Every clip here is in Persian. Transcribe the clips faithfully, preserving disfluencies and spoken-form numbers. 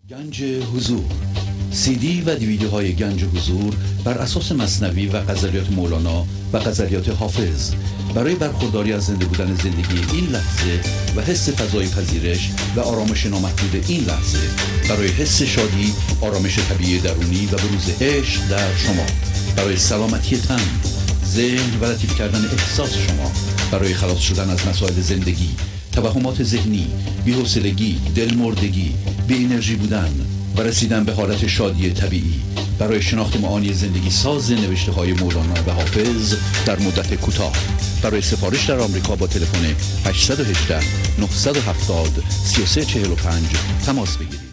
گنج حضور، سی دی و دیویدیوهای گنج حضور بر اساس مثنوی و غزلیات مولانا و غزلیات حافظ برای برخورداری از زنده بودن زندگی این لحظه و حس فضای پذیرش و آرامش نامحدود این لحظه، برای حس شادی، آرامش طبیعی درونی و بروز عشق در شما، برای سلامتی تن، ذهن و لطیف کردن احساس شما، برای خلاص شدن از مسائل زندگی، توهمات ذهنی، بی‌حوصلگی، دلمردگی، بی انرژی بودن و رسیدن به حالت شادی طبیعی، برای شناخت معانی زندگی ساز نوشته های مولانا و حافظ در مدت کوتاه. برای سفارش در آمریکا با تلفن هشت یک هشت نه هفت صفر سه سه چهار پنج تماس بگیرید.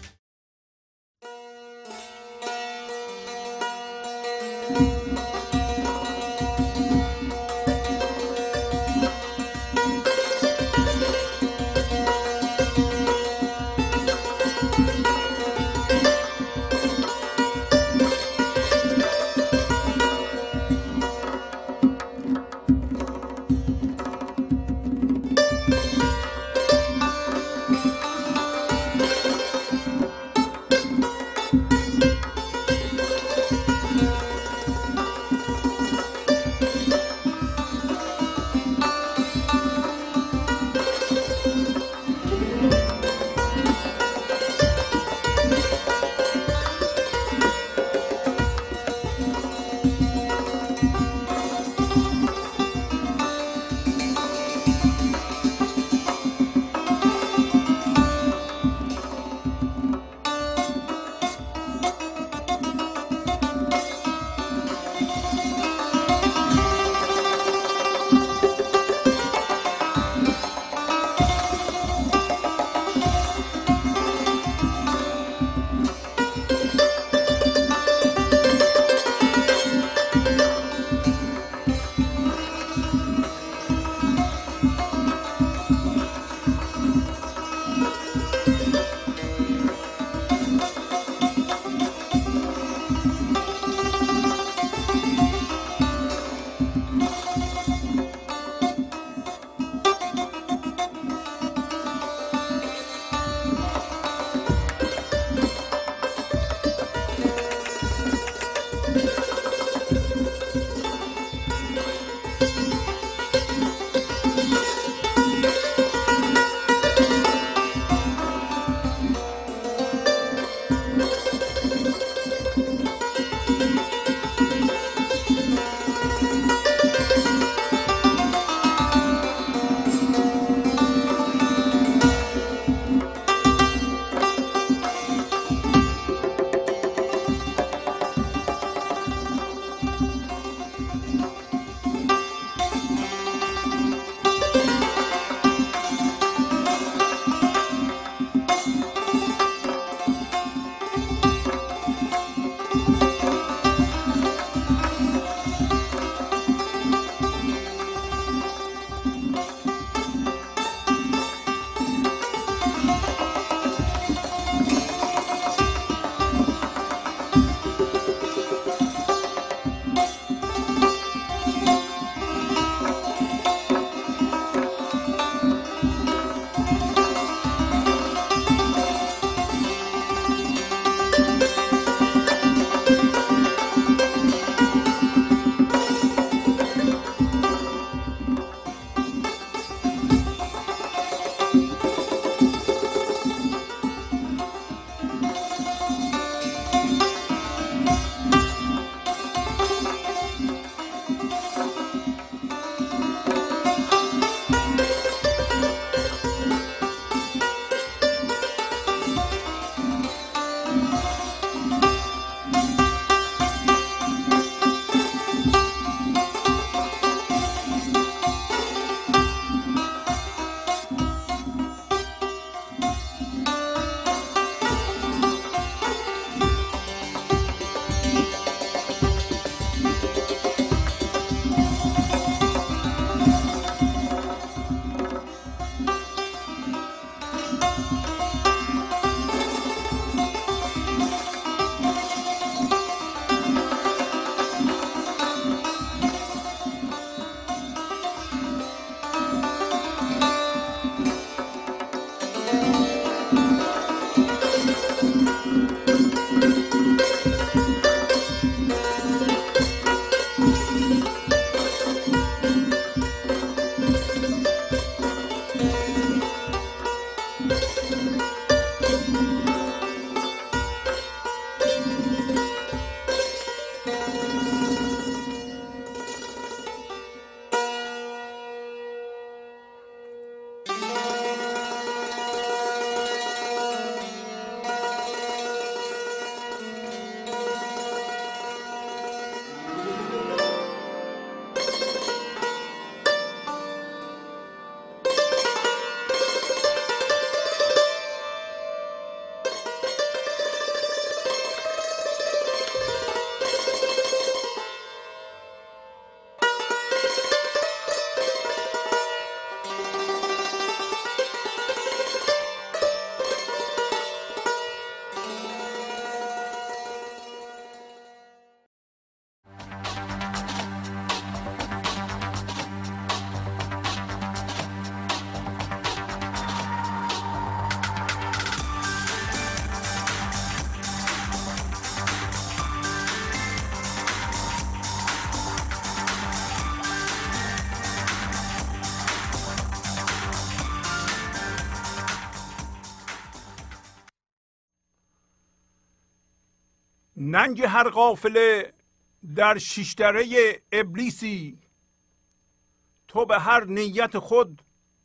ننگ هر قافله در شیشدره ابلیسی، تو به هر نیت خود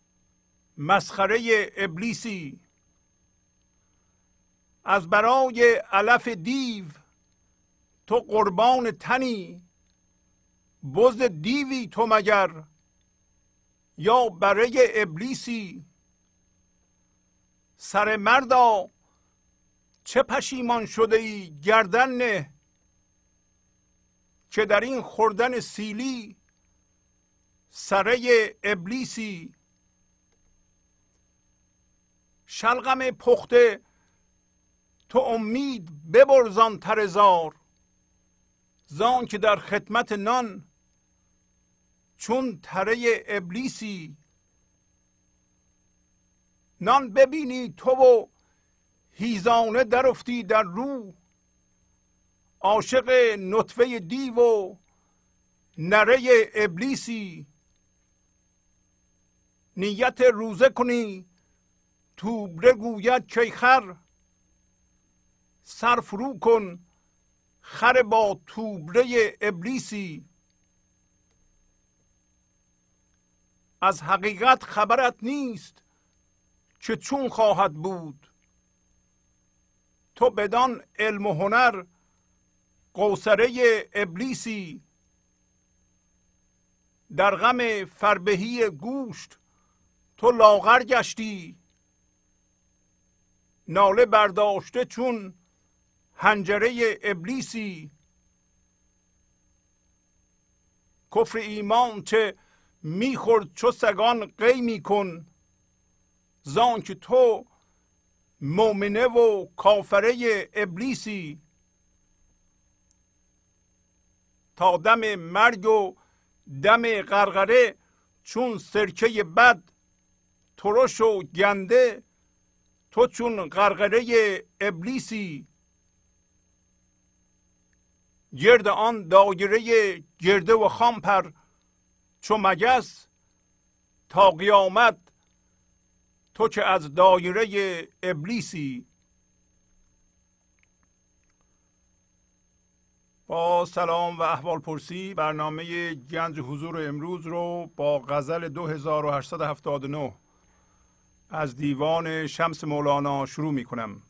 مسخره ابلیسی. از برای علف دیو تو قربان تنی، بزد دیوی تو مگر یا برای ابلیسی. سر مردا چه پشیمان شده ای گردن نه، که در این خوردن سیلی سره ابلیسی. شلغم پخته تو امید ببرزان تر زار، زان که در خدمت نان چون تره ابلیسی. نان ببینی تو و هیزانه درفتی در رو، عاشق نطفه دیو و نره ابلیسی. نیت روزه کنی توبره گوید که خر، سر فرو کن خر با توبره ابلیسی. از حقیقت خبرت نیست که چون خواهد بود، تو بدان علم و هنر قوصره ابلیسی. در غم فربهی گوشت تو لاغر گشتی، ناله برداشته چون حنجره ابلیسی. کفر ایمان چه میخورد چو سگان قی میکن، زان که تو مؤمنه و کافره ابلیسی. تا دم مرگ و دم غرغره چون سرکه بد، ترش و گنده تو چون غرغره ابلیسی. گرد آن دایره گرده و خامپر چو مگس، تا قیامت تو که از دایره ابلیسی. با سلام و احوال پرسی برنامه گنج حضور امروز رو با غزل دو هزار و هشتصد و هفتاد و نه از دیوان شمس مولانا شروع می کنم.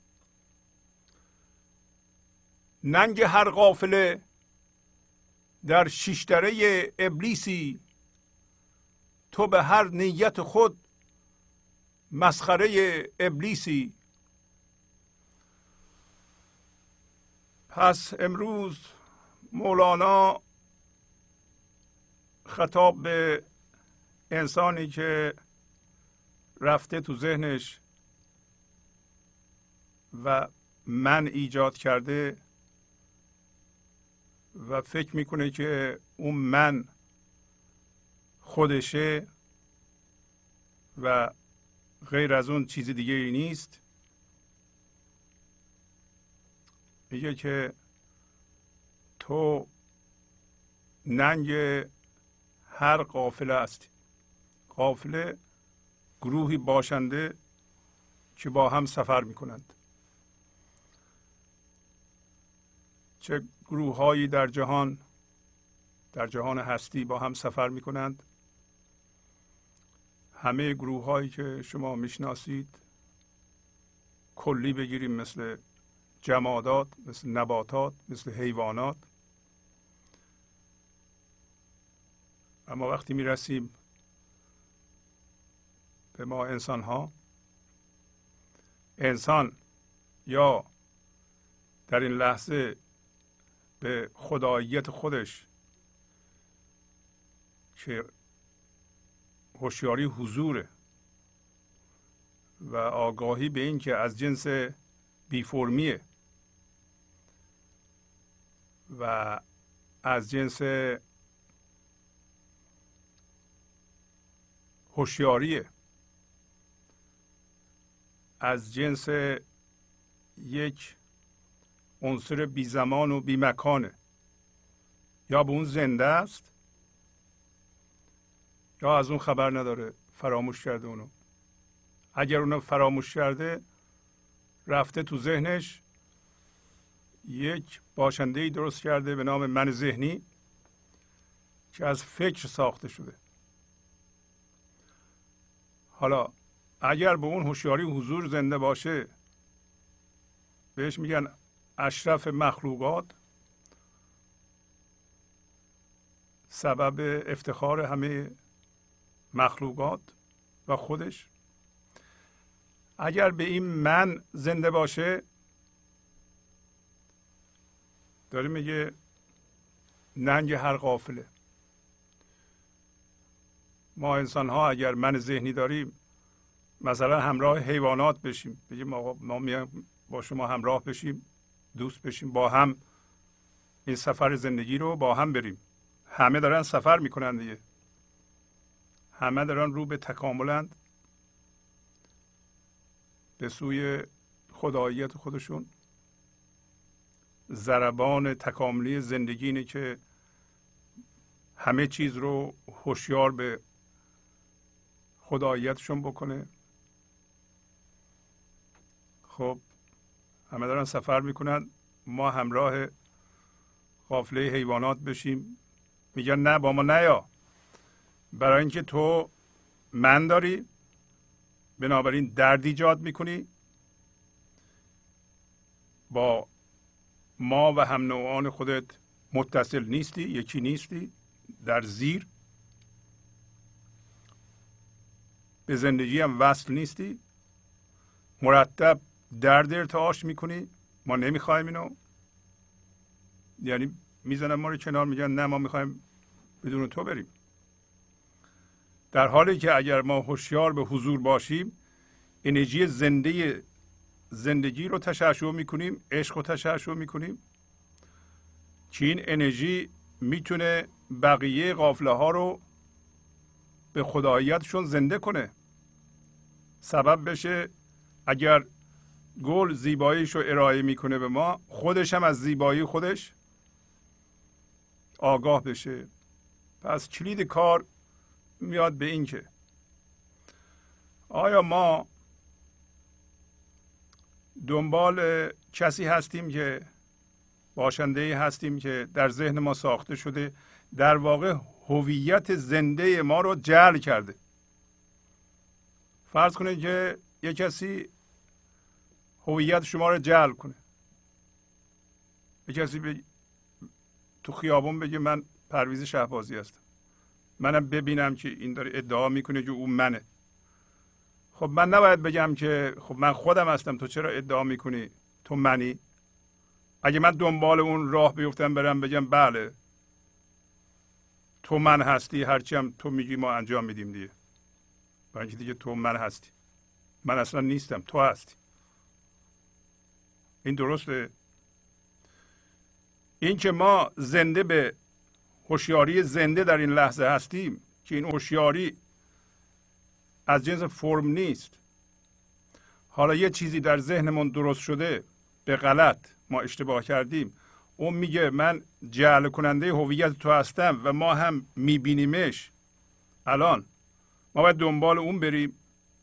ننگ هر قافله در شیشدره ابلیسی، تو به هر نیت خود مسخره ابلیسی. پس امروز مولانا خطاب به انسانی که رفته تو ذهنش و من ایجاد کرده و فکر میکنه که اون من خودشه و غیر از اون چیز دیگه ای نیست. میگه که تو ننگ هر قافله هستی. قافله گروهی باشنده که با هم سفر میکنند. چه گروه هایی در جهان در جهان هستی با هم سفر میکنند. همه گروه هایی که شما میشناسید کلی بگیریم، مثل جمادات، مثل نباتات، مثل حیوانات. اما وقتی میرسیم به ما انسان ها، انسان یا در این لحظه به خداییت خودش که هوشیاری حضوره و آگاهی به این که از جنس بی فرمیه و از جنس هوشیاریه، از جنس یک عنصر بی زمان و بی مکانه. یا به اون زنده است یا از اون خبر نداره، فراموش کرده اونو. اگر اونو فراموش کرده، رفته تو ذهنش یک باشنده‌ای درست کرده به نام من ذهنی که از فکر ساخته شده. حالا اگر به اون هوشیاری حضور زنده باشه، بهش میگن اشرف مخلوقات، سبب افتخار همه مخلوقات و خودش. اگر به این من زنده باشه، داره میگه ننگ هر قافله. ما انسان ها اگر من ذهنی داریم، مثلا همراه حیوانات بشیم، بگیم آقا ما میایم با شما همراه بشیم، دوست بشیم، با هم این سفر زندگی رو با هم بریم. همه دارن سفر میکنن دیگه، همه دارن رو به تکاملند، به سوی خداییت خودشون. ضربان تکاملی زندگی اینه که همه چیز رو هوشیار به خداییتشون بکنه. خب همه دارن سفر میکنن، ما همراه قافله حیوانات بشیم. میگن نه با ما نیا، برای اینکه تو من داری، بنابراین درد ایجاد میکنی، با ما و هم نوعان خودت متصل نیستی، یکی نیستی، در زیر به زندگی هم وصل نیستی، مرتب درد ارتعاش میکنی. ما نمیخوایم اینو، یعنی میزنن ما رو کنار، میگن نه ما میخوایم بدون تو بریم. در حالی که اگر ما هوشیار به حضور باشیم، انرژی زنده زندگی رو تشعشع میکنیم، عشق رو تشعشع میکنیم که این انرژی میتونه بقیه قافله ها رو به خداییتشون زنده کنه، سبب بشه اگر گل زیباییش رو ارائه میکنه به ما، خودش هم از زیبایی خودش آگاه بشه. پس کلید کار میاد به این که آیا ما دنبال کسی هستیم که باشنده‌ای هستیم که در ذهن ما ساخته شده، در واقع هویت زنده ما رو جعل کرده. فرض کنید که یک کسی هویت شما رو جعل کنه، یک کسی به تو خیابون بگه من پرویز شهبازی هستم، منم ببینم که این داره ادعا میکنه که اون منه. خب من نباید بگم که خب من خودم هستم، تو چرا ادعا میکنی تو منی؟ اگه من دنبال اون راه بیفتم برم بگم بله تو من هستی، هرچی هم تو میگی ما انجام میدیم دیگه، برای اینکه دیگه تو من هستی، من اصلا نیستم، تو هستی. این درسته؟ این که ما زنده به هوشیاری زنده در این لحظه هستیم که این هوشیاری از جنس فرم نیست. حالا یه چیزی در ذهنمون درست شده به غلط، ما اشتباه کردیم، اون میگه من جعل کننده هویت تو هستم و ما هم میبینیمش. الان ما باید دنبال اون بریم،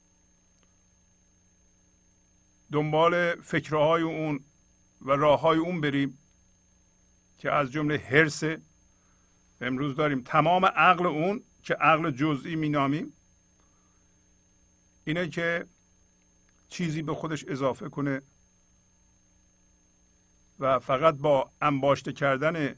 دنبال فکرهای اون و راههای اون بریم که از جمله حرص. امروز داریم تمام عقل اون که عقل جزئی مینامیم اینه که چیزی به خودش اضافه کنه و فقط با انباشته کردن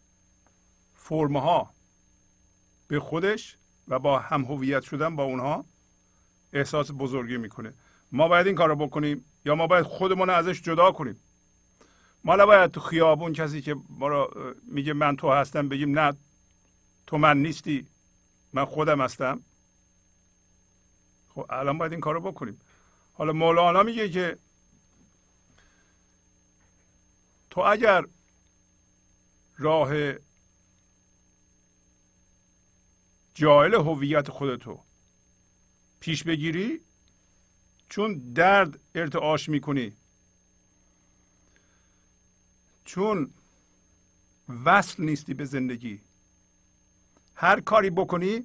فرمها به خودش و با هم هویت شدن با اونها احساس بزرگی میکنه. ما باید این کار رو بکنیم یا ما باید خودمون ازش جدا کنیم؟ ما نباید تو خیابون کسی که ما رو میگه من تو هستم بگیم نه تو من نیستی، من خودم هستم. خب الان باید این کار رو بکنیم. حالا مولانا میگه که تو اگر راه جاهل هویت خودتو پیش بگیری، چون درد ارتعاش میکنی، چون وصل نیستی به زندگی، هر کاری بکنی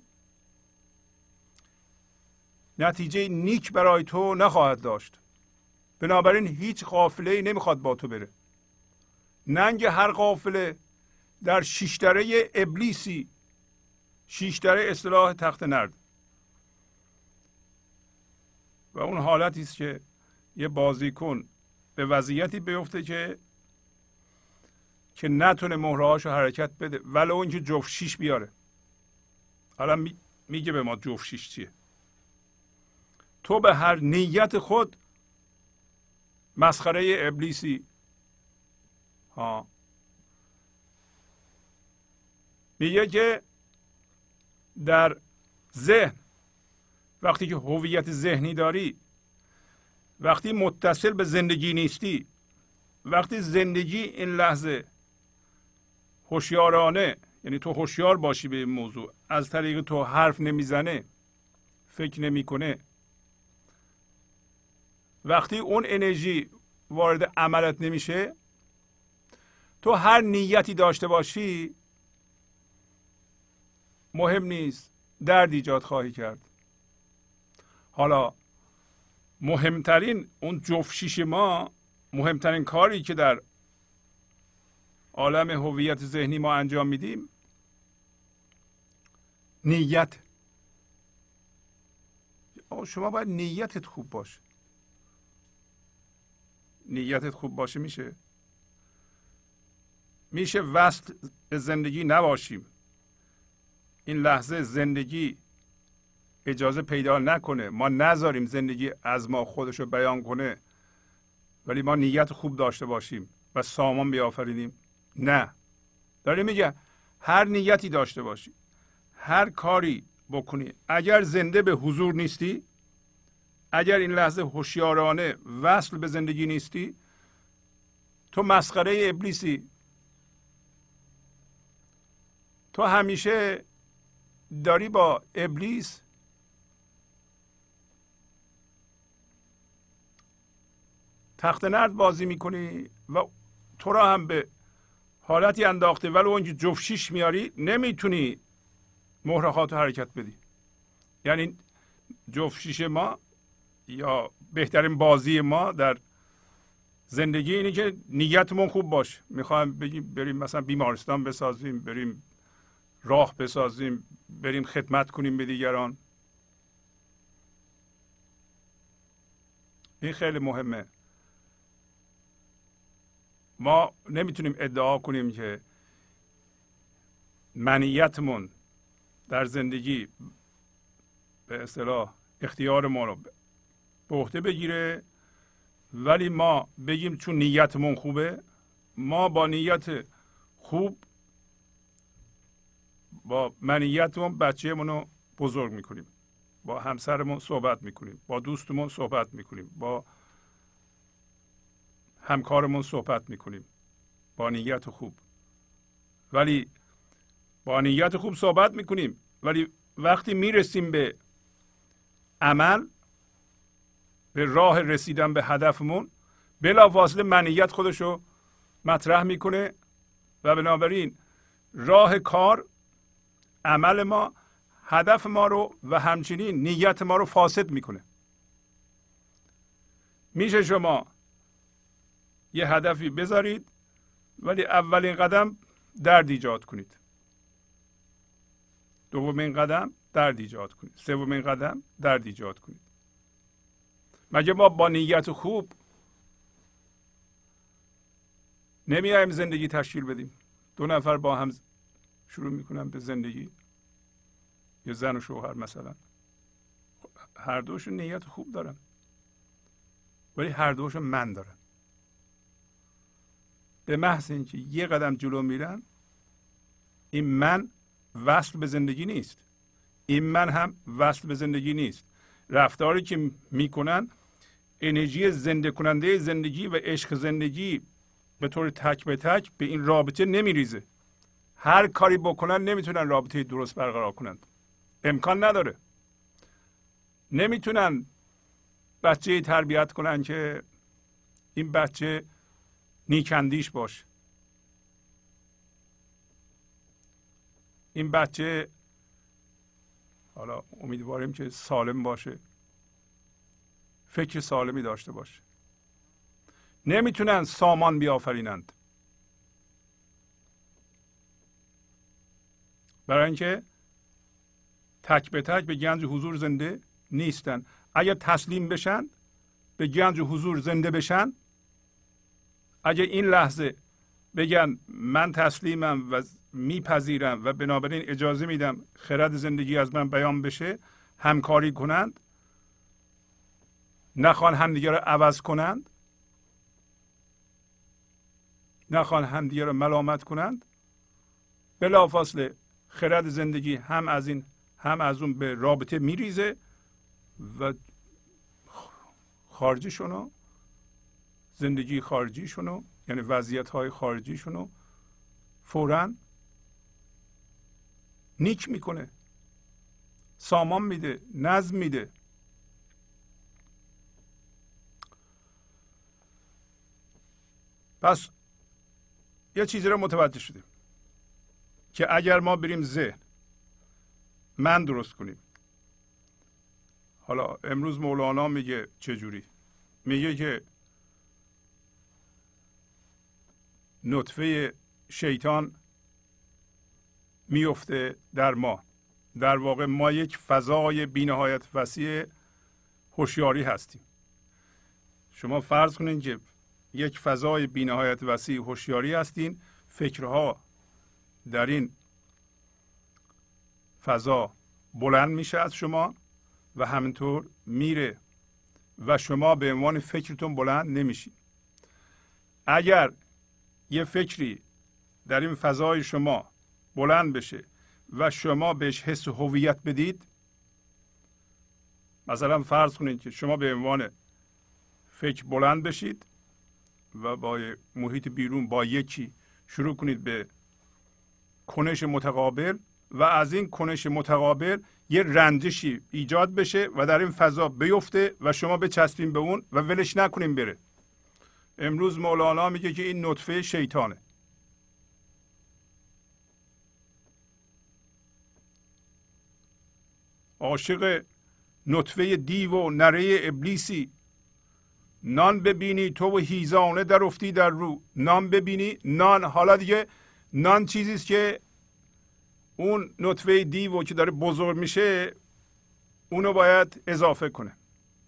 نتیجه نیک برای تو نخواهد داشت. بنابراین هیچ قافله‌ای نمیخواد با تو بره. ننگ هر قافله در شیشدره ابلیسی. شیشدره اصطلاح تخت نرد و اون حالتی است که یه بازیکن به وضعیتی بیفته که که نتونه مهرهاشو حرکت بده ولو اینکه جفت شیش بیاره. حالا می... میگه به ما جفت شیش چیه. تو به هر نیت خود مسخره ابلیسی. ها میگه که در ذهن وقتی که هویت ذهنی داری، وقتی متصل به زندگی نیستی، وقتی زندگی این لحظه هوشیارانه، یعنی تو هوشیار باشی به این موضوع، از طریق تو حرف نمیزنه، فکر نمیکنه، وقتی اون انرژی وارد عملت نمیشه، تو هر نیتی داشته باشی مهم نیست، درد ایجاد خواهی کرد. حالا مهمترین اون جفت شیش ما، مهمترین کاری که در عالم هویت ذهنی ما انجام میدیم نیت. شما باید نیتت خوب باشه. نیتت خوب باشه میشه میشه وصل به زندگی نباشیم، این لحظه زندگی اجازه پیدا نکنه، ما نذاریم زندگی از ما خودشو بیان کنه، ولی ما نیت خوب داشته باشیم و سامان بیافرینیم. نه، داره میگه هر نیتی داشته باشی، هر کاری بکنی، اگر زنده به حضور نیستی، اگر این لحظه هوشیارانه وصل به زندگی نیستی، تو مسخره ابلیسی. تو همیشه داری با ابلیس تخت نرد بازی میکنی و تو را هم به حالتی انداخته ولی اونجا جفت شیش میاری، نمیتونی محرکات رو حرکت بدی. یعنی جفت شیش ما یا بهترین بازی ما در زندگی اینه که نیتمون خوب باشه. میخوایم بگیم بریم مثلا بیمارستان بسازیم، بریم راه بسازیم، بریم خدمت کنیم به دیگران. این خیلی مهمه. ما نمیتونیم ادعا کنیم که منیتمون در زندگی به اصطلاح اختیار ما رو به عهده بگیره، ولی ما بگیم چون نیتمون خوبه، ما با نیت خوب با منیتمون بچه‌مون رو بزرگ میکنیم، با همسرمون صحبت میکنیم، با دوستمون صحبت میکنیم، با همکارمون صحبت میکنیم با نیت خوب. ولی با نیت خوب صحبت میکنیم، ولی وقتی میرسیم به عمل، به راه رسیدن به هدفمون، بلافاصله منیت خودشو مطرح میکنه و بنابراین راه کار، عمل ما، هدف ما رو و همچنین نیت ما رو فاسد میکنه. میشه شما یه هدفی بذارید ولی اولین قدم درد ایجاد کنید، دومین قدم درد ایجاد کنید، سومین قدم درد ایجاد کنید. مگه ما با نیت خوب نمیایم زندگی تشکیل بدیم؟ دو نفر با هم شروع میکنن به زندگی، یه زن و شوهر مثلا، هر دوشون نیت خوب دارن ولی هر دوشون من دارن. به محض اینکه یه قدم جلو میرن، این من وصل به زندگی نیست، این من هم وصل به زندگی نیست. رفتاری که میکنن انرژی زنده کننده زندگی و عشق زندگی به طور تک به تک به این رابطه نمیریزه. هر کاری بکنن نمیتونن رابطه درست برقرار کنند، امکان نداره. نمیتونن بچه تربیت کنن که این بچه نیکندیش باشه، این بچه حالا امیدواریم که سالم باشه، فکر سالمی داشته باشه. نمیتونن سامان بیافرینند. برای اینکه تک به تک به گنج حضور زنده نیستن. اگر تسلیم بشن به گنج حضور زنده بشن، اگر این لحظه بگن من تسلیمم و میپذیرم و بنابراین اجازه میدم خرد زندگی از من بیان بشه، همکاری کنند، نخوان همدیگه رو عوض کنند، نخوان همدیگه رو ملامت کنند، بلافاصله خرد زندگی هم از این هم از اون به رابطه میریزه و خارجیشونو، زندگی خارجیشونو، یعنی وضعیت های خارجیشونو فوراً نیک میکنه، سامان میده، نظم میده. پس یه چیزی رو متوجه شدیم که اگر ما بریم ذهن من درست کنیم، حالا امروز مولانا میگه چجوری؟ میگه که نطفه شیطان میفته در ما. در واقع ما یک فضای بی‌نهایت وسیع هوشیاری هستیم. شما فرض کنین که یک فضای بی‌نهایت وسیع هوشیاری هستین، فکرها در این فضا بلند میشه از شما و همینطور میره و شما به عنوان فکرتون بلند نمیشین. اگر یه فکری در این فضای شما بلند بشه و شما بهش حس هویت بدید، مثلا فرض کنید که شما به عنوان فکر بلند بشید و با محیط بیرون با یکی شروع کنید به کنش متقابل و از این کنش متقابل یه رنجشی ایجاد بشه و در این فضا بیفته و شما بچسبین به اون و ولش نکنین بره. امروز مولانا میگه که این نطفه شیطانه. عاشق نطفه دیو و نره ابلیسی، نان ببینی تو و هیزانه در افتی در رو. نان ببینی، نان حالا دیگه نان چیزیست که اون نطفه دیو که داره بزرگ میشه اونو باید اضافه کنه.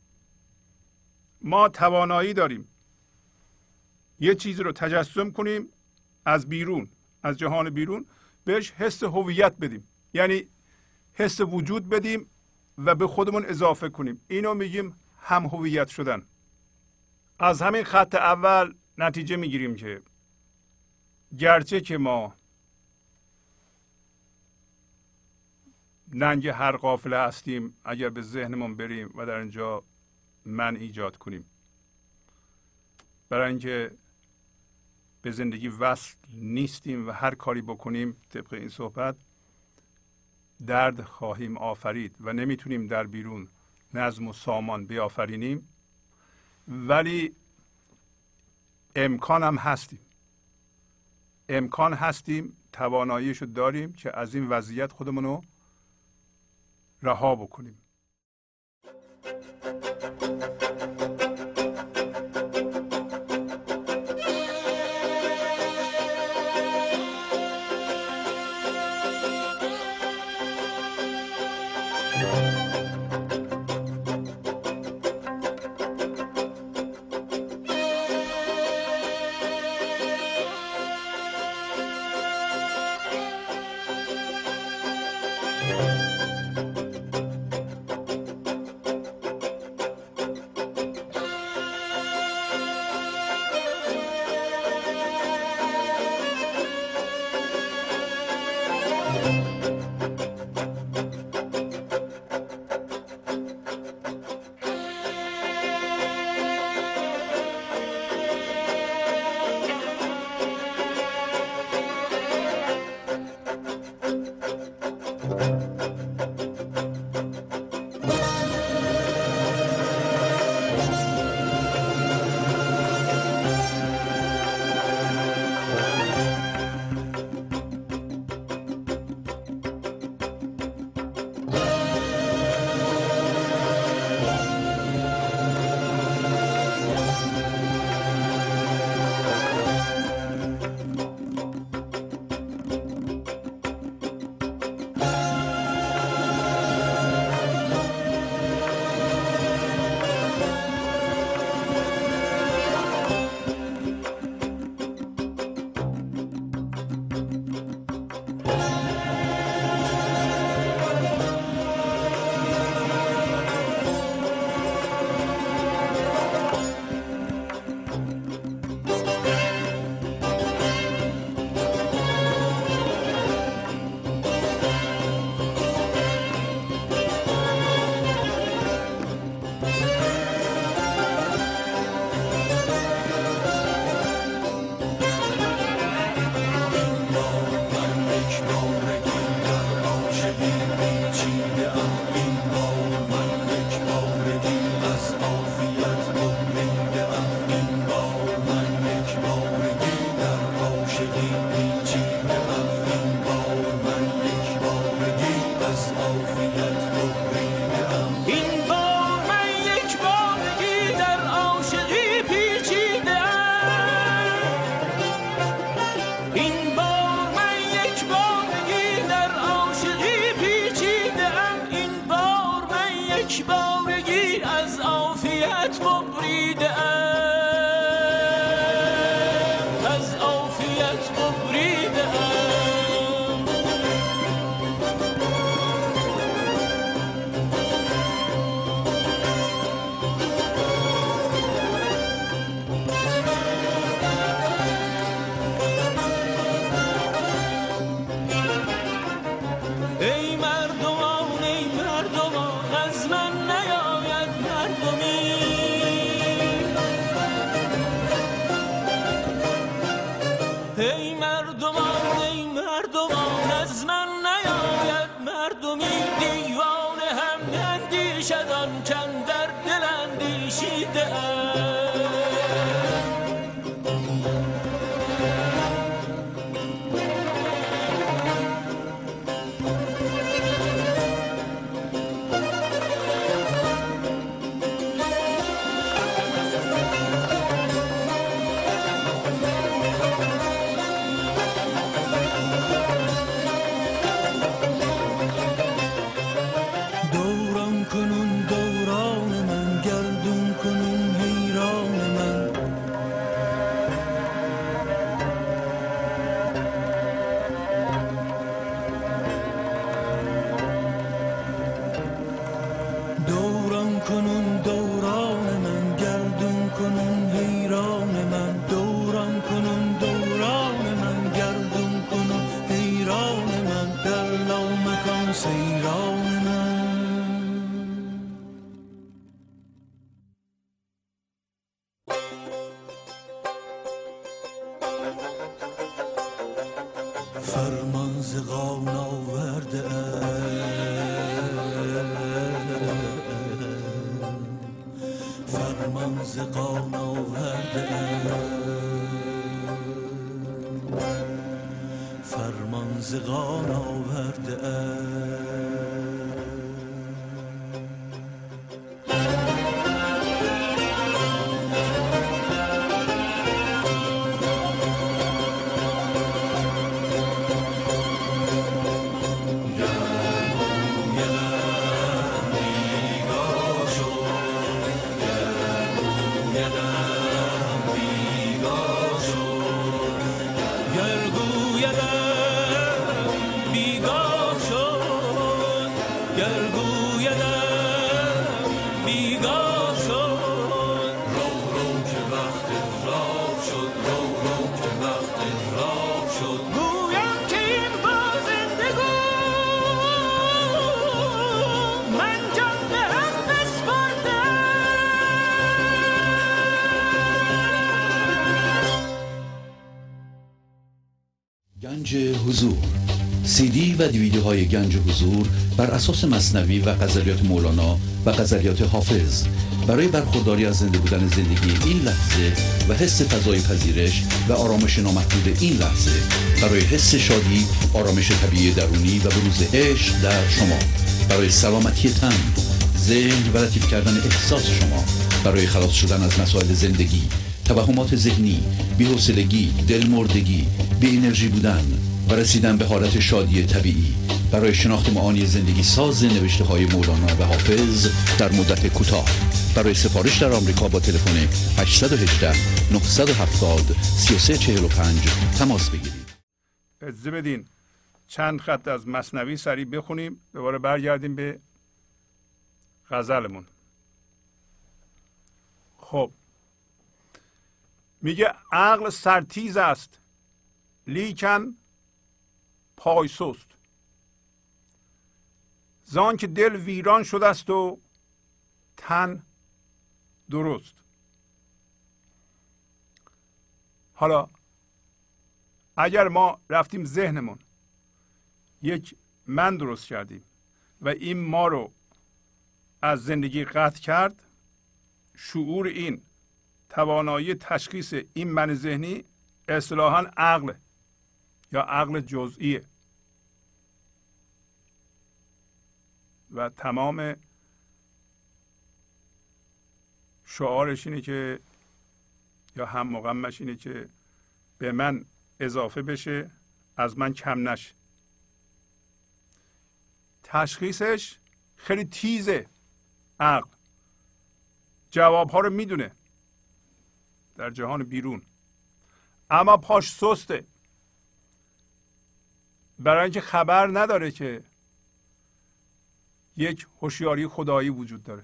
ما توانایی داریم یه چیزی رو تجسم کنیم از بیرون، از جهان بیرون، بهش حس هویت بدیم، یعنی حس وجود بدیم و به خودمون اضافه کنیم. اینو میگیم هم هویت شدن. از همین خط اول نتیجه میگیریم که گرچه که ما ننگ هر قافله هستیم، اگر به ذهنمون بریم و در اینجا من ایجاد کنیم، برای اینکه به زندگی وصل نیستیم و هر کاری بکنیم طبق این صحبت درد خواهیم آفرید و نمیتونیم در بیرون نظم و سامان بیافرینیم، ولی امکان هم هستیم امکان هستیم تواناییشو داریم که از این وضعیت خودمونو رها بکنیم. ای مردمان ای مردمان از من نیاید مردمی دیوانه هم اندیشد آن چند در دل اندیشیده ام. فرمان ز قان آورده فرمان ز قان آورده فرمان ز قان آورده گنج حضور، سی دی و دیویدیوهای گنج حضور بر اساس مثنوی و غزلیات مولانا و غزلیات حافظ برای برخورداری از زنده بودن زندگی این لحظه و حس فضای پذیرش و آرامش نامحدود این لحظه، برای حس شادی، آرامش طبیعی درونی و بروز عشق در شما، برای سلامتی تن، ذهن و لطیف کردن احساس شما، برای خلاص شدن از مسائل زندگی، توهمات ذهنی، بی‌حوصلگی، دلمردگی، بی انرژی بودن و رسیدن به حالت شادی طبیعی، برای شناخت معانی زندگی ساز نوشته های مولانا و حافظ در مدت کوتاه. برای سفارش در آمریکا با تلفن هشت یک هشت نه هفت صفر سه سه چهار پنج تماس بگیرید. اجازه بدین چند خط از مثنوی سریع بخونیم، دوباره برگردیم به غزلمون. خب میگه عقل سرتیز است لیکن پای سست، زان که دل ویران شده است و تن درست. حالا اگر ما رفتیم ذهنمون یک من درست کردیم و این ما رو از زندگی قطع کرد، شعور این توانایی تشخیص این من ذهنی اصطلاحاً عقل یا عقل جزئیه و تمام شعارش اینه که یا هم مقامش اینه که به من اضافه بشه از من کم نشه. تشخیصش خیلی تیزه، عقل جوابها رو میدونه در جهان بیرون، اما پاش سسته، برای اینکه خبر نداره که یک هوشیاری خدایی وجود داره.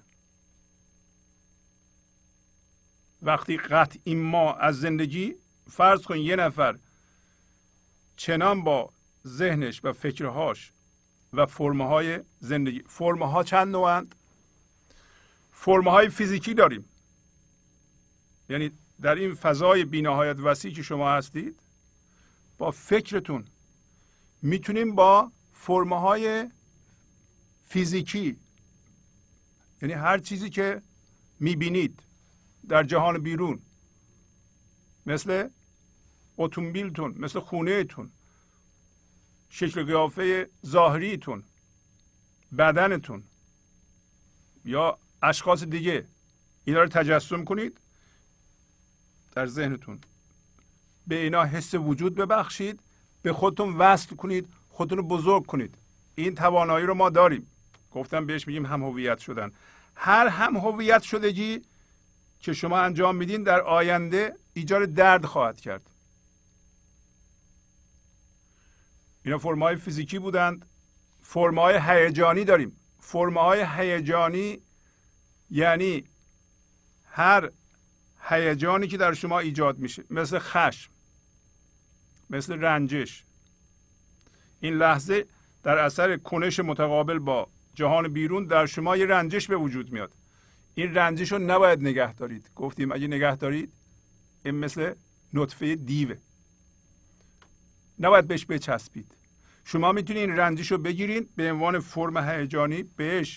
وقتی قطع ما از زندگی، فرض کن یه نفر چنان با ذهنش و فکرهاش و فرمهای زندگی، فرمها چند نوعند؟ فرمهای فیزیکی داریم، یعنی در این فضای بی‌نهایت وسیع که شما هستید با فکرتون میتونیم با فرم‌های فیزیکی، یعنی هر چیزی که میبینید در جهان بیرون، مثل اتومبیلتون، مثل خونهتون، شکل قیافه ظاهریتون، بدنتون یا اشخاص دیگه، اینا رو تجسم کنید در ذهنتون، به اینا حس وجود ببخشید، به خودتون وصل کنید، خودتون رو بزرگ کنید. این توانایی رو ما داریم. گفتم بهش میگیم هم هویت شدن. هر هم هویت شدگی که شما انجام میدین در آینده ایجاد درد خواهد کرد. اینا فرم‌های فیزیکی بودند. فرم‌های هیجانی داریم. فرم‌های هیجانی یعنی هر هیجانی که در شما ایجاد میشه، مثل خشم، مثل رنجش، این لحظه در اثر کنش متقابل با جهان بیرون در شما یه رنجش به وجود میاد. این رنجش رو نباید نگه دارید. گفتیم اگه نگه دارید این مثل نطفه دیوه، نباید بهش بچسبید. شما میتونید این رنجش رو بگیرید به عنوان فرم هیجانی، بهش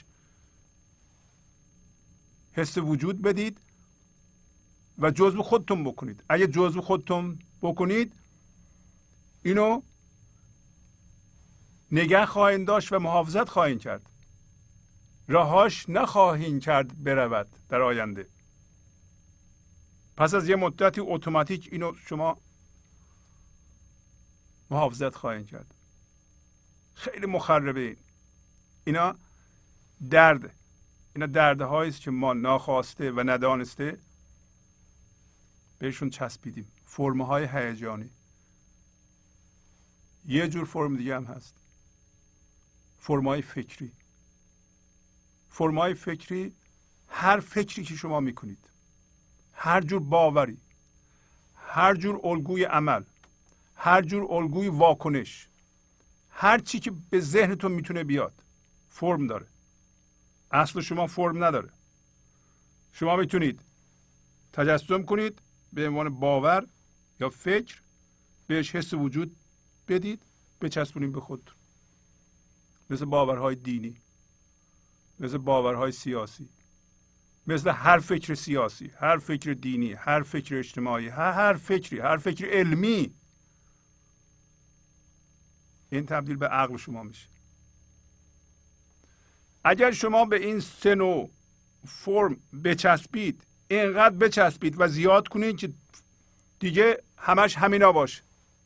حس وجود بدید و جزو خودتون بکنید. اگه جزو خودتون بکنید اینو نگه خواهید داشت و محافظت خواهید کرد. رهاش نخواهید کرد برود در آینده. پس از یه مدتی اتوماتیک اینو شما محافظت خواهید کرد. خیلی مخربه این. اینا درد. اینا دردهایی است که ما ناخواسته و ندانسته بهشون چسبیدیم. فرم‌های هیجانی. یه جور فرم دیگه هم هست. فرم‌های فکری. فرم‌های فکری هر فکری که شما میکنید، هر جور باوری، هر جور الگوی عمل، هر جور الگوی واکنش، هر چی که به ذهنتون میتونه بیاد فرم داره. اصل شما فرم نداره. شما میتونید تجسم کنید به عنوان باور یا فکر، بهش حس وجود بدید، بچسبونید به خودتون. مثل باورهای دینی، مثل باورهای سیاسی، مثل هر فکر سیاسی، هر فکر دینی، هر فکر اجتماعی، هر هر فکری، هر فکر علمی. این تبدیل به عقل شما میشه. اگر شما به این سه نوع فرم بچسبید، اینقدر بچسبید و زیاد کنید که دیگه همش همینا باشه.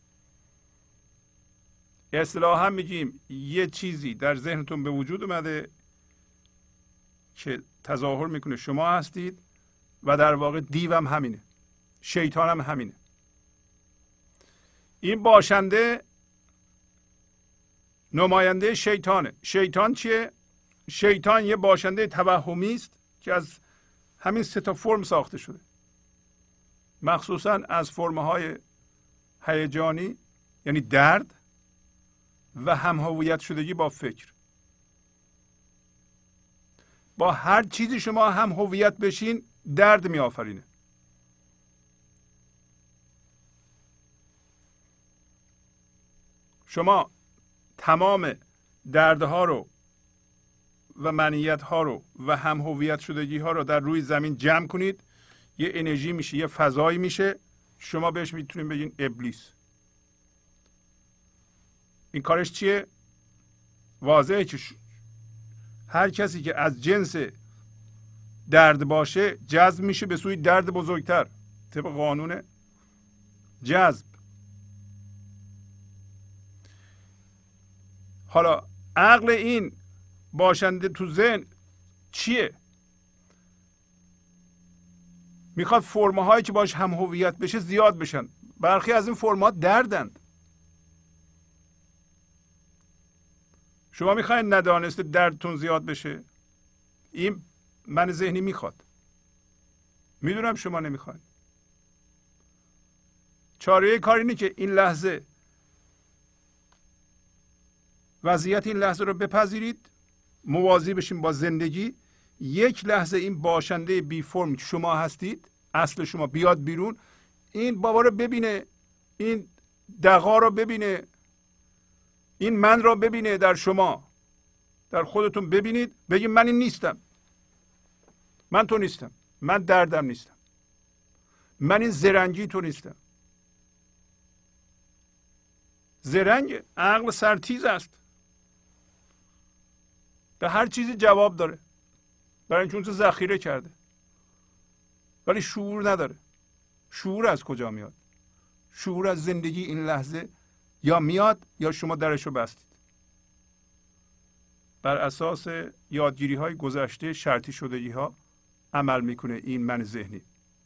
اصطلاحاً میگیم یه چیزی در ذهنتون به وجود اومده که تظاهر میکنه شما هستید و در واقع دیو هم همینه، شیطان هم همینه. این باشنده نماینده شیطانه. شیطان چیه؟ شیطان یه باشنده توهمی است که از همین سه تا فرم ساخته شده، مخصوصا از فرم‌های هیجانی یعنی درد و هم هویت شدگی با فکر. با هر چیزی شما هم هویت بشین درد می آفرینه. شما تمام دردها رو و منیت ها رو و هم هویت شدگی ها رو در روی زمین جمع کنید، یه انرژی میشه، یه فضایی میشه، شما بهش میتونید بگین ابلیس. این کارش چیه؟ واضحه که هر کسی که از جنس درد باشه جذب میشه به سوی درد بزرگتر، طبق قانون جذب. حالا عقل این باشنده تو ذهن چیه؟ میخواد فرم‌هایی که باش هم هویت بشه زیاد بشن. برخی از این فرم‌ها دردند. شما میخواین ندانسته دردتون زیاد بشه؟ این من ذهنی میخواد. میدونم شما نمیخواین. چاره کار اینه که این لحظه وضعیت این لحظه رو بپذیرید، موازی بشین با زندگی. یک لحظه این باشنده بی فرم شما هستید، اصل شما بیاد بیرون، این بابا رو ببینه، این دغا رو ببینه، این من را ببینه در شما، در خودتون ببینید، بگید من این نیستم، من تو نیستم، من دردم نیستم، من این زرنگی تو نیستم. زرنگ عقل سرتیز است، به هر چیزی جواب داره، برای اینکه اون تو ذخیره کرده، ولی شعور نداره. شعور از کجا میاد؟ شعور از زندگی این لحظه یا میاد یا شما درشو بستید. بر اساس یادگیری های گذشته، شرطی شدگی ها عمل میکنه این من ذهنی.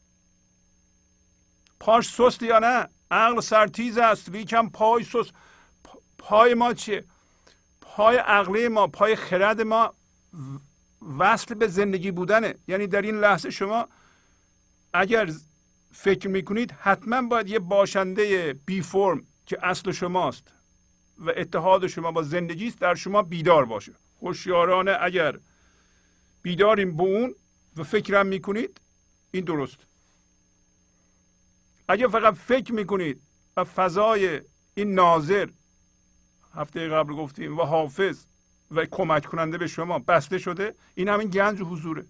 پاش سست یا نه؟ عقل سرتیز است، لیکن پای سست. پای ما چیه؟ پای عقلی ما، پای خرد ما وصل به زندگی بودنه. یعنی در این لحظه شما اگر فکر میکنید حتما باید یه باشنده بی فرم که اصل شماست و اتحاد شما با زندگی است در شما بیدار باشه. هوشیارانه اگر بیداریم به اون و فکرم میکنید، این درست. اگر فقط فکر میکنید و فضای این ناظر، هفته قبل گفتیم، و حافظ و کمک کننده به شما بسته شده، این همین گنج و حضوره.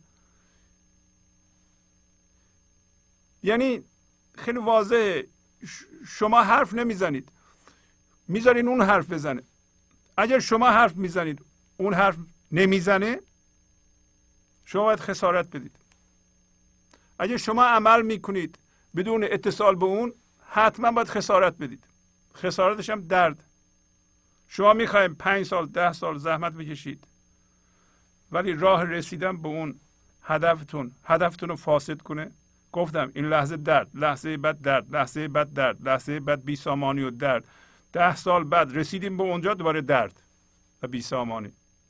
یعنی خیلی واضحه، شما حرف نمیزنید، میذارین اون حرف بزنه. اگر شما حرف میزنید اون حرف نمیزنه، شما باید خسارت بدید. اگر شما عمل میکنید بدون اتصال به اون، حتما باید خسارت بدید. خسارتش هم درد. شما میخواید پنج سال ده سال زحمت بکشید، ولی راه رسیدن به اون هدفتون هدفتون رو فاسد کنه. گفتم این لحظه درد، لحظه بعد درد، لحظه بعد درد، لحظه بعد بیسامانی و درد. ده سال بعد رسیدیم به اونجا، دوباره درد و بیسامانی.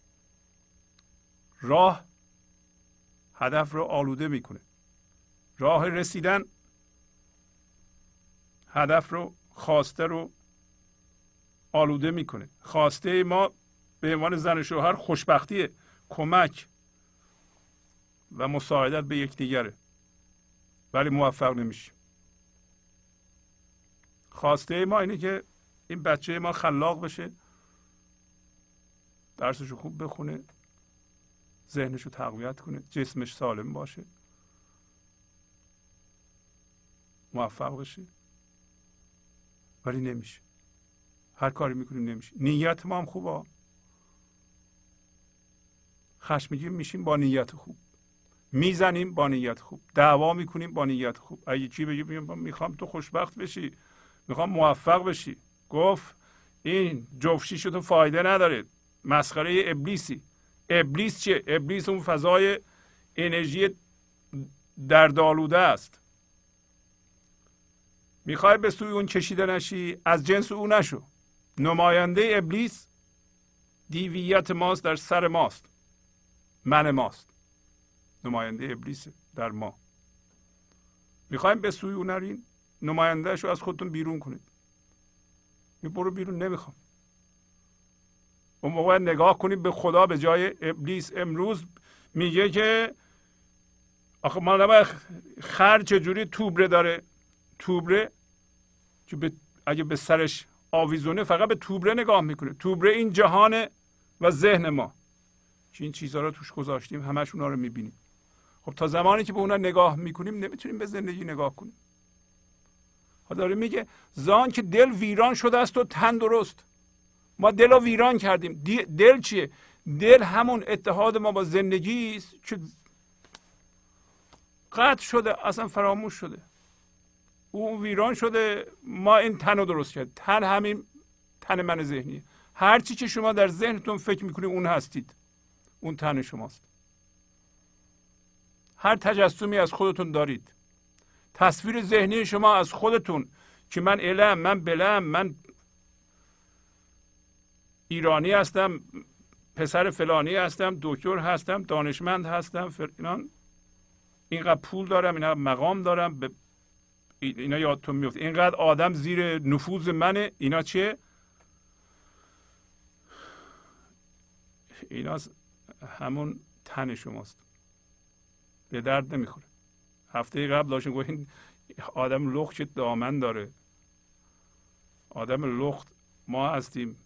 راه هدف رو آلوده میکنه. راه رسیدن هدف رو، خواسته رو آلوده میکنه. خواسته ما به عنوان زن و شوهر خوشبختیه، کمک و مساعدت به یکدیگره، ولی موفق نمیشیم. خواسته ما اینه که این بچه ما خلاق بشه، درسشو خوب بخونه، ذهنشو تقویت کنه، جسمش سالم باشه، موفق بشه، ولی نمیشه. هر کاری میکنیم نمیشه. نیت ما هم خوبه، خشمگین میشیم با نیت خوب، میزنیم با نیت خوب، دعوا میکنیم با نیت خوب. اگه چی بگیم میخوام تو خوشبخت بشی، میخوام موفق بشی، گفت این جفشی شد و فایده نداره، مسخره ابلیسی. ابلیس چیه؟ ابلیس اون فضای انرژی دردآلوده است. میخوای به سوی اون کشیده نشی، از جنس اون نشو. نماینده ابلیس دیویت ماست، در سر ماست، من ماست. نماینده ابلیس در ما. میخوایم به سوی اون نرین، نمایندهشو از خودتون بیرون کنید. می برو بیرون، نمیخوام. اون موقع نگاه کنید به خدا به جای ابلیس. امروز میگه که آخه ما نباید خر چجوری توبره داره، توبره که به اگه به سرش آویزونه فقط به توبره نگاه میکنه. توبره این جهانه و ذهن ما که این چیزها رو توش گذاشتیم، همش اونا رو میبینیم. خب تا زمانی که به اونا نگاه میکنیم نمیتونیم به زندگی نگاه کنیم. ها داره میگه زان که دل ویران شده است و تن درست. ما دل رو ویران کردیم. دل چیه؟ دل همون اتحاد ما با زندگی است که قطع شده، اصلا فراموش شده. اون ویران شده، ما این تن رو درست کرد. تن همین تن من ذهنیه. هر چی که شما در ذهنتون فکر میکنید اون هستید، اون تن شماست. هر تجسمی از خودتون دارید. تصویر ذهنی شما از خودتون که من علم، من بلم، من ایرانی هستم، پسر فلانی هستم، دکتر هستم، دانشمند هستم، فلان، اینقدر پول دارم، اینقدر مقام دارم، به اینا یادتون میفته، اینقدر آدم زیر نفوذ منه. اینا چیه؟ اینا همون تن شماست، به درد نمیخوره. هفته قبل داشتیم گفتیم آدم لخت دامن داره، آدم لخت ما هستیم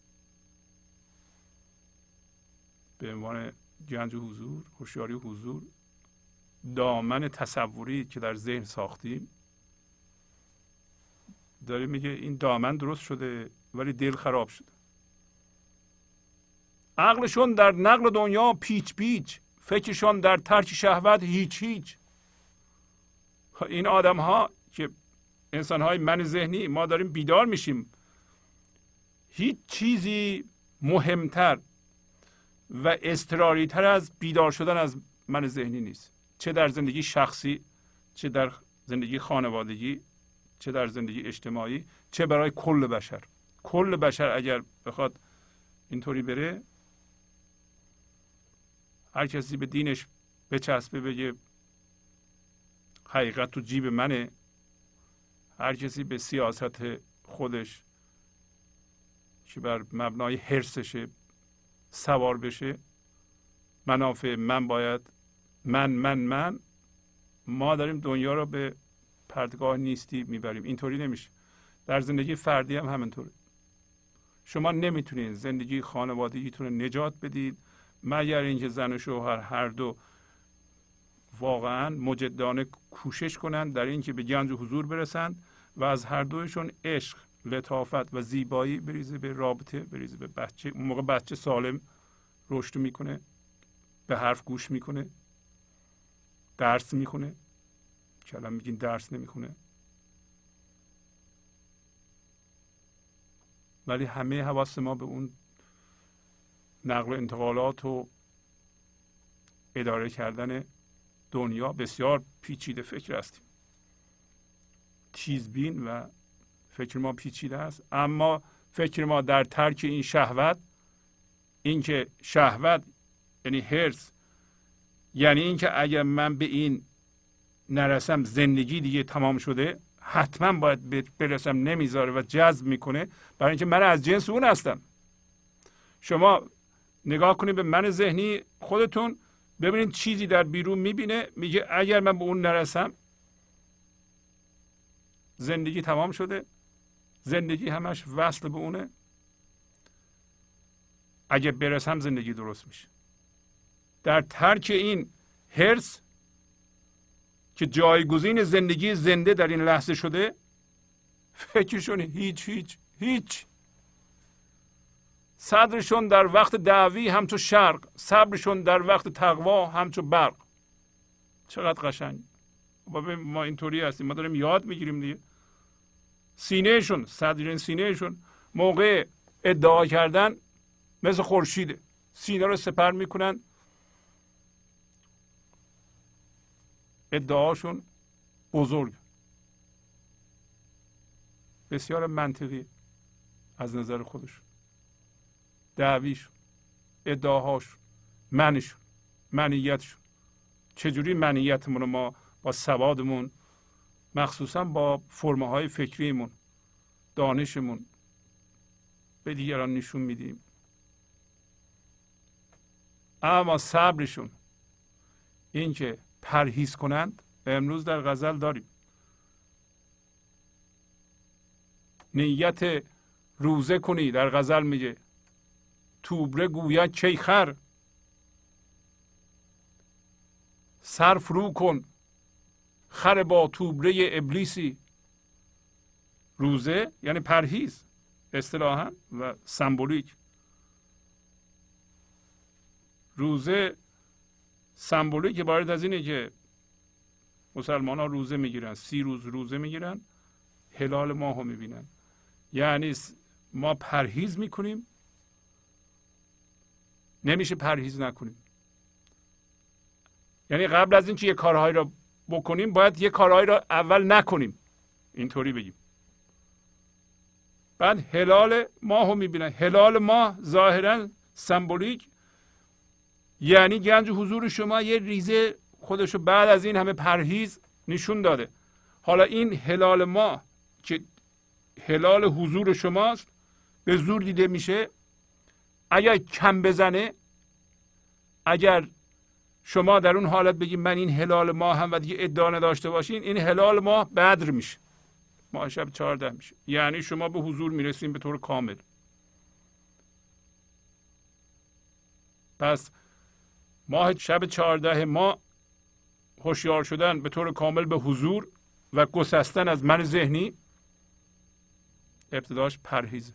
به عنوان گنج حضور، هوشیاری حضور، دامن تصوری که در ذهن ساختیم داره میگه این دامن درست شده ولی دل خراب شده. عقلشون در نقل دنیا پیچ پیچ، فکرشون در ترک شهوت هیچ هیچ. این آدم ها که انسان های من ذهنی، ما داریم بیدار میشیم. هیچ چیزی مهمتر و اضطراری تر از بیدار شدن از من ذهنی نیست، چه در زندگی شخصی، چه در زندگی خانوادگی، چه در زندگی اجتماعی، چه برای کل بشر. کل بشر اگر بخواد اینطوری بره، هر کسی به دینش بچسبه بگه حقیقت تو جیب منه، هر کسی به سیاست خودش که بر مبنای حرصشه سوار بشه، منافع من باید من من من ما داریم دنیا رو به پرتگاه نیستی میبریم. اینطوری نمیشه. در زندگی فردی هم همینطوره. شما نمیتونید زندگی خانوادگیتون رو نجات بدید مگر اینکه زن و شوهر هر دو واقعا مجدانه کوشش کنند در اینکه به گنج و حضور برسند و از هر دویشون عشق، لطافت و زیبایی بریزه به رابطه، بریزه به بچه. اون موقع بچه سالم رشد میکنه، به حرف گوش میکنه، درس میخونه. کلام میگین درس نمیخونه، ولی همه حواس ما به اون نقل و انتقالات و اداره کردن دنیا بسیار پیچیده فکر هستیم. تیزبین و فکر ما پیچیده است. اما فکر ما در ترک این شهوت، اینکه شهوت یعنی حرص، یعنی اینکه اگر من به این نرسم زندگی دیگه تمام شده، حتما باید برسم، نمیذاره و جذب میکنه برای اینکه من از جنس اون هستم. شما نگاه کنید به من ذهنی خودتون، ببینید چیزی در بیرون میبینه، میگه اگر من به اون نرسم زندگی تمام شده، زندگی همش وصل به اونه، اگر برسم زندگی درست میشه. در ترک این حرص که جایگزین زندگی زنده در این لحظه شده، فکرشون هیچ هیچ هیچ. صدرشون در وقت دعوی همچو شرق، صبرشون در وقت تقوا همچو برق. چقدر قشنگ. ما اینطوری هستیم، ما داریم یاد میگیریم دیگه. سینهشون، صدر سینهشون موقع ادعا کردن مثل خورشیده، سینه رو سپر میکنن، ادعاشون بزرگ، بسیار منطقی از نظر خودشون، دعویشون، ادعاهاشون، منشون، منیتشون. چجوری منیتمون رو ما با سوادمون، مخصوصا با فرمه های فکریمون، دانشمون به دیگران نشون میدیم. اما صبرشون، این که پرهیز کنند، امروز در غزل داریم نیت روزه کنی. در غزل میگه توبره گوید کی خر، سر فرو کن خر با توبره ابلیسی. روزه یعنی پرهیز اصطلاحاً و سمبولیک. روزه سمبولیک عبارت از اینه که مسلمان ها روزه میگیرن، سی روز روزه میگیرن، هلال ماه رو میبینن. یعنی ما پرهیز میکنیم، نمیشه پرهیز نکنیم. یعنی قبل از اینکه یه کارهایی را بکنیم باید یه کارهایی را اول نکنیم، اینطوری بگیم. بعد هلال ماه رو میبینن. هلال ماه ظاهرا سمبولیک یعنی گنج حضور شما یه ریزه خودشو بعد از این همه پرهیز نشون داده. حالا این هلال ماه که هلال حضور شماست به زور دیده میشه. اگر کم بزنه، اگر شما در اون حالت بگید من این هلال ماه هم و دیگه ادعا نداشته باشین، این هلال ماه بدر میشه. ماه شب چهارده میشه. یعنی شما به حضور میرسیم به طور کامل. پس ماه شب چهارده ما هوشیار شدن به طور کامل به حضور و گسستن از من ذهنی، ابتداش پرهیز.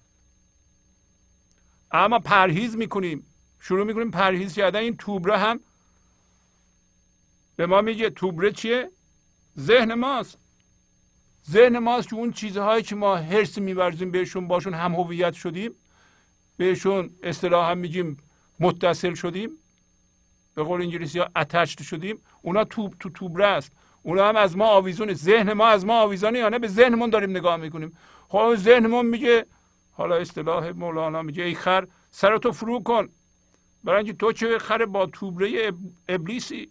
اما پرهیز میکنیم، شروع میکنیم پرهیز کردن. این توبره هم به ما میگه توبره چیه؟ ذهن ماست. ذهن ماست که اون چیزهایی که ما حرص می‌ورزیم بهشون، باشون هم هویت شدیم، بهشون اصطلاحا میگیم متصل شدیم، به قول انگلیسی ها اتچد شدیم، اونا تو تو توبره است. اونا هم از ما آویزونه. ذهن ما از ما آویزانه یا نه به ذهنمون داریم نگاه میکنیم. خب ذهنمون میگه، حالا اصطلاح مولانا میگه ای خر سرتو فرو کن، برای اینکه تو چه خر با توبره ابلیسی.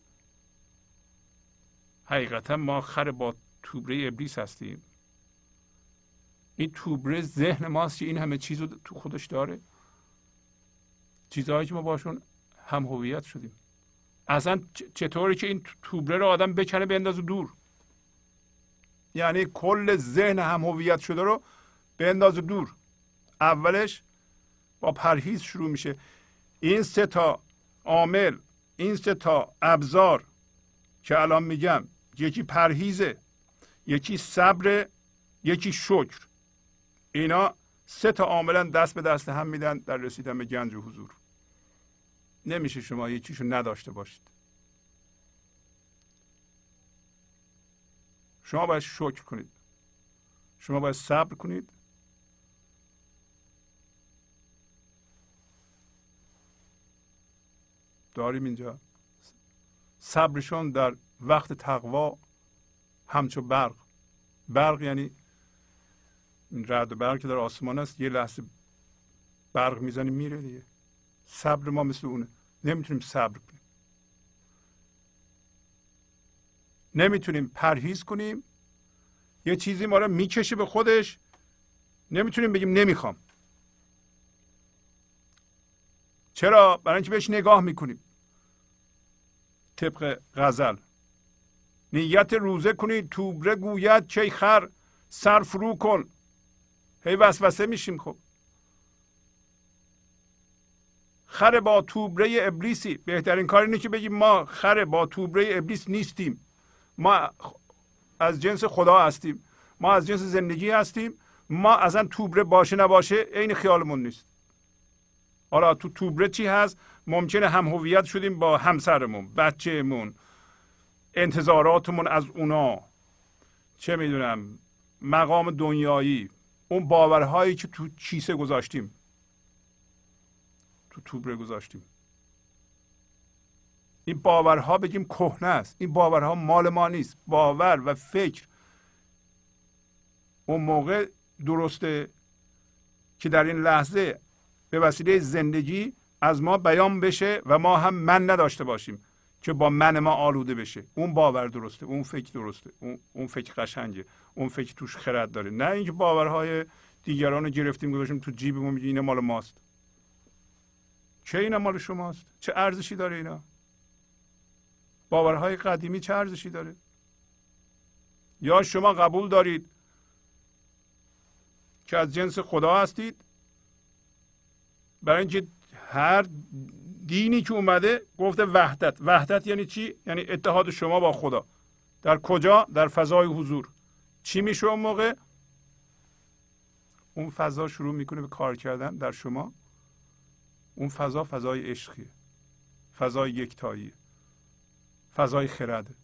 حقیقتا ما خر با توبره ابلیس هستیم. این توبره ذهن ماست که این همه چیز رو تو خودش داره، چیزهایی که ما باشون هم هویت شدیم. اصلا چطوری که این توبره رو آدم بکنه بندازه دور، یعنی کل ذهن هم هویت شده رو بندازه دور. اولش با پرهیز شروع میشه. این سه تا عامل، این سه تا ابزار که الان میگم، یکی پرهیزه، یکی صبر، یکی شکر، اینا سه تا عاملا دست به دست هم میدن در رسیدن به گنج و حضور. نمیشه شما یکیشو نداشته باشید. شما باید شکر کنید، شما باید صبر کنید، داریم اینجا صبرشون در وقت تقوا همچو برق. برق یعنی این رعد و برق که در آسمان است، یه لحظه برق میزنی میره دیگه. صبر ما مثل اونه. نمیتونیم صبر کنیم، نمیتونیم پرهیز کنیم. یه چیزی ما رو میکشه به خودش، نمیتونیم بگیم نمیخوام. چرا؟ برای اینکه بهش نگاه میکنیم. طبق غزل نیت روزه کنید توبره گوید چه خر سر فرو کن. هی وسوسه میشیم. خب خر با توبره ابلیسی. بهترین کار اینه که بگیم ما خر با توبره ابلیس نیستیم، ما از جنس خدا هستیم، ما از جنس زندگی هستیم، ما اصلا توبره باشه نباشه عین خیالمون نیست. حالا تو توبره چی هست؟ ممکنه هم هویت شدیم با همسرمون، بچه‌مون، انتظاراتمون از اونا، چه میدونم مقام دنیایی، اون باورهایی که تو کیسه گذاشتیم، تو توبره گذاشتیم. این باورها بگیم کهنه است، این باورها مال ما نیست. باور و فکر اون موقع درسته که در این لحظه به وسیله زندگی از ما بیان بشه و ما هم من نداشته باشیم که با من ما آلوده بشه. اون باور درسته، اون فکر درسته، اون, اون فکر قشنگه، اون فکر توش خرد داره. نه اینکه باورهای دیگران رو گرفتیم گذاشتیم تو جیبمون میگیم اینا مال ماست. چه اینا مال شماست؟ چه ارزشی داره اینا؟ باورهای قدیمی چه ارزشی داره؟ یا شما قبول دارید که از جنس خدا هستید، برای اینکه هر دینی که اومده گفته وحدت. وحدت یعنی چی؟ یعنی اتحاد شما با خدا. در کجا؟ در فضای حضور. چی میشه اون موقع؟ اون فضا شروع میکنه به کار کردن در شما. اون فضا فضای عشقیه، فضای یکتاییه، فضای خرده.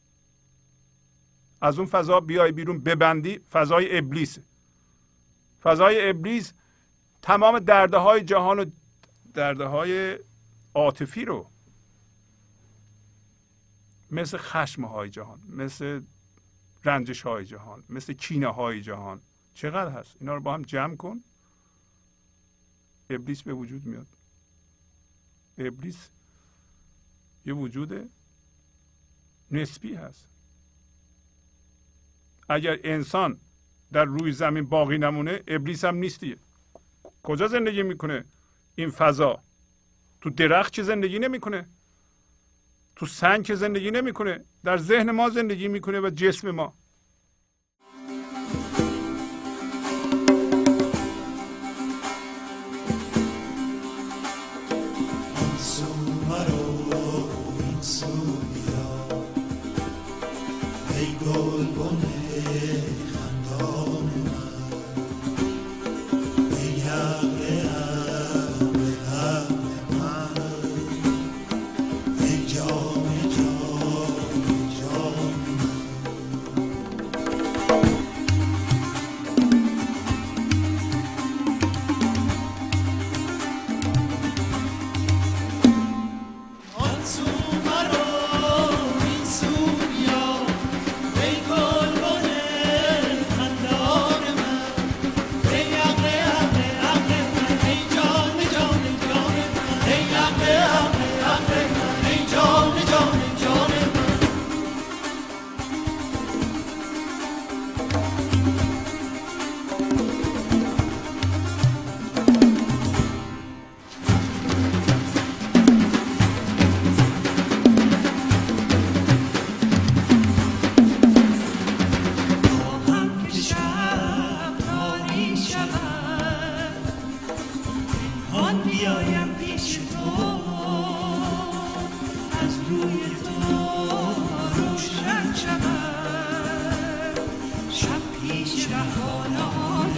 از اون فضا بیای بیرون ببندی، فضای ابلیسه. فضای ابلیس تمام درده های جهان و درده های عاطفی رو، مثل خشم های جهان، مثل رنجش های جهان، مثل کینه های جهان چقدر هست، اینا رو با هم جمع کن، ابلیس به وجود میاد. ابلیس یه وجود نسبی هست. اگر انسان در روی زمین باقی نمونه، ابلیس هم نیستیه. کجا زندگی میکنه این فضا؟ تو درخت که زندگی نمیکنه، تو سنگ که زندگی نمیکنه، در ذهن ما زندگی میکنه و جسم ما. بیایم پیش تو از روی تو روشن شود شب پیش رهانان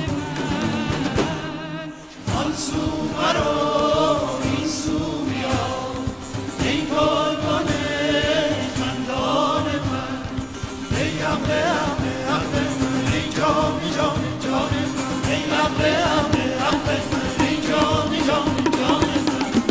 من آن سو مرا این سو بیا ای گلبن خندان من ای ابر ابر ابر من ای جان جان جان من ای ابر ابر ابر من ای جان جان جان من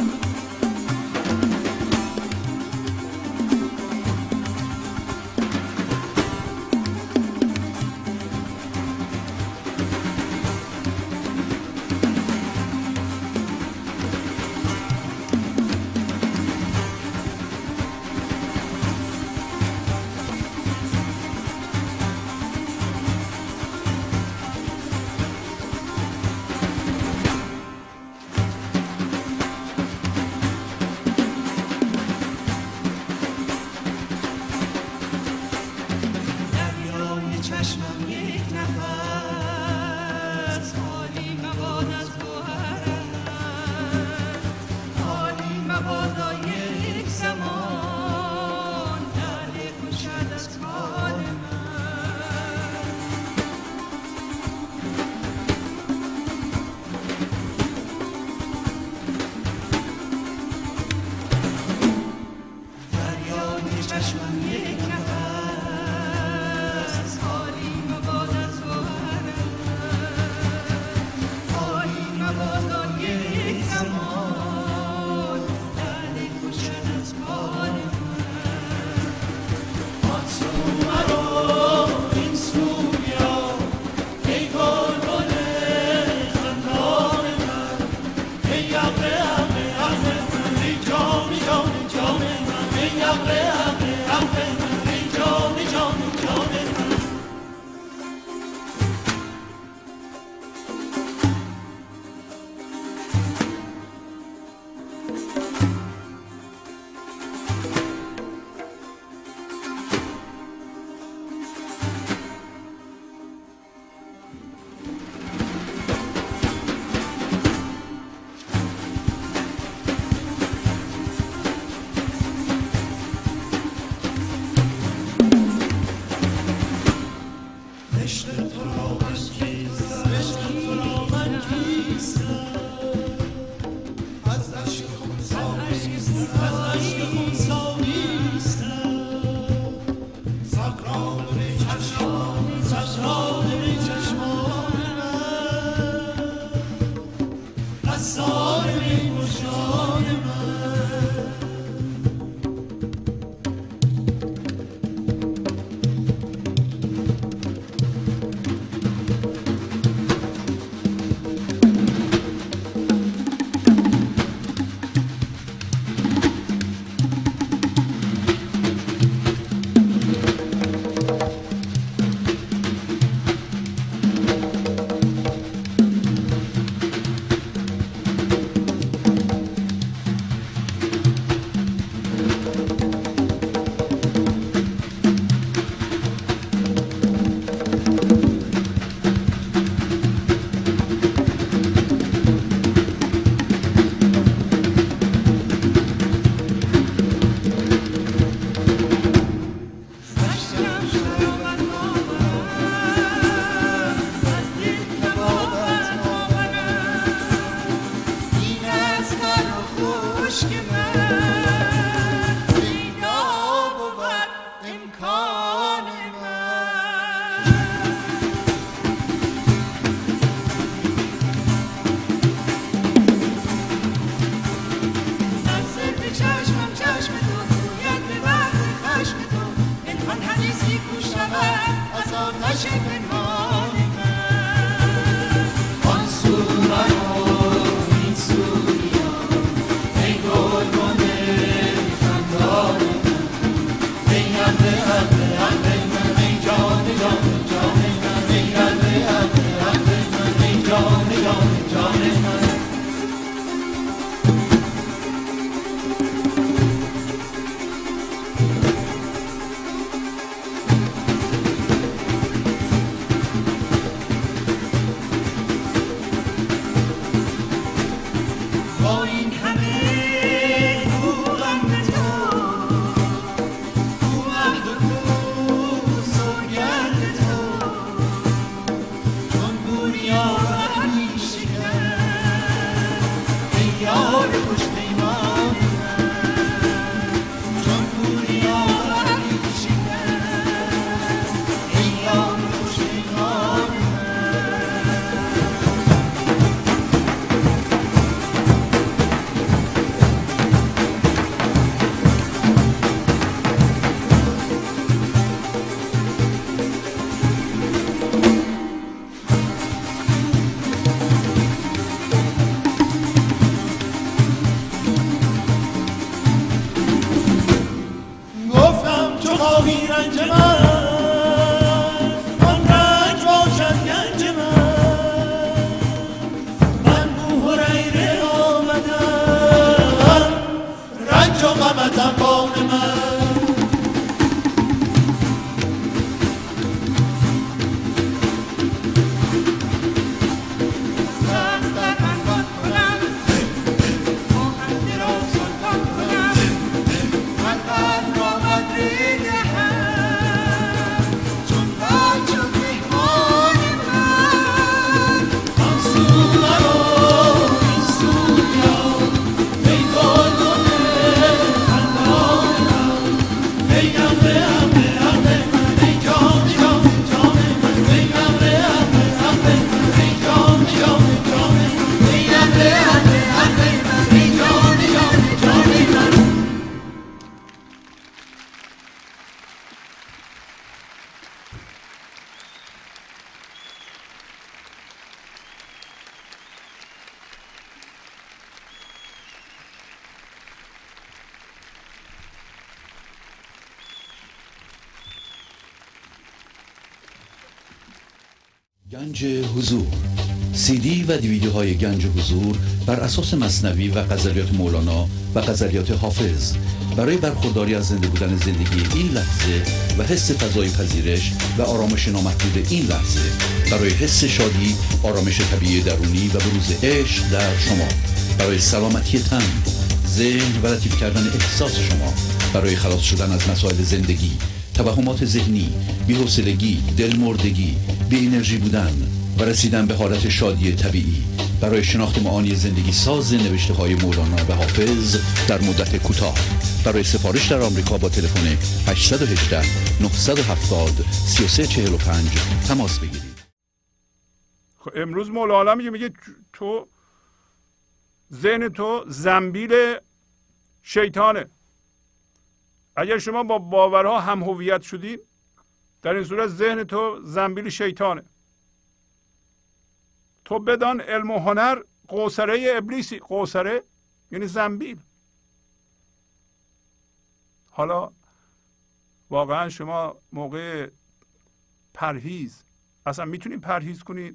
چشمم یک نفس حالی مباد از گوهرم حالی مبادا یک زمان دل کشد از کار من دریای چشمم یک نفس Oh, رنج من، آن رنج باشد گنج من. من بو هریره آمدم، رنج و غمتم بان من. گنج حضور، سی دی و دیویدیوهای گنج حضور بر اساس مثنوی و غزلیات مولانا و غزلیات حافظ برای برخورداری از زنده بودن زندگی این لحظه و حس فضای پذیرش و آرامش نامحدود این لحظه، برای حس شادی، آرامش طبیعی درونی و بروز عشق در شما، برای سلامتی تن، ذهن و لطیف کردن احساس شما، برای خلاص شدن از مسائل زندگی، توهمات ذهنی، بی‌حوصلگی، دلمردگی، بی انرژی بودن و رسیدن به حالت شادی طبیعی، برای شناخت معانی زندگی ساز نوشته های مولانا و حافظ در مدت کوتاه. برای سفارش در آمریکا با تلفن هشت یک هشت نه هفت صفر سه سه چهار پنج تماس بگیرید. خب امروز مولانا میگه میگه تو ذهن تو زنبیل شیطانه. اگر شما با باورها هم هویت شدید، در این صورت ذهن تو زنبیل شیطانه. تو بدان علم و هنر قوصره ابلیسی. قوصره یعنی زنبیل. حالا واقعا شما موقع پرهیز اصلا میتونید پرهیز کنید؟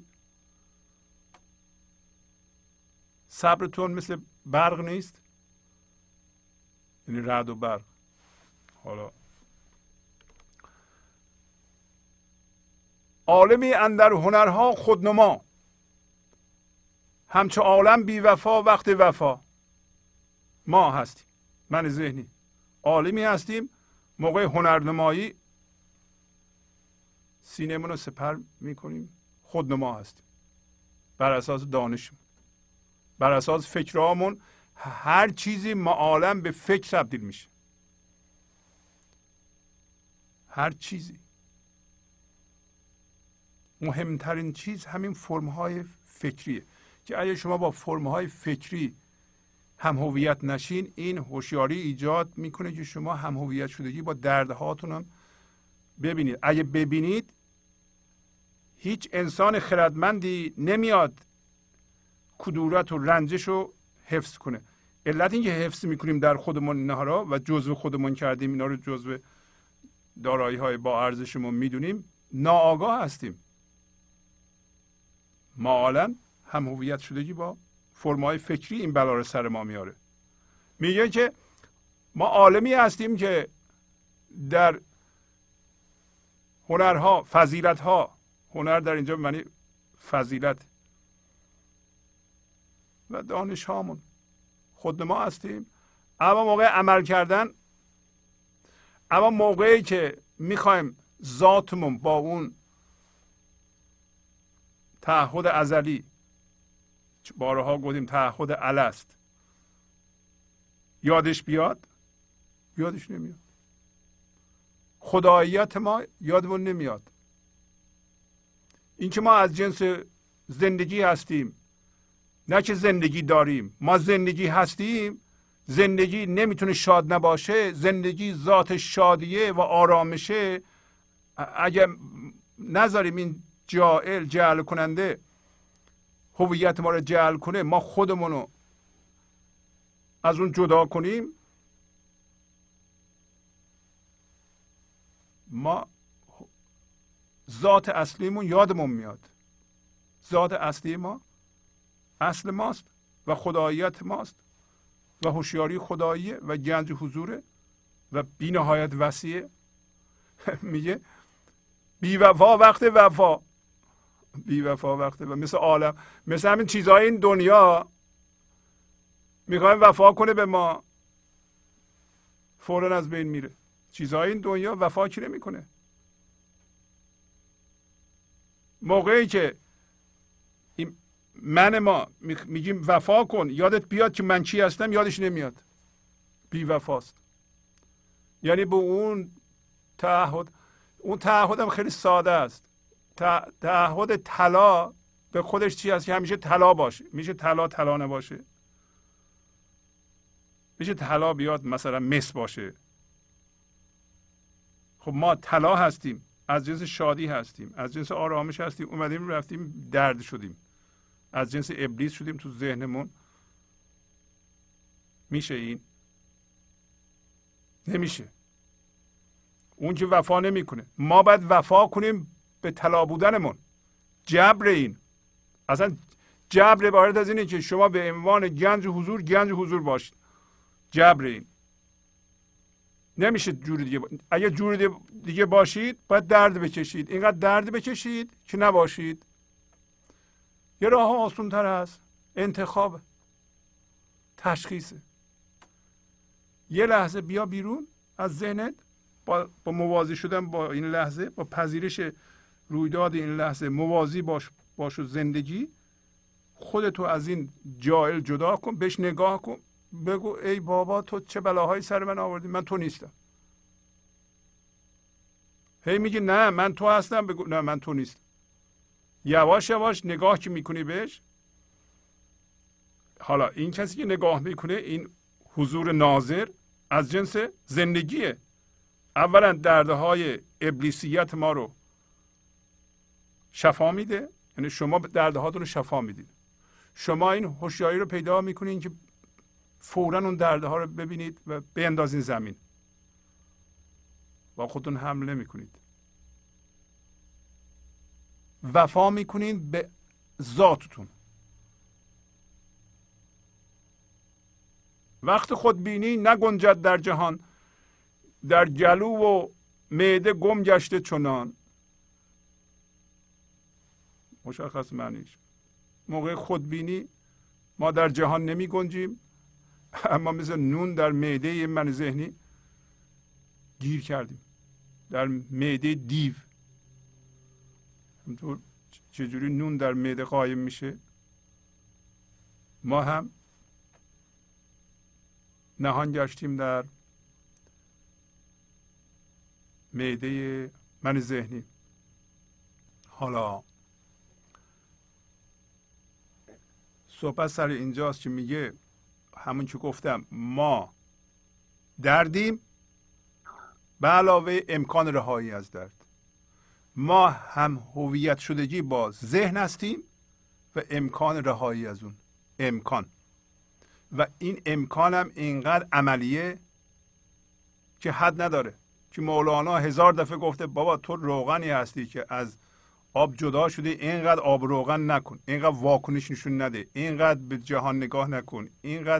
صبرتون مثل برق نیست؟ یعنی رعد و برق. حالا عالمی اندر هنرها خودنما، همچه عالم بی وفا وقت وفا. ما هستیم، من ذهنی عالمی هستیم، موقع هنرنمایی سینه‌مون رو سپر میکنیم، خودنما هستیم بر اساس دانشمون، بر اساس فکرامون. هر چیزی ما عالم به فکر تبدیل میشه، هر چیزی. مهمترین چیز همین فرم‌های فکریه که اگه شما با فرم‌های فکری هم هویت نشین، این هوشیاری ایجاد میکنه که شما هم هویت شدگی با دردهاتون هم ببینید. اگه ببینید، هیچ انسان خردمندی نمیاد کدورت و رنجش رو حفظ کنه. علت این که حفظ میکنیم در خودمون اینها را و جزو خودمون کردیم، اینا رو جزو دارایی های با ارزشمون میدونیم، ناآگاه هستیم. معالاً هم هویت شدگی با فرمای فکری این بلا رو سر ما میاره. میگه که ما عالمی هستیم که در هنرها، فضیلتها، هنر در اینجا معنی فضیلت و دانش هامون خود ما هستیم. اما موقع عمل کردن، اما موقعی که میخوایم ذاتمون با اون تعهد ازلی، بارها گفتیم تعهد الست، یادش بیاد، یادش نمیاد. خداییت ما یادمون نمیاد. این که ما از جنس زندگی هستیم، نه که زندگی داریم. ما زندگی هستیم. زندگی نمیتونه شاد نباشه. زندگی ذات شادیه و آرامشه. اگر نذاریم این جاهل، جعل کننده هویت ما رو جعل کنه، ما خودمونو از اون جدا کنیم، ما ذات اصلیمون یادمون میاد. ذات اصلی ما اصل ماست و خداییت ماست و هوشیاری خداییه و گنج حضوره و بی نهایت وسیعه. میگه بی وفا وقت وفا، بی وفا وقت و مثل عالم، مثل همین چیزهای این دنیا میخوایم وفا کنه به ما، فوراً از بین میره. چیزهای این دنیا وفا کی نمیکنه. موقعی که این من ما میگیم وفا کن، یادت بیاد که من چی هستم، یادش نمیاد، بی وفاست. یعنی به اون تعهد، اون تعهد هم خیلی ساده است. تعهد طلا به خودش چی هست که همیشه طلا باشه. میشه طلا طلا نباشه؟ میشه طلا بیاد مثلا مس باشه؟ خب ما طلا هستیم، از جنس شادی هستیم، از جنس آرامش هستیم، اومدیم رفتیم درد شدیم، از جنس ابلیس شدیم تو ذهنمون. میشه این؟ نمیشه. اون که وفا نمیکنه. ما باید وفا کنیم به طلا بودنمون. جبر این اصلا جبر عبارت از اینه که شما به عنوان گنج حضور گنج حضور باشید. جبر این نمیشه جور دیگه. اگه جور دیگه باشید باید درد بکشید، اینقدر درد بکشید که نباشید. یه راه آسان تر هست، انتخاب، تشخیصه. یه لحظه بیا بیرون از ذهنت، با, با موازی شدن با این لحظه، با پذیرش رویداد این لحظه موازی باش باش و زندگی خودتو از این جاهل جدا کن، بهش نگاه کن، بگو ای بابا تو چه بلاهایی سر من آوردی، من تو نیستم. هی میگی نه من تو هستم، بگو نه من تو نیستم. یواش یواش نگاه که میکنی بهش، حالا این کسی که نگاه میکنه، این حضور ناظر از جنس زندگیه. اولا دردهای ابلیسیت ما رو شفا میده، یعنی شما دردهاتون رو شفا میدید. شما این هوشیاری رو پیدا میکنین که فوراً اون دردها رو ببینید و بیندازین زمین. با خودتون حمله میکنید. وفا میکنین به ذاتتون. وقت خودبینی نگنجد در جهان، در گلو و معده گم گشته چنان. مشخص معنیش. موقع خودبینی ما در جهان نمی گنجیم، اما مثل نون در معده من ذهنی گیر کردیم، در معده دیو. همطور چجوری نون در معده قایم میشه، ما هم نهان گشتیم در معده من ذهنی. حالا صحبت سر اینجاست که میگه همون که گفتم ما دردیم به علاوه امکان رهایی از درد. ما هم هویت شدگی با ذهن هستیم و امکان رهایی از اون امکان. و این امکان هم اینقدر عملیه که حد نداره، که مولانا هزار دفعه گفته بابا تو روغنی هستی که از آب جدا شده، اینقدر آب روغن نکن، اینقدر واکنش نشون نده، اینقدر به جهان نگاه نکن، اینقدر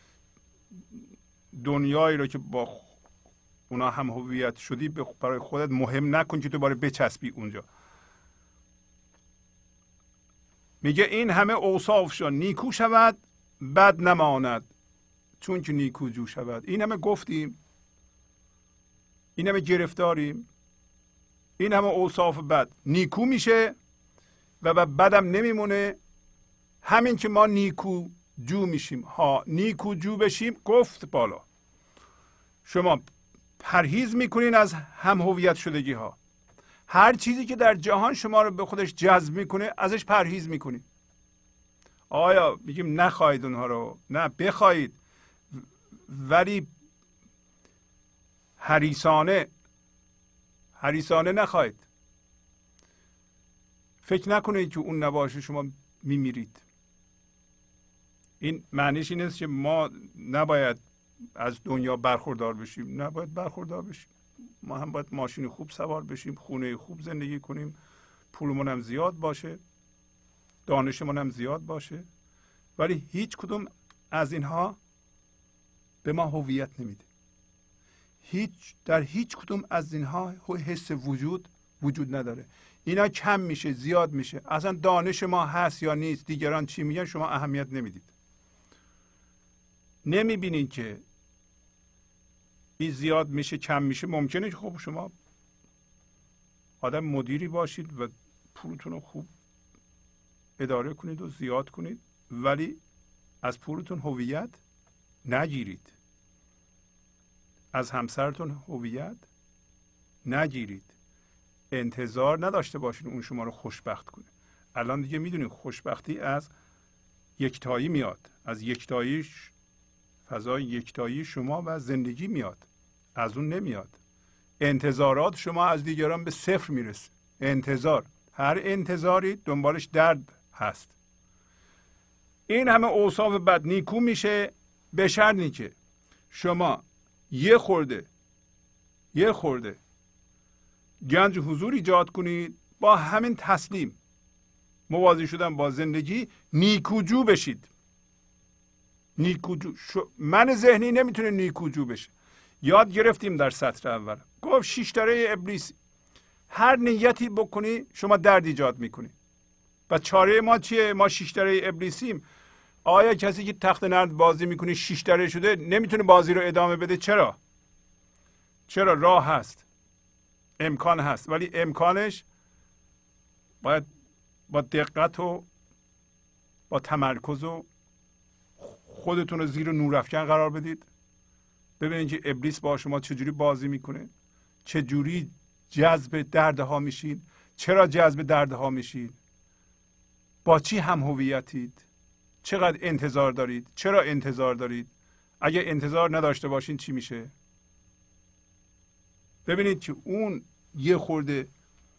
دنیایی رو که با اونا هم هویت شدی برای خودت مهم نکن که تو باره بچسبی اونجا. میگه این همه اوصافشان نیکو شود بد نماند، چون که نیکو جو شود. این همه گفتیم، این همه گرفتاریم، این همه اوصاف بد نیکو میشه و به بدم نمیمونه. همین که ما نیکو جو میشیم، ها نیکو جو بشیم، گفت بالا شما پرهیز میکنین از هم هویت شدگی ها. هر چیزی که در جهان شما رو به خودش جذب میکنه ازش پرهیز میکنین. آیا میگیم نخواهید اونها رو؟ نه، بخواهید، ولی حریصانه حریصانه نخواهید. فکر نکنید که اون نباشه شما میمیرید. این معنیش این است که ما نباید از دنیا برخوردار بشیم. نباید برخوردار بشیم. ما هم باید ماشین خوب سوار بشیم، خونه خوب زندگی کنیم، پولمون هم زیاد باشه، دانشمون هم زیاد باشه، ولی هیچ کدوم از اینها به ما هویت نمیده. هیچ در هیچ کدوم از اینها حس وجود وجود نداره. اینا کم میشه، زیاد میشه. اصلا دانش ما هست یا نیست، دیگران چی میگن شما اهمیت نمیدید. نمیبینید که این زیاد میشه کم میشه. ممکنه که خب شما آدم مدیری باشید و پولتون رو خوب اداره کنید و زیاد کنید، ولی از پولتون هویت نگیرید، از همسرتون هویت نگیرید، انتظار نداشته باشید اون شما رو خوشبخت کنه. الان دیگه میدونید خوشبختی از یکتایی میاد، از یکتایی، فضای یکتایی شما و زندگی میاد، از اون نمیاد. انتظارات شما از دیگران به صفر میرسه. انتظار، هر انتظاری دنبالش درد هست. این همه اوصاف بد نیکو میشه به شرطی که شما یه خورده یه خورده گنج حضور ایجاد کنید، با همین تسلیم موازی شدن با زندگی نیکوجو بشید. نیکوجو شو... من ذهنی نمیتونه نیکوجو بشه. یاد گرفتیم در سطر اول، گفت شش دره ابلیس، هر نیتی بکنی شما درد ایجاد میکنی. و چاره ما چیه؟ ما شش دره ابلیسیم. آیا کسی که تخت نرد بازی میکنه شش دره شده نمیتونه بازی رو ادامه بده؟ چرا؟ چرا؟ راه هست، امکان هست، ولی امکانش باید با دقت و با تمرکز و خودتون رو زیر نورافکن قرار بدید. ببینید که ابلیس با شما چجوری بازی میکنه، چجوری جذب دردها میشین، چرا جذب دردها میشین، با چی هم هویتید، چقدر انتظار دارید، چرا انتظار دارید. اگه انتظار نداشته باشین چی میشه؟ ببینید که اون یه خورده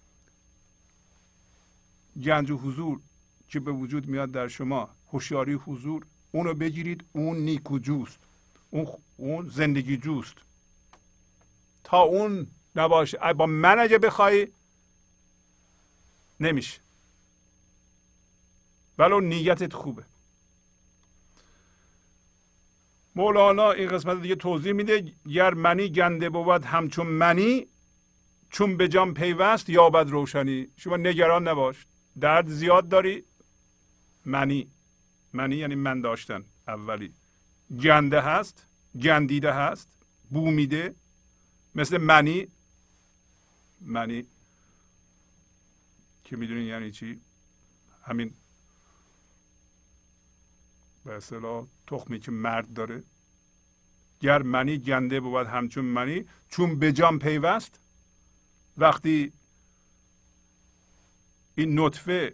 گنج و حضور که به وجود میاد در شما، هوشیاری حضور، اونو بگیرید. اون نیکو جوست، اون اون زندگی جوست. تا اون نباشه، با من اگه بخوای نمیشه، ولو نیتت خوبه. مولانا این قسمت دیگه توضیح میده: گر منی گنده بود همچون منی، چون به جان پیوست یابد روشنی. شما نگران نباش، درد زیاد داری، منی منی یعنی من داشتن اولی، گنده هست، گندیده هست، بو میده، مثل منی. منی که میدونین یعنی چی؟ همین به اصطلاح تخمی که مرد داره. گر منی گنده بود همچون منی، چون به جان پیوست. وقتی این نطفه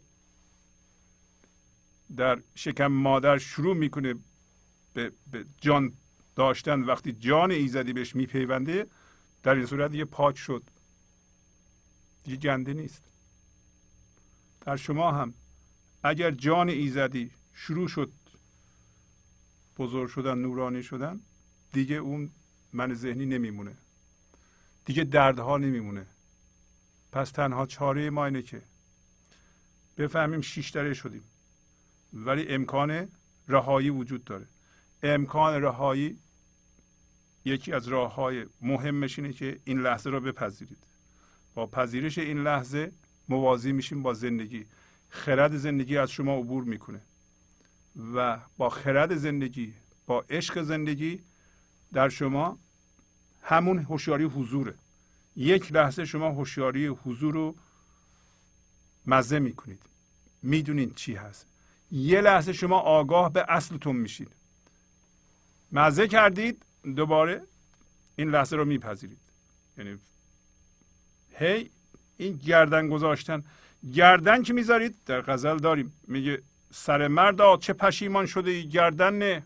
در شکم مادر شروع میکنه به, به جان داشتن، وقتی جان ایزدی بهش میپیونده، در این صورت یه پاک شد، دیگه گنده نیست. در شما هم اگر جان ایزدی شروع شد بزرگ شدن، نورانی شدن، دیگه اون من ذهنی نمیمونه، دیگه دردها نمیمونه. پس تنها چاره ما اینه که بفهمیم شش دره شدیم، ولی امکان رهایی وجود داره. امکان رهایی یکی از راههای مهمش اینه که این لحظه رو بپذیرید. با پذیرش این لحظه موازی میشیم با زندگی. خرد زندگی از شما عبور میکنه و با خرد زندگی، با عشق زندگی در شما همون هوشیاری حضوره. یک لحظه شما هوشیاری حضور رو مزه میکنید، میدونید چی هست. یه لحظه شما آگاه به اصلتون میشید، مزه کردید، دوباره این لحظه رو میپذیرید. یعنی هی این گردن گذاشتن، گردن که میذارید، در غزل داریم میگه سر مردا چه پشیمان شده ای، گردن نه،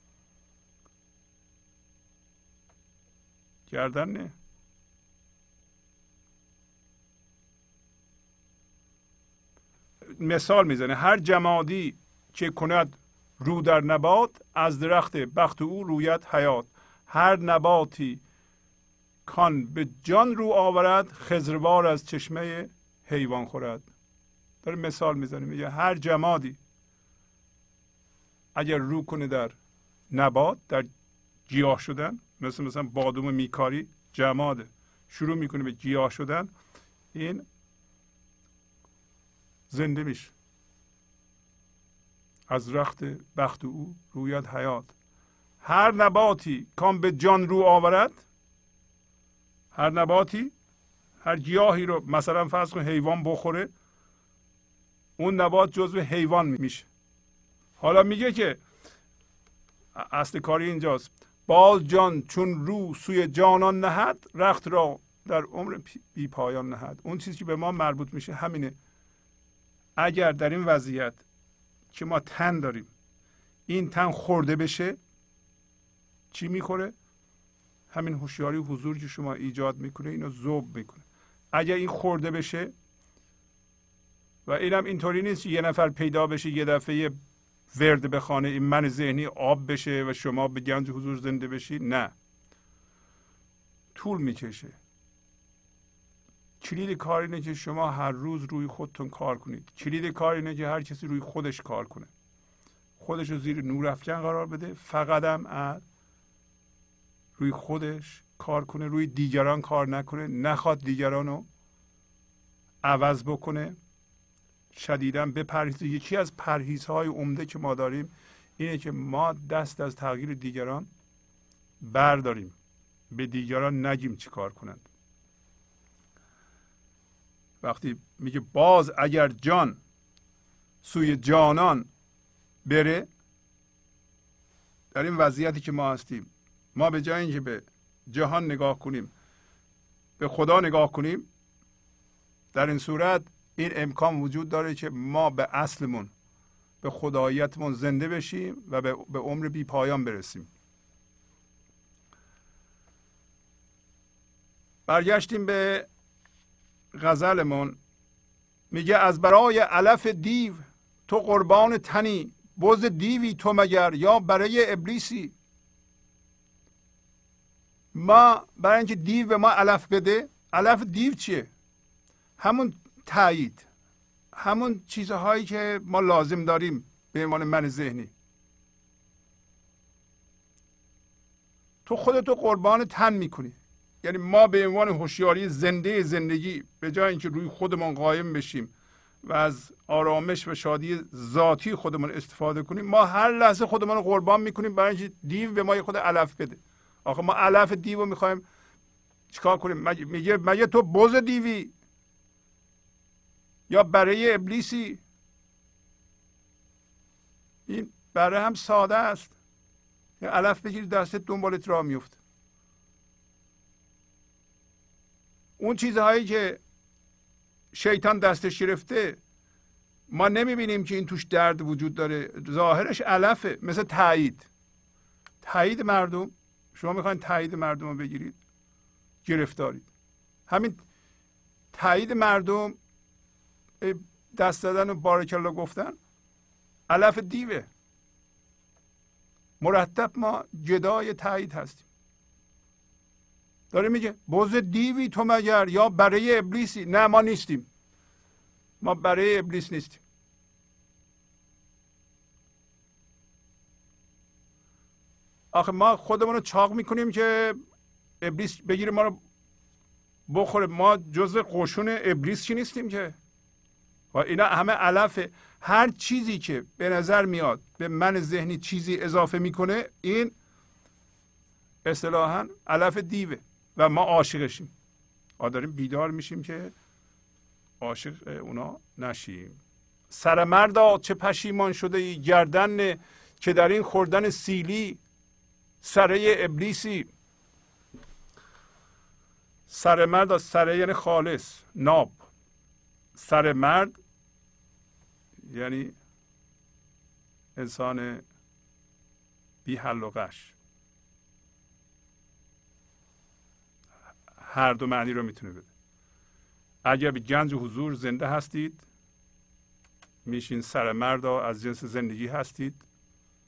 گردن نه. مثال میزنه: هر جمادی که کند رو در نبات، از درخت بخت او رویت حیات. هر نباتی کان به جان رو آورد، خضروار از چشمه حیوان خورد. داره مثال میزنه، میگه هر جمادی اگر رو کنه در نبات، در گیاه شدن، مثل مثلا بادوم میکاری جماده، شروع میکنه به گیاه شدن، این زنده میشه. از رخت بخت او روید حیات. هر نباتی کام به جان رو آورد، هر نباتی، هر گیاهی رو مثلا فرض کن حیوان بخوره، اون نبات جزو حیوان میشه. حالا میگه که اصل کاری اینجاست، باز جان چون رو سوی جانان نهد، رخت را در عمر بی پایان نهد. اون چیزی که به ما مربوط میشه همینه. اگر در این وضعیت که ما تن داریم، این تن خورده بشه، چی میخوره؟ همین هوشیاری و حضور که شما ایجاد میکنه اینو ذوب میکنه. اگر این خورده بشه، و اینم اینطوری نیست که یه نفر پیدا بشه یه دفعه ورد بخونه، این من ذهنی آب بشه و شما به گنج حضور زنده بشی. نه، طول میکشه. کلید کار اینه که شما هر روز روی خودتون کار کنید. کلید کار اینه که هر کسی روی خودش کار کنه، خودش رو زیر نور افکن قرار بده، فقط هم از روی خودش کار کنه، روی دیگران کار نکنه، نخواد دیگران رو عوض بکنه، شدیداً بپرهیزه. یکی از پرهیزهای عمده که ما داریم اینه که ما دست از تغییر دیگران برداریم، به دیگران نگیم چی کار کنند. وقتی میگه باز اگر جان سوی جانان بره، در این وضعیتی که ما هستیم، ما به جای اینکه به جهان نگاه کنیم، به خدا نگاه کنیم، در این صورت این امکان وجود داره که ما به اصلمون، به خداییتمون زنده بشیم و به, به عمر بی پایان برسیم. برگشتیم به غزلمون. میگه از برای علف دیو تو قربان تنی، بز دیوی تو مگر یا برای ابلیسی. ما برای اینکه دیو به ما علف بده، علف دیو چیه؟ همون تایید، همون چیزهایی که ما لازم داریم به عنوان من ذهنی. تو خودتو قربان تن میکنی. یعنی ما به عنوان هوشیاری زنده زندگی، به جای اینکه روی خودمان قایم بشیم و از آرامش و شادی ذاتی خودمان استفاده کنیم، ما هر لحظه خودمان رو قربان میکنیم برای اینکه دیو به ما یه خود علف بده. آخه ما علف دیو رو میخوایم چیکار کنیم؟ میگه مگه تو بز دیوی یا برای ابلیسی؟ این برای هم ساده است. یه علف بگیری دستت دنبالت راه میفته. اون چیزهایی که شیطان دستش گرفته ما نمیبینیم که این توش درد وجود داره، ظاهرش علفه. مثل تایید تایید مردم، شما میخواین تایید مردم رو بگیرید، گرفتارید. همین تایید مردم، دست دادن و بارک الله گفتن، علف دیوه. مرتب ما گدای تایید هستیم. داره میگه بز دیوی تو مگر یا برای ابلیسی. نه، ما نیستیم. ما برای ابلیس نیستیم. آخه ما خودمون رو چاق میکنیم که ابلیس بگیره ما رو بخوره. ما جزء قشون ابلیس چی نیستیم که؟ و اینا همه علفه. هر چیزی که به نظر میاد به من ذهنی چیزی اضافه میکنه، این اصطلاحاً علف دیوه و ما عاشقشیم. ما داریم بیدار میشیم که عاشق اونا نشیم. سر مردا چه پشیمان شده ای، گردن که در این خوردن سیلی سره ابلیسی. سر مرد، سره یعنی خالص، ناب. سر مرد یعنی انسان بی حل و قش. هر دو معنی رو میتونه بده. اگر به گنج حضور زنده هستید، میشین سر مرد، از جنس زندگی هستید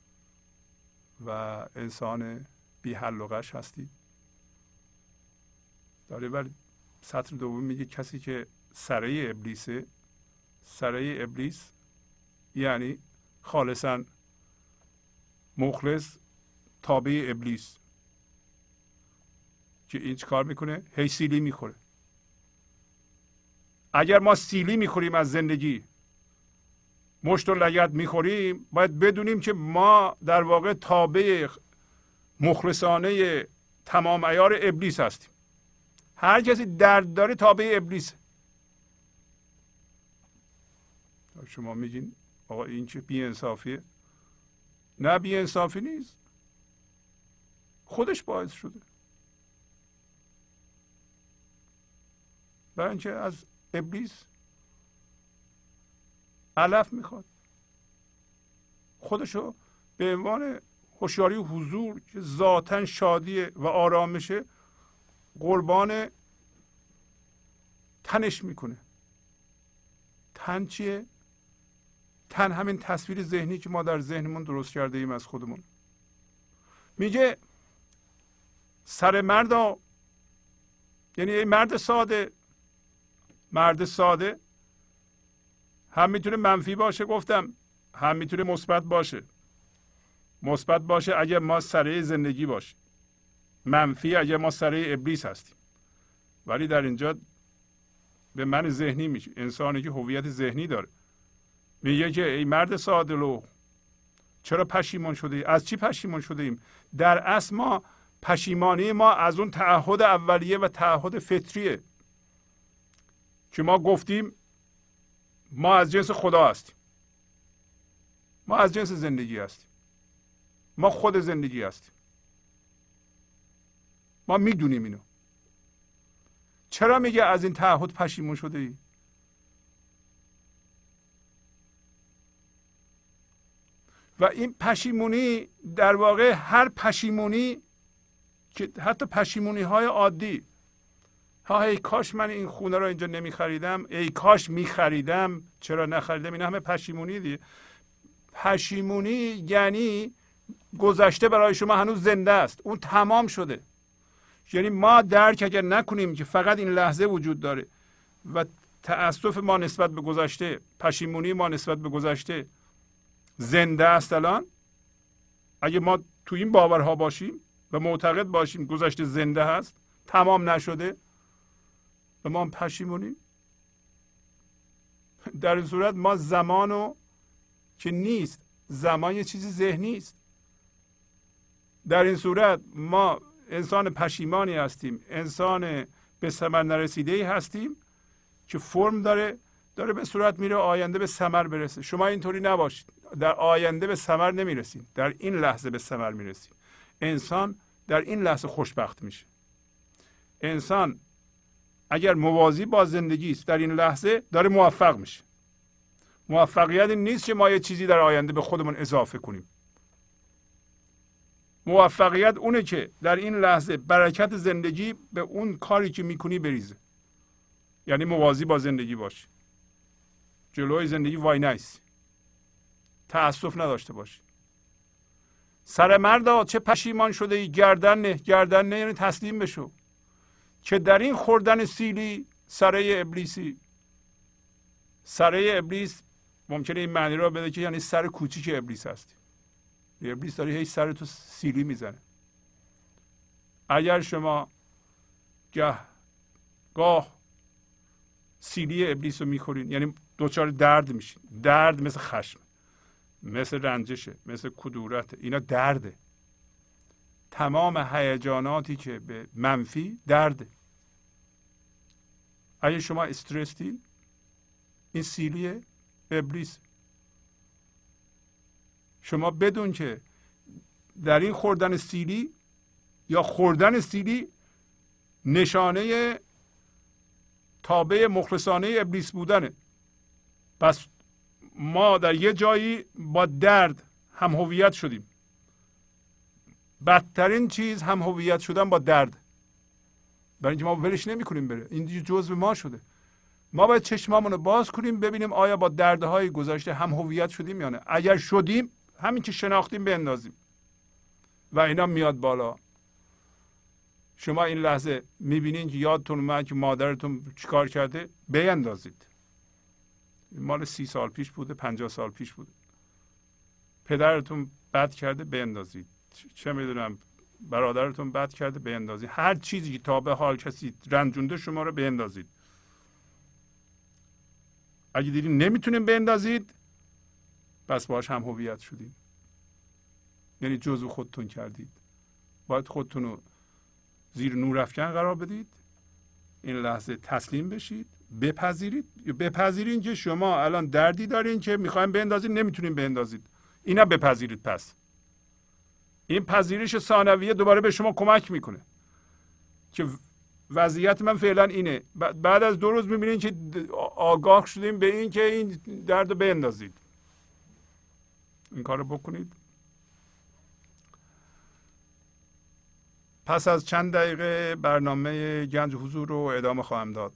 و انسان بی حل و قش هستید. داره. ولی سطر دوم میگه کسی که سره ابلیسه، سره ابلیس یعنی خالصا مخلص تابع ابلیس، که این چه کار میکنه؟ هی سیلی میخوره. اگر ما سیلی میخوریم از زندگی، مشت و لگد میخوریم، باید بدونیم که ما در واقع تابع مخلصانه تمام عیار ابلیس هستیم. هر کسی درد داره تابع ابلیسه. شما میگین آقا این چه بی انصافیه؟ نه بی انصافی نیست، خودش باعث شده. برای اینکه از ابلیس علف میخواد، خودشو به عنوان هوشیاری و حضور که ذاتاً شادی و آرامشه قربان تنش میکنه. تن چیه؟ تن همین تصویر ذهنی که ما در ذهنمون درست کرده ایم از خودمون. میگه سر مردا، یعنی مرد ساده. مرد ساده هم میتونه منفی باشه، گفتم، هم میتونه مثبت باشه. مثبت باشه اگر ما سره زندگی باشیم، منفی اگر ما سره ابلیس هستیم. ولی در اینجا به من ذهنی میشه، انسانی که هویت ذهنی داره. میگه که ای مرد ساده لو، چرا پشیمان شده ای؟ از چی پشیمان شده ایم؟ در اصل ما پشیمانی ما از اون تعهد اولیه و تعهد فطریه که ما گفتیم ما از جنس خدا هستیم، ما از جنس زندگی هستیم، ما خود زندگی هستیم. ما میدونیم اینو. چرا میگه از این تعهد پشیمون شده ای؟ و این پشیمونی در واقع هر پشیمونی که حتی پشیمونی های عادی، ها ای کاش من این خونه رو اینجا نمی خریدم، ای کاش می خریدم، چرا نخریدم، این همه پشیمونی دیگه. پشیمونی یعنی گذشته برای شما هنوز زنده است، اون تمام شده. یعنی ما درک اگر نکنیم که فقط این لحظه وجود داره و تأسف ما نسبت به گذشته، پشیمونی ما نسبت به گذشته زنده است الان، اگه ما تو این باورها باشیم و معتقد باشیم گذشته زنده هست، تمام نشده و ما هم پشیمونیم، در این صورت ما زمانو که نیست، زمان یه چیزی ذهنی است، در این صورت ما انسان پشیمانی هستیم، انسان به ثمر نرسیده ای هستیم که فرم داره داره به صورت میره آینده به ثمر برسه. شما اینطوری نباشید، در آینده به ثمر نمیرسید، در این لحظه به ثمر میرسید. انسان در این لحظه خوشبخت میشه. انسان اگر موازی با زندگی است در این لحظه داره موفق میشه. موفقیت این نیست که ما یه چیزی در آینده به خودمون اضافه کنیم. موفقیت اونه که در این لحظه برکت زندگی به اون کاری که میکنی بریزه. یعنی موازی با زندگی باشی، جلوی زندگی وای نایسی، تأسف نداشته باشی. سر مردا چه پشیمان شده ای، گردن نه. گردن نه یعنی تسلیم بشو که در این خوردن سیلی سره ابلیسی. سره ابلیس ممکنه این معنی را بده که یعنی سر کوچیک ابلیس هستی. ابلیس داره هی سر تو سیلی میزنه. اگر شما گه گاه سیلی ابلیس رو میخورین، یعنی دوچار درد میشین. درد مثل خشم، مثل رنجشه، مثل کدورت، اینا درده. تمام هیجاناتی که به منفی درده. اگه شما استرستی، این سیلی ابلیس. شما بدون که در این خوردن سیلی یا خوردن سیلی نشانه تابع مخلصانه ابلیس بودنه. پس ما در یه جایی با درد هم هویت شدیم. بدترین چیز هم هویت شدن با درد، برای اینکه ما ولش نمی کنیم بره، این جزء ما شده. ما باید چشمامون رو باز کنیم ببینیم آیا با دردهای گذشته هم هویت شدیم یا نه. اگر شدیم همین که شناختیم بندازیم و اینا میاد بالا. شما این لحظه میبینین که یادتون اومد که مادرتون چیکار کرده، بیندازید. مال سی سال پیش بوده، پنجاه سال پیش بوده. پدرتون بد کرده، بیندازید. چه میدونم برادرتون بد کرده، بیندازید. هر چیزی که تا به حال کسی رنجونده شما رو بیندازید. اگه دیدین نمیتونین بیندازید، بس باش هم هویت شدید، یعنی جزو خودتون کردید. باید خودتون رو زیر نور افکن قرار بدید، این لحظه تسلیم بشید، بپذیرید. بپذیرین که شما الان دردی دارین که میخواین بندازید، نمیتونین بندازید. اینا بپذیرید. پس این پذیرش ثانویه دوباره به شما کمک میکنه که وضعیت من فعلا اینه. بعد از دو روز میبینین که آگاه شدیم به این که این درد رو بندازید. این کار رو بکنید. پس از چند دقیقه برنامه گنج حضور رو ادامه خواهم داد.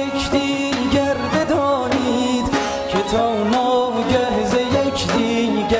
تا ناگه ز یک دیگر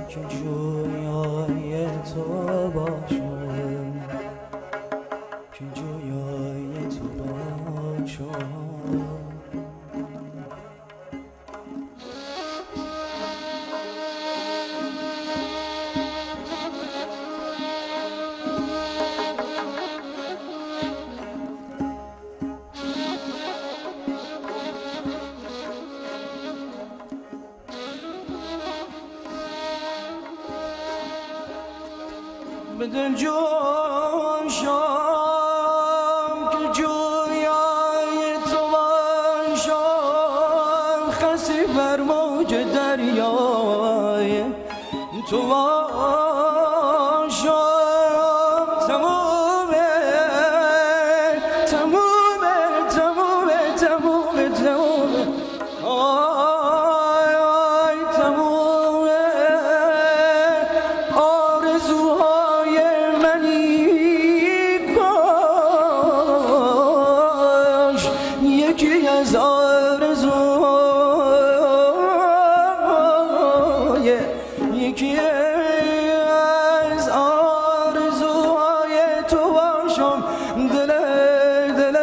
که جویای تو باشم، که جویای تو باشم. به دل جوشم که جویای تو باشم، خسی بر موج دریای تو باشم. تمومه تمومه تمومه تمومه تمومه آی آی تمومه آرزوهای منی کاش یکی از آرزوهای یکی از آرزوهای تو باشم. دل دل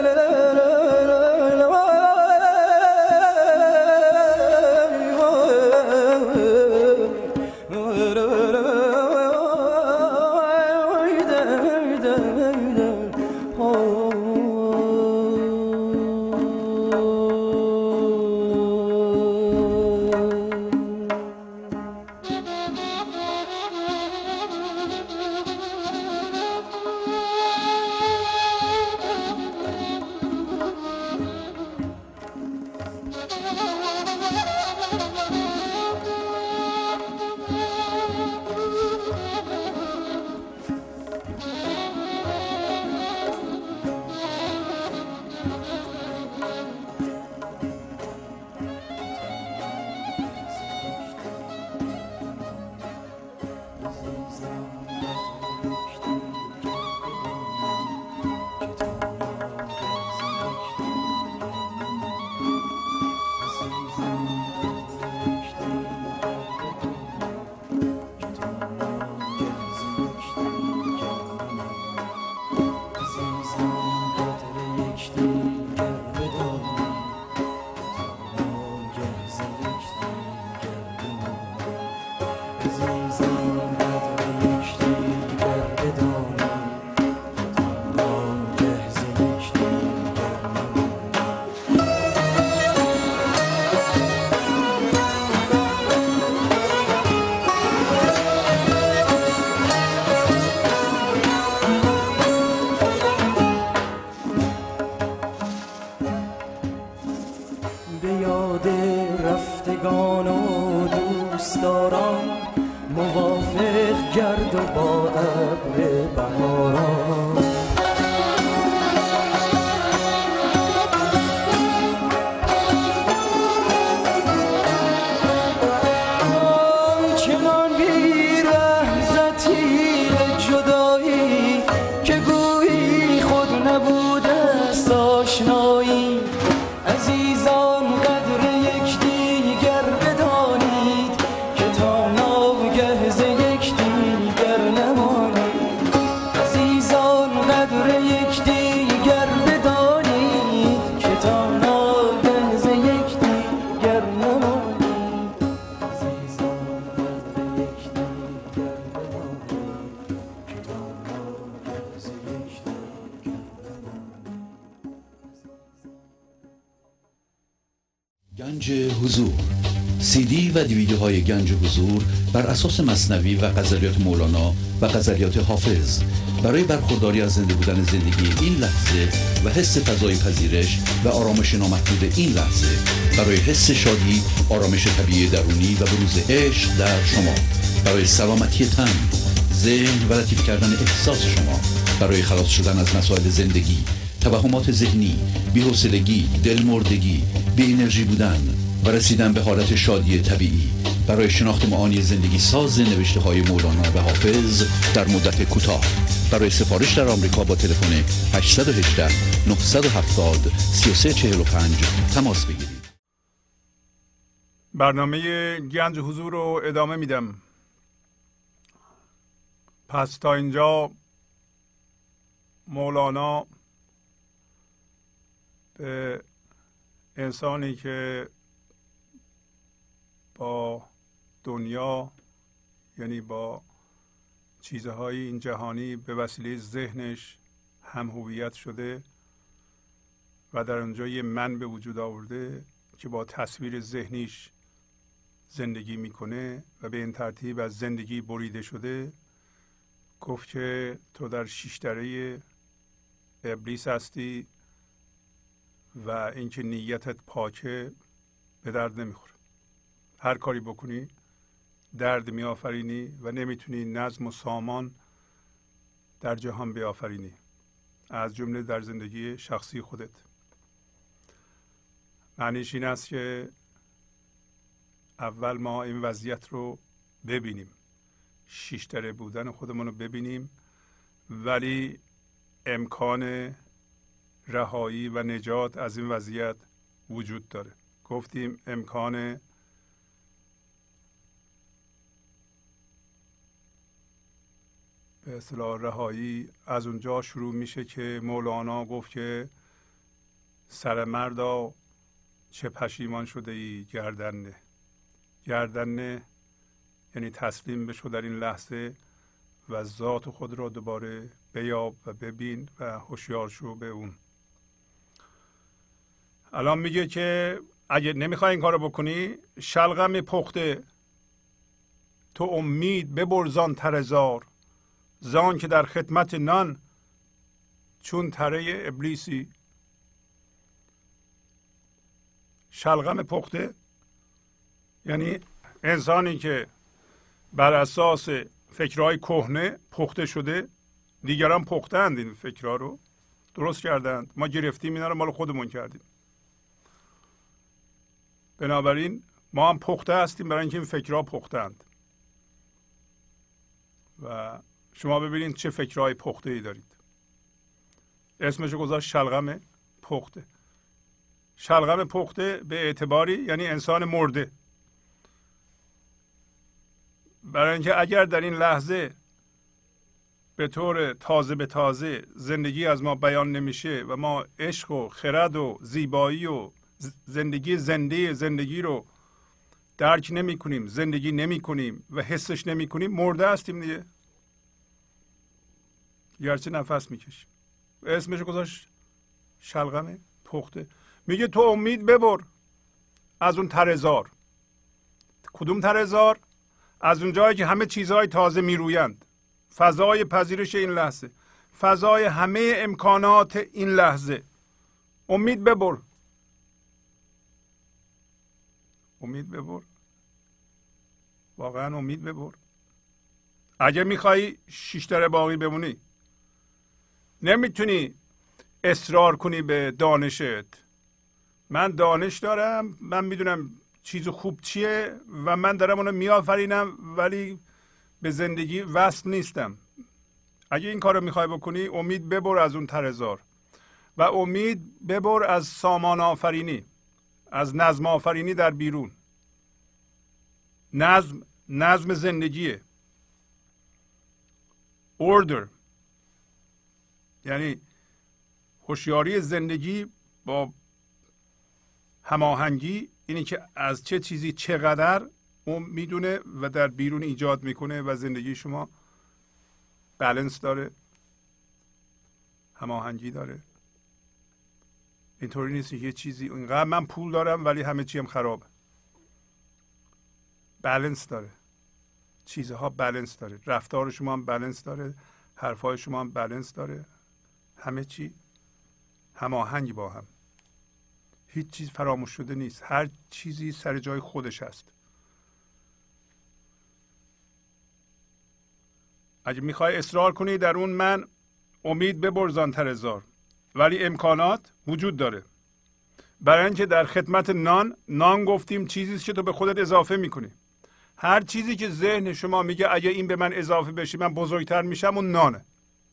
به یاد رفتگان و دوستداران موافق گرد و با ابر بهاران. چنان بی لحظتی جدایی که گویی خود نبوده است آشنایی. عزیزان قدر یکدیگر بدانید که تا ناگه ز یکدیگر نمانید. عزیزان قدر یکدیگر بدانید که تا ناگه ز یکدیگر نمانید. عزیزان قدر یکدیگر بدانید که تا ناگه ز یکدیگر نمانید. گنج حضور، سی دی و دیویدیوهای گنج حضور بر اساس مثنوی و غزلیات مولانا و غزلیات حافظ برای برخورداری از زنده بودن زندگی این لحظه و حس فضای پذیرش و آرامش نامحدود این لحظه، برای حس شادی، آرامش طبیعی درونی و بروز عشق در شما، برای سلامتی تن، ذهن و لطیف کردن احساس شما، برای خلاص شدن از مسائل زندگی، توهمات ذهنی، بی‌حوصلگی، دلمردگی، بی انرژی بودن و رسیدن به حالت شادی طبیعی، برای شناخت معانی زندگی ساز نوشته های مولانا و حافظ در مدت کوتاه. برای سفارش در آمریکا با تلفن هشت یک هشت نه هفت صفر سه سه چهار پنج تماس بگیرید. برنامه گنج حضور رو ادامه میدم. پس تا اینجا مولانا به انسانی که با دنیا، یعنی با چیزهای این جهانی به وسیله ذهنش هم هویت شده و در اونجا یه من به وجود آورده که با تصویر ذهنیش زندگی میکنه و به این ترتیب از زندگی بریده شده، گفت که تو در شش دره ابلیس هستی و اینکه نیتت پاکه به درد نمیخوره. هر کاری بکنی درد میآفرینی و نمیتونی نظم و سامان در جهان بیافرینی، از جمله در زندگی شخصی خودت. معنیش این است که اول ما این وضعیت رو ببینیم، شش دره بودن خودمون رو ببینیم، ولی امکان رهایی و نجات از این وضعیت وجود داره. گفتیم امکان به اصطلاح رهایی از اونجا شروع میشه که مولانا گفت که سر مردا چه پشیمان شده ای گردن نه. گردن نه یعنی تسلیم بشو در این لحظه و ذات خود را دوباره بیاب و ببین و هوشیار شو به اون. الان میگه که اگه نمیخوای این کارو بکنی، شلغم پخته تو امید ببرزان ترزار، زان که در خدمت نان چون تره ابلیسی. شلغم پخته یعنی انسانی که بر اساس فکرهای کهنه پخته شده، دیگران پختند این فکرها رو درست کردند، ما گرفتیم اینا رو مال خودمون کردیم. بنابراین ما هم پخته هستیم برای اینکه این فکرها پختند. و شما ببینید چه فکرهای پخته ای دارید. اسمشو گذاشت شلغم پخته. شلغم پخته به اعتباری یعنی انسان مرده. برای اینکه اگر در این لحظه به طور تازه به تازه زندگی از ما بیان نمیشه و ما عشق و خرد و زیبایی و زندگی زنده زندگی رو درک نمی کنیم، زندگی نمی کنیم و حسش نمی کنیم، مرده هستیم دیگه. گرچه نفس میکشیم. اسمش گذاشت شلغم پخته. میگه تو امید ببر از اون ترهزار. کدوم ترهزار؟ از اون جایی که همه چیزهای تازه میرویند، فضای پذیرش این لحظه، فضای همه امکانات این لحظه. امید ببر، امید ببر، واقعا امید ببر. اگه میخوای شش دره باقی بمونی، نمیتونی اصرار کنی به دانشت. من دانش دارم، من میدونم چیز خوب چیه و من دارم اونو میآفرینم، ولی به زندگی وصل نیستم. اگه این کار رو میخوای بکنی، امید ببر از اون ترهزار و امید ببر از سامان آفرینی، از نظم آفرینی در بیرون. نظم نظم زندگیه. order یعنی هوشیاری زندگی با هماهنگی، اینی که از چه چیزی چقدر اون میدونه و در بیرون ایجاد میکنه و زندگی شما بالانس داره، هماهنگی داره. اینطوری نیست یه چیزی اینقدر من پول دارم ولی همه چیم خرابه. بالانس داره، چیزها بالانس داره، رفتار شما هم بالانس داره، حرفای شما هم بالانس داره، همه چی هماهنگ با هم. هیچ چیز فراموش شده نیست، هر چیزی سر جای خودش هست. اگه میخوای اصرار کنی در اون من، امید ببرزان ترهزار، ولی امکانات وجود داره. برای اینکه در خدمت نان، نان گفتیم چیزیست که تو به خودت اضافه میکنی. هر چیزی که ذهن شما میگه اگه این به من اضافه بشه من بزرگتر میشم، اون نانه.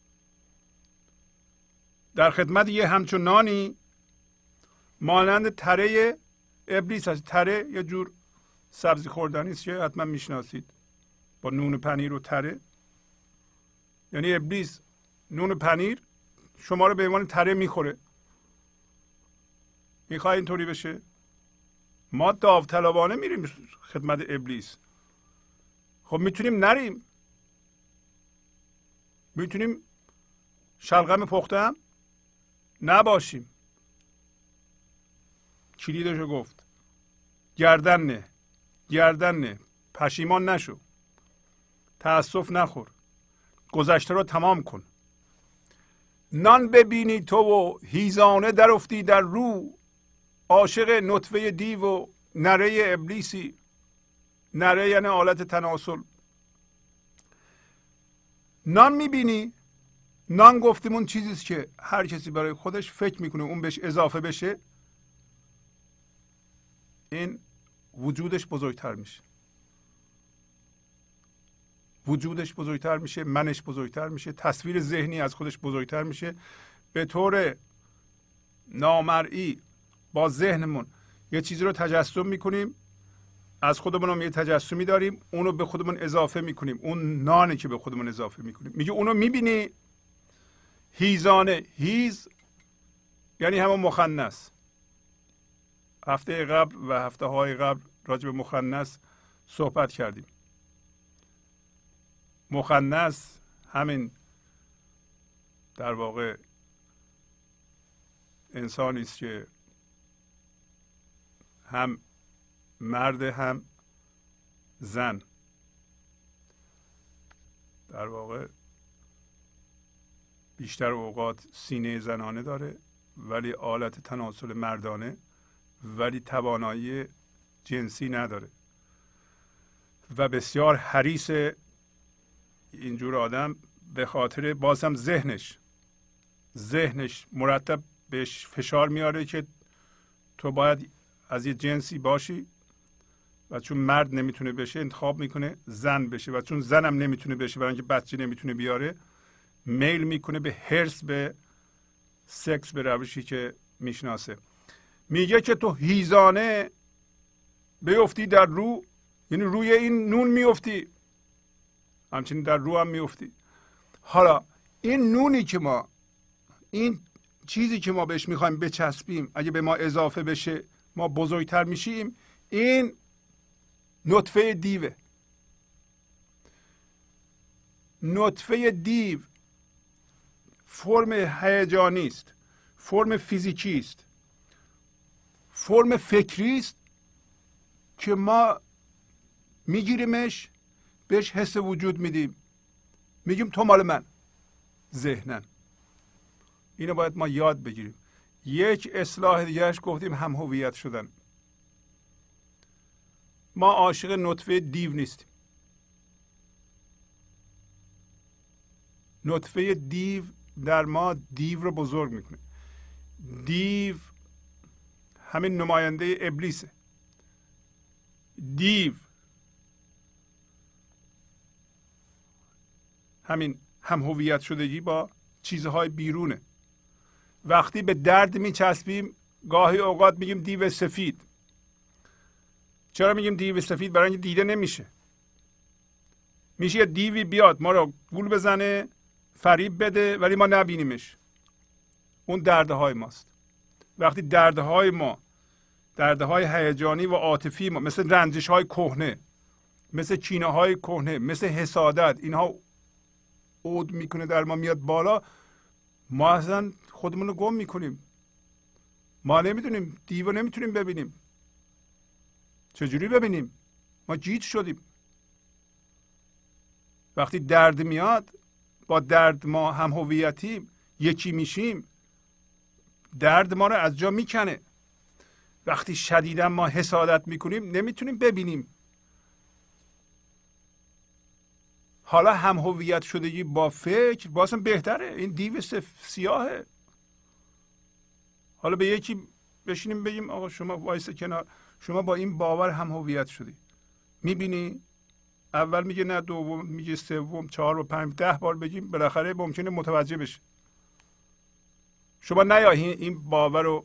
در خدمت یه همچون نانی مانند تره ابلیس هست. تره یه جور سبزی خوردنی است که حتما میشناسید، با نون و پنیر و تره. یعنی ابلیس نون پنیر شما رو به عنوان تره میخوره. میخوای اینطوری بشه؟ ما داوطلبانه میریم خدمت ابلیس. خب میتونیم نریم، میتونیم شلغم پخته هم نباشیم. کلیدشو گفت، گردن نه، گردن نه، پشیمان نشو، تأسف نخور، گذشته رو تمام کن. نان ببینی تو و هیزانه در افتی در رو، عاشق نطفه دیو و نره ابلیسی. نره یعنی آلت تناسل. نان میبینی؟ نان گفتیم اون چیزیست که هر کسی برای خودش فکر میکنه اون بهش اضافه بشه، این وجودش بزرگتر میشه. وجودش بزرگتر میشه، منش بزرگتر میشه، تصویر ذهنی از خودش بزرگتر میشه. به طور نامرئی با ذهنمون یه چیزی رو تجسم میکنیم، از خودمون هم یه تجسمی داریم، اونو به خودمون اضافه میکنیم. اون نانی که به خودمون اضافه میکنیم. میگه اونو میبینی؟ هیزانه، هیز یعنی همون مخنث. هفته قبل و هفته های قبل راجع به مخنث صحبت کردیم. مخنث همین در واقع انسانی است که هم مرد هم زن، در واقع بیشتر اوقات سینه زنانه داره ولی آلت تناسل مردانه، ولی توانایی جنسی نداره و بسیار حریص اینجور آدم، به خاطر بازم ذهنش ذهنش مرتب بهش فشار میاره که تو باید از یه جنسی باشی و چون مرد نمیتونه بشه انتخاب میکنه زن بشه و چون زنم نمیتونه بشه برای اینکه بچه نمیتونه بیاره میل میکنه به حرص به سکس به روشی که میشناسه. میگه که تو هیزانه بیفتی در رو، یعنی روی این نون میفتی، همچنین در رو هم میفتی. حالا این نونی که ما، این چیزی که ما بهش میخوایم بچسبیم، اگه به ما اضافه بشه ما بزرگتر میشیم. این نطفه دیوه. نطفه دیو فرم هیجانی است، فرم فیزیکی است، فرم فکری است که ما میگیریمش، بهش حس وجود میدیم، میگیم تو مال من. ذهنن اینو باید ما یاد بگیریم. یک اصلاح دیگرش گفتیم هم هویت شدن. ما عاشق نطفه دیو نیستیم. نطفه دیو در ما دیو رو بزرگ میکنه. دیو همین نماینده ابلیسه. دیو همین هم هویت شدگی با چیزهای بیرونه. وقتی به درد میچسبیم گاهی اوقات میگیم دیو سفید. چرا میگیم دیو سفید؟ برای اینکه دیده نمیشه. میشه یه دیوی بیاد ما رو گول بزنه، فریب بده، ولی ما نبینیمش. اون دردهای ماست. وقتی دردهای ما، دردهای هیجانی و عاطفی ما، مثل رنجش های کهنه، مثل کینه های کهنه، مثل حسادت، اینها عود میکنه در ما، میاد بالا، ما اصلا خودمون رو گم میکنیم. ما نمیدونیم، دیو نمیتونیم ببینیم. چجوری ببینیم؟ ما گیج شدیم. وقتی درد میاد، با درد ما هم هویتیم، یکی میشیم، درد ما رو از جا میکنه. وقتی شدیدا ما حسادت میکنیم نمیتونیم ببینیم. حالا هم هویت شدگی با فکر بازم بهتره. این دیو سیاهه. حالا به یکی بشینیم بگیم آقا شما وایس کنار، شما با این باور هم هویت شدی، میبینی؟ اول میگه نه، دوم میگه، سوم، چهار و پنج، ده بار بگیم بالاخره ممکنه متوجه بشه. شما نیا این باور رو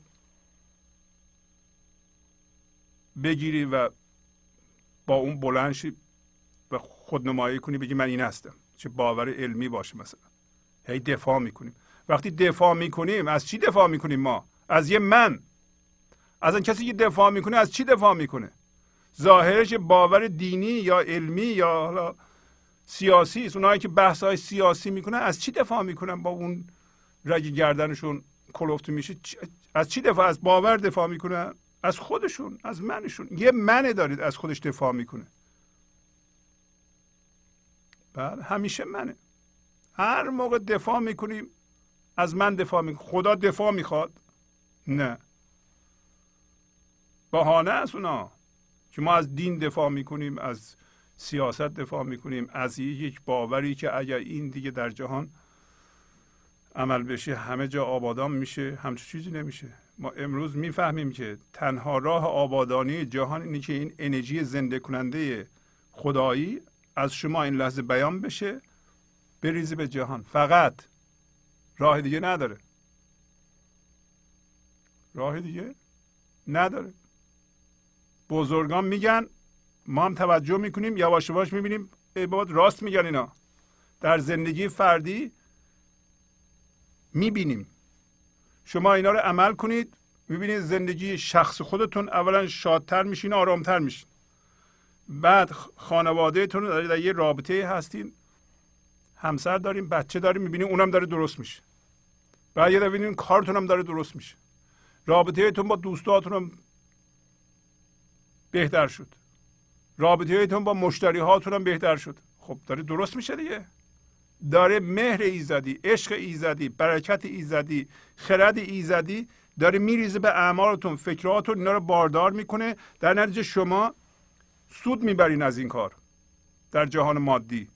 بگیری و با اون بلند شی و خودنمایی کنی بگی من این هستم. چه باور علمی باشه. مثلا هی دفاع میکنیم. وقتی دفاع میکنیم از چی دفاع میکنیم؟ ما از یه من. از اون کسی که دفاع میکنه از چی دفاع میکنه؟ ظاهرش باور دینی یا علمی یا حالا سیاسی است. اونایی که بحث‌های سیاسی میکنن از چی دفاع میکنن؟ با اون رگ گردنشون کلفت میشه. از چی دفاع؟ از باور دفاع میکنن؟ از خودشون، از منشون. یه من دارید از خودش دفاع میکنه. بله همیشه منه. هر موقع دفاع میکنیم از من دفاع میکنیم. خدا دفاع میخواد؟ نه، بهانه است اونا که ما از دین دفاع میکنیم، از سیاست دفاع میکنیم، از یک باوری که اگر این دیگه در جهان عمل بشه همه جا آبادان میشه. همچون چیزی نمیشه. ما امروز میفهمیم که تنها راه آبادانی جهان اینه که این انرژی زنده کننده خدایی از شما این لحظه بیان بشه، بریزه به جهان. فقط راه دیگه نداره. راه دیگه نداره. بزرگان میگن، ما هم توجه میکنیم، یواش یواش میبینیم عباد راست میگن. اینا در زندگی فردی میبینیم. شما اینا رو عمل کنید، میبینید زندگی شخص خودتون اولا شادتر میشین، آرامتر میشین. بعد خانوادهتون رو در یه رابطه هستین، همسر داریم، بچه داریم، میبینید اونم داره درست میشه. بعد یه دفعه میبینید کارتون هم داره درست میشه. رابطهتون با دوستاتون هم بهتر شد. رابطهتون با مشتری هاتون هم بهتر شد. خب داره درست میشه دیگه. داره مهر ایزدی، عشق ایزدی، برکت ایزدی، خرد ایزدی داره میریزه به اعمالتون، فکراتون، اینا رو باردار میکنه. در نتیجه شما سود میبرین از این کار در جهان مادی.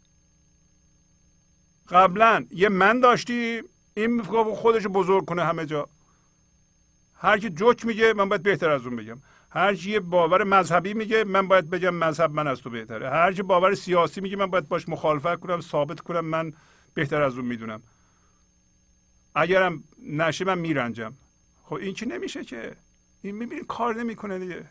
قبلا یه من داشتی، این میخواد خودش بزرگ کنه همه جا. هر کی جوک میگه من باید بهتر از اون بگم. هر کی یه باور مذهبی میگه من باید بگم مذهب من از تو بهتره. هر کی باور سیاسی میگه من باید باش مخالفت کنم، ثابت کنم من بهتر از اون میدونم. اگرم نشه من میرنجم. خب این چی نمیشه که. این میبینید کار نمیکنه دیگه.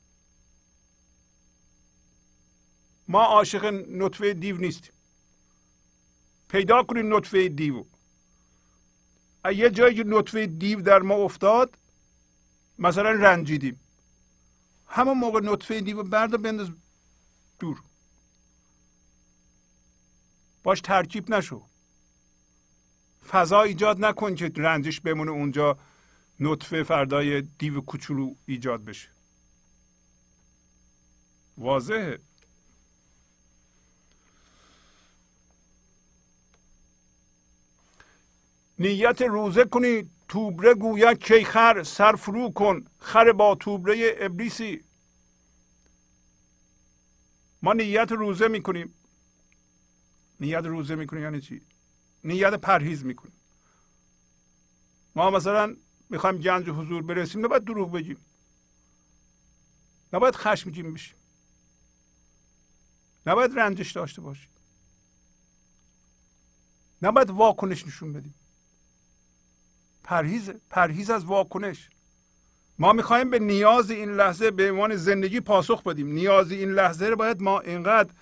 ما عاشق نطفه دیو نیستیم. پیدا کنیم نطفه دیو. یه جایی که نطفه دیو در ما افتاد، مثلا رنجیدیم، همون موقع نطفه دیو بردا بنداز دور، باش ترکیب نشو. فضا ایجاد نکن که رنجش بمونه اونجا، نطفه فردای دیو کوچولو ایجاد بشه. واضحه. نیت روزه کنی توبره گوید کی خر، سر فرو کن خر با توبره ابلیسی. ما نیت روزه میکنیم. نیت روزه میکنیم یعنی چی؟ نیت پرهیز میکنیم. ما مثلا میخوایم گنج حضور برسیم، نباید دروغ بگیم، نباید خشمگین بشیم، نباید رنجش داشته باشیم، نباید واکنش نشون بدیم. پرهیز پرهیز از واکنش. ما میخوایم به نیاز این لحظه به عنوان زندگی پاسخ بدیم. نیاز این لحظه رو باید ما اینقدر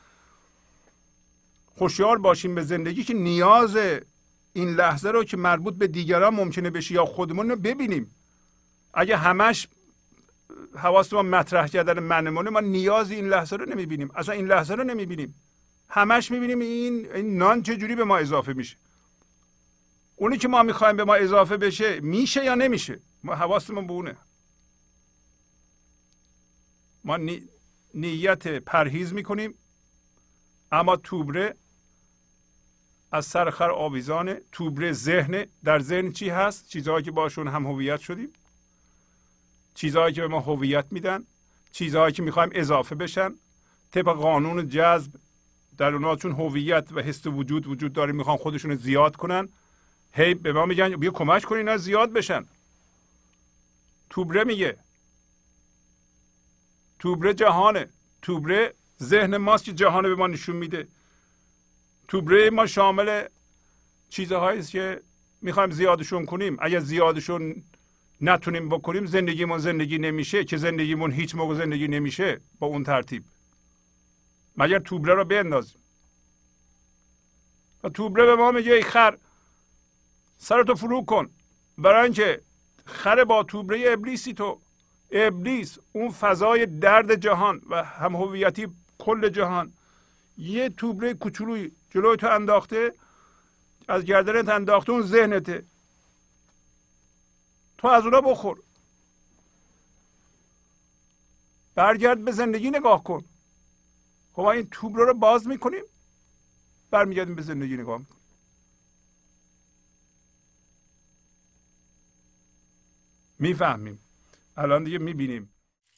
هوشیار باشیم به زندگی که نیاز این لحظه رو که مربوط به دیگران ممکنه بشه یا خودمون رو ببینیم. اگه همش حواس ما مطرح کردن منمونه، ما نیاز این لحظه رو نمیبینیم. اصلا این لحظه رو نمیبینیم. همش میبینیم این, این نان چجوری به ما اضافه میشه. اونی که ما میخوایم به ما اضافه بشه میشه یا نمیشه. ما حواسمون به اونه. ما نی... نیت پرهیز میکنیم، اما توبره از سر خر آویزانه. توبره ذهن. در ذهن چی هست؟ چیزهایی که باشون هم هویت شدیم، چیزهایی که به ما هویت میدن، چیزهایی که میخوایم اضافه بشن. طبق قانون جذب در اونها چون هویت و حس وجود وجود داره، میخوان خودشون زیاد کنن. هی به ما میگن بیا کمک کنین از زیاد بشن. توبره میگه، توبره جهانه. توبره ذهن ماست که جهانه به ما نشون میده. توبره ما شامل چیزهایی است که میخوایم زیادشون کنیم. اگر زیادشون نتونیم بکنیم زندگیمون زندگی نمیشه، که زندگیمون هیچ موقع زندگی نمیشه با اون ترتیب، مگر توبره رو بندازیم. و توبره به ما میگه ای خر سرتو فرو کن، برای اینکه خر با توبره ابلیسی تو. ابلیس اون فضای درد جهان و هم هویتی کل جهان یه توبره کوچولوی جلوی تو انداخته، از گردنت انداخته، اون ذهنته، تو از اونا بخور، برگرد به زندگی نگاه کن. خب این توبره رو باز میکنیم، برمیگردیم به زندگی نگاه میکنیم. میفهمیم، الان دیگه میبینیم.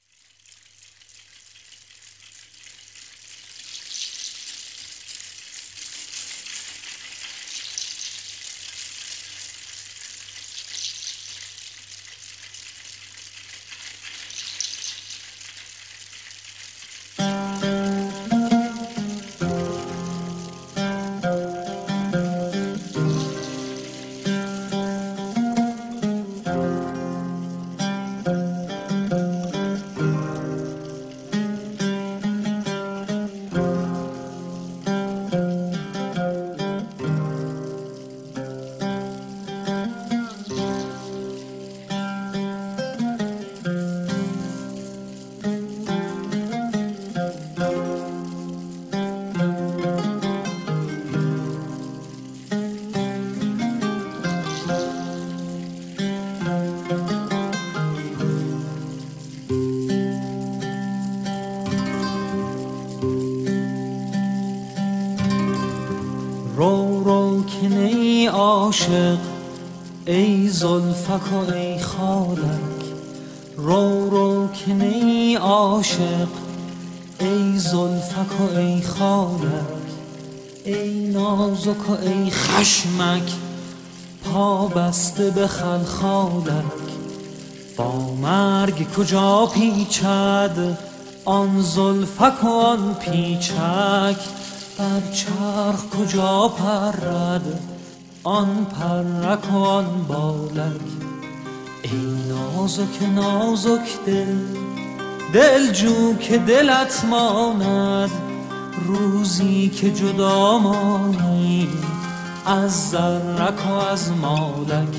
عاشق ای زلفک و ای خالک، رو رو که نی عاشق ای زلفک و ای خالک، ای نازک و ای خشمک پا بسته به خلخالک. با مرگ کجا پیچد آن زلفک و آن پیچک، بر چرخ کجا پرد آن پرک و آن بالک. ای نازک نازک دل، دل جو که دلت ماند، روزی که جدا مانی از زرک و از مالک.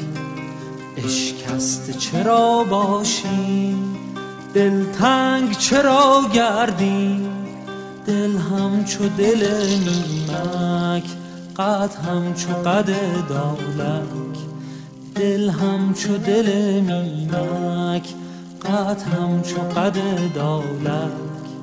اشکست چرا باشی دل تنگ چرا گردی، دل همچو دل نیمک قد همچو قد دولک. دل همچو دل نیمک قد همچو قد دولک.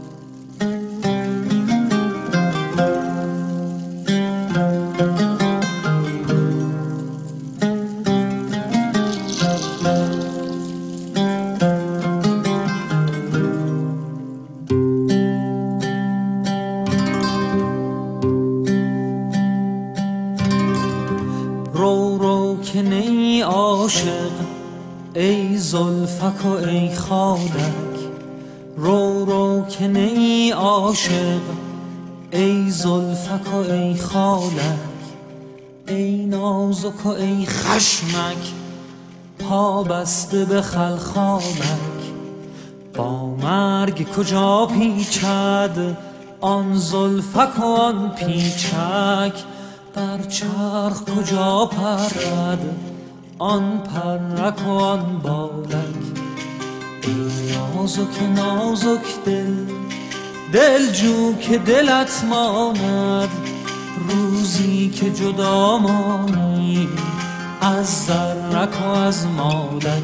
ای زلفک و ای خالک، رو رو که نی عاشق ای زلفک و ای خالک. ای نازک و ای خشمک پا بسته به خلخالک. با مرگ کجا پیچد آن زلفک و آن پیچک، بر چرخ کجا پرد آن پرک و آن بالک. ای نازک نازک دل، دل جو که دلت ماند، روزی که جدا مانی از زرک و از مالک.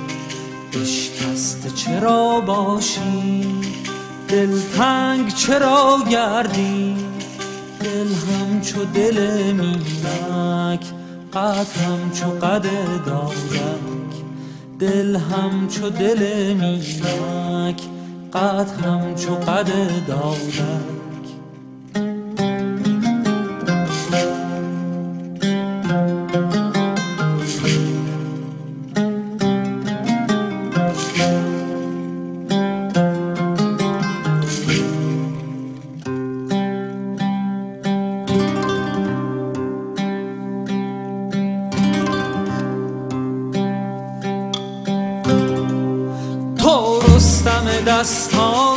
اشکست چرا باشی دل تنگ چرا گردی، دل همچو دل میمک قد همچو قد دولک. دل همچو دل میمک قد همچو قد دولک.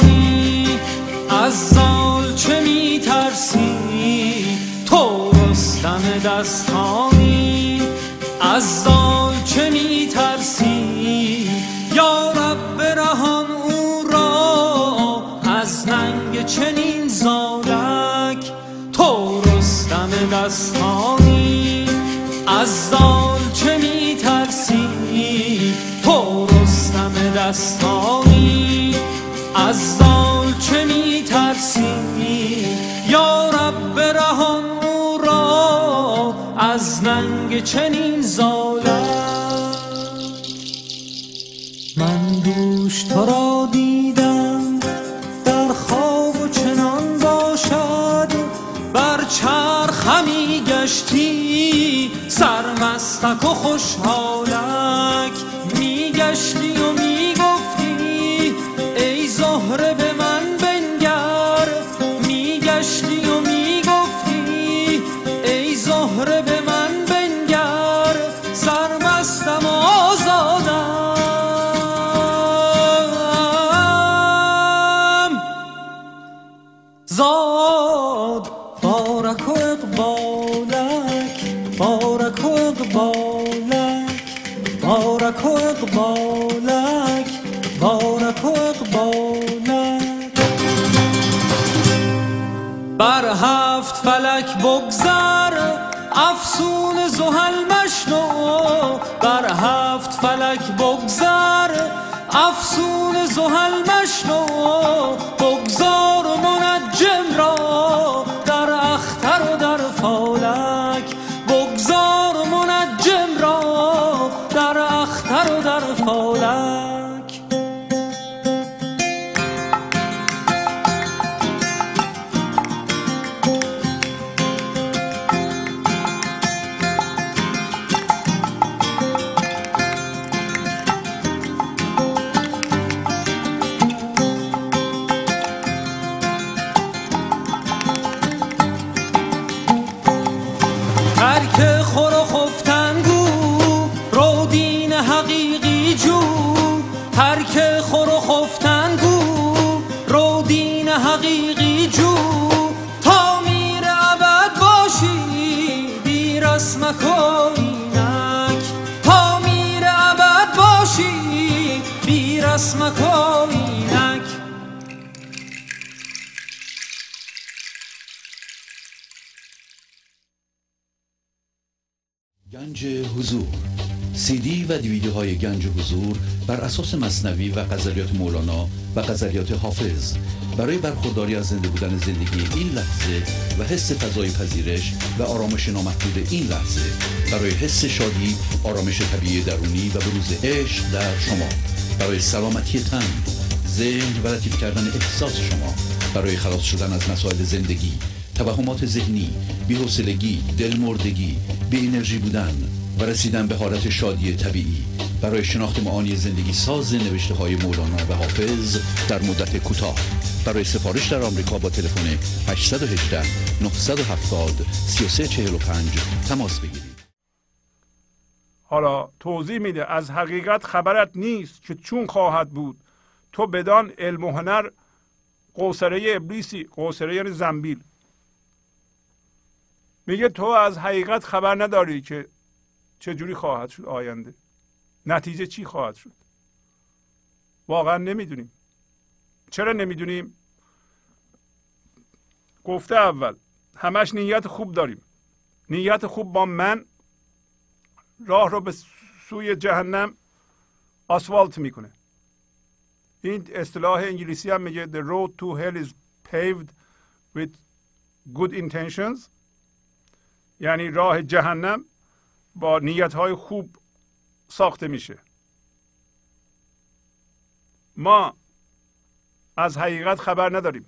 دستانی از زال چه می ترسی، تو رستم رستم دستانی از زال چه می ترسی یا رب برهان او را از ننگ چنین زالک. تو رستم دستانی از زال چه می ترسی تو رستم دستانی از زال چه می ترسی یا رب برهان او را از ننگ چنین زالک. من دوش تو را دیدم در خواب و چنان باشد بر چرخ همی گشتی سرمستک و خوشحالک. میگشتی و میگفتی ای زهره به من بنگر میگشتی و میگفتی ای زهره به من بنگر سرمستم و آزادم زاد بارک و اقبالک بارک و اقبالک بارک و اقبالک بارک و اقبالک. بر هفت فلک بگذر افسون زحل مشنو بر هفت فلک بگذر افسون زحل مشنو بگذار و منجم را در اختر و در فالک بگذار و منجم را در اختر و در فالک. ترک خور و خفتن گو رو دین حقیقی جو ترک خور و خفتن گو رو دین حقیقی جو تا میر ابد باشی بی رسمک و اینک تا میر ابد باشی بی رسمک و اینک. گنج حضور، سی دی و دیویدیوهای گنج حضور بر اساس مثنوی و غزلیات مولانا و غزلیات حافظ برای برخورداری از زنده بودن زندگی این لحظه و حس فضای پذیرش و آرامش نامحدود این لحظه، برای حس شادی، آرامش طبیعی درونی و بروز عشق در شما، برای سلامتی تن، ذهن و لطیف کردن احساس شما، برای خلاص شدن از مسائل زندگی، توهمات ذهنی، بی‌حوصلگی، دلمردگی، بی انرژی بودن و رسیدن به حالت شادی طبیعی، برای شناخت معانی زندگی ساز نوشته های مولانا و حافظ در مدت کوتاه. برای سفارش در آمریکا با تلفن هشت یک هشت نه هفت صفر سه سه چهار پنج تماس بگیرید. حالا توضیح میده از حقیقت خبرت نیست که چون خواهد بود تو بدان علم و هنر قوسره ابلیسی. قوسره یعنی زنبیل. میگه تو از حقیقت خبر نداری که چجوری خواهد شد آینده، نتیجه چی خواهد شد. واقعا نمیدونیم. چرا نمیدونیم؟ گفته اول همش نیت خوب داریم. نیت خوب با من راه رو به سوی جهنم آسفالت میکنه. این اصطلاح انگلیسی هم میگه the road to hell is paved with good intentions. یعنی راه جهنم با نیت‌های خوب ساخته میشه. ما از حقیقت خبر نداریم.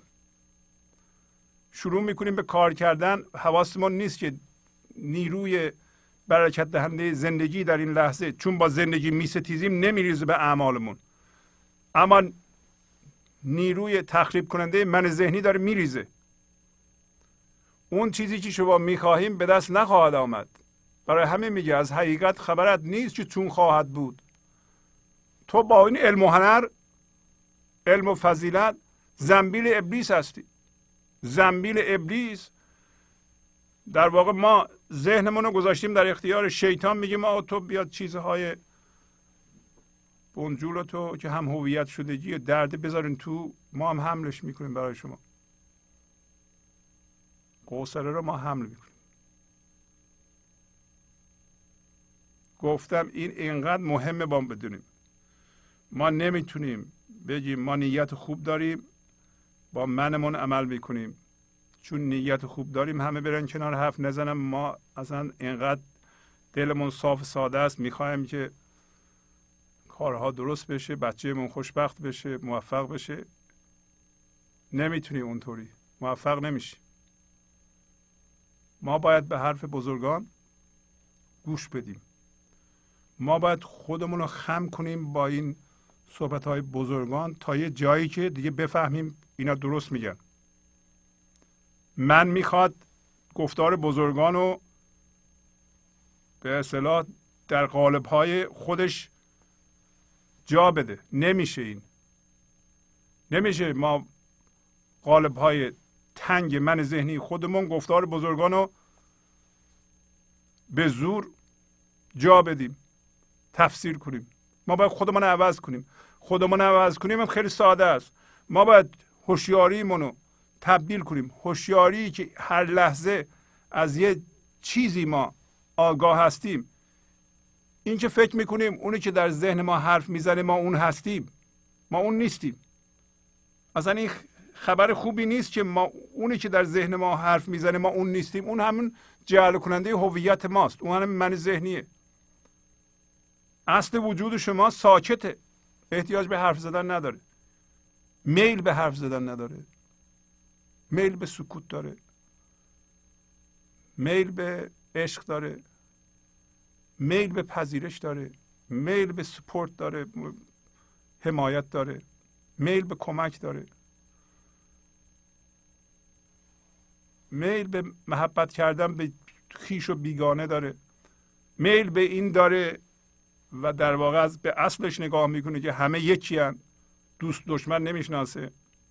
شروع میکنیم به کار کردن، حواسمون نیست که نیروی برکت دهنده زندگی در این لحظه چون با زندگی میستیزیم نمیریزه به اعمالمون، اما نیروی تخریب کننده من ذهنی داره میریزه. اون چیزی که شما میخواهیم به دست نخواهد آمد. برای همه میگه از حقیقت خبرت نیست که چون خواهد بود. تو با این علم و هنر، علم و فضیلت زنبیل ابلیس هستی. زنبیل ابلیس در واقع ما ذهنمون رو گذاشتیم در اختیار شیطان، میگیم آ تو بیاد چیزهای بنجول تو که هم هویت شدگی درد بذارین تو، ما هم حملش میکنیم برای شما. قوسره رو ما حمل میکنیم. گفتم این اینقدر مهمه با بدونیم. ما نمیتونیم بگیم ما نیت خوب داریم با منمون عمل میکنیم، چون نیت خوب داریم همه برن کنار حرف نزنم. ما اصلا اینقدر دلمون صاف ساده است، میخوایم که کارها درست بشه، بچه‌مون خوشبخت بشه، موفق بشه. نمیتونی اونطوری، موفق نمیشی. ما باید به حرف بزرگان گوش بدیم. ما باید خودمون رو خم کنیم با این صحبت‌های بزرگان تا یه جایی که دیگه بفهمیم اینا درست میگن. من میخواد گفتار بزرگان رو به اصطلاح در قالب‌های خودش جا بده. نمیشه این. نمیشه ما قالب‌های تنگ من ذهنی خودمون گفتار بزرگان رو به زور جا بدیم، تفسیر کنیم. ما باید خودمون عوض کنیم. خودمون عوض کنیم هم خیلی ساده است. ما باید هوشیاریمون رو تبدیل کنیم. هوشیاری که هر لحظه از یه چیزی ما آگاه هستیم. این که فکر میکنیم اونی که در ذهن ما حرف میزنه ما اون هستیم، ما اون نیستیم. اصلا این خبر خوبی نیست که ما اونی که در ذهن ما حرف میزنه ما اون نیستیم. اون همون جعل کننده هویت ماست. اون هم من ذهنیه. اصل وجود شما ساکته، احتیاج به حرف زدن نداره، میل به حرف زدن نداره، میل به سکوت داره، میل به عشق داره، میل به پذیرش داره، میل به سپورت داره، حمایت داره، میل به کمک داره، میل به محبت کردن به خویش و بیگانه داره، میل به این داره و در واقع از به اصلش نگاه میکنه که همه یکی هن. دوست دشمن نمیشناسه.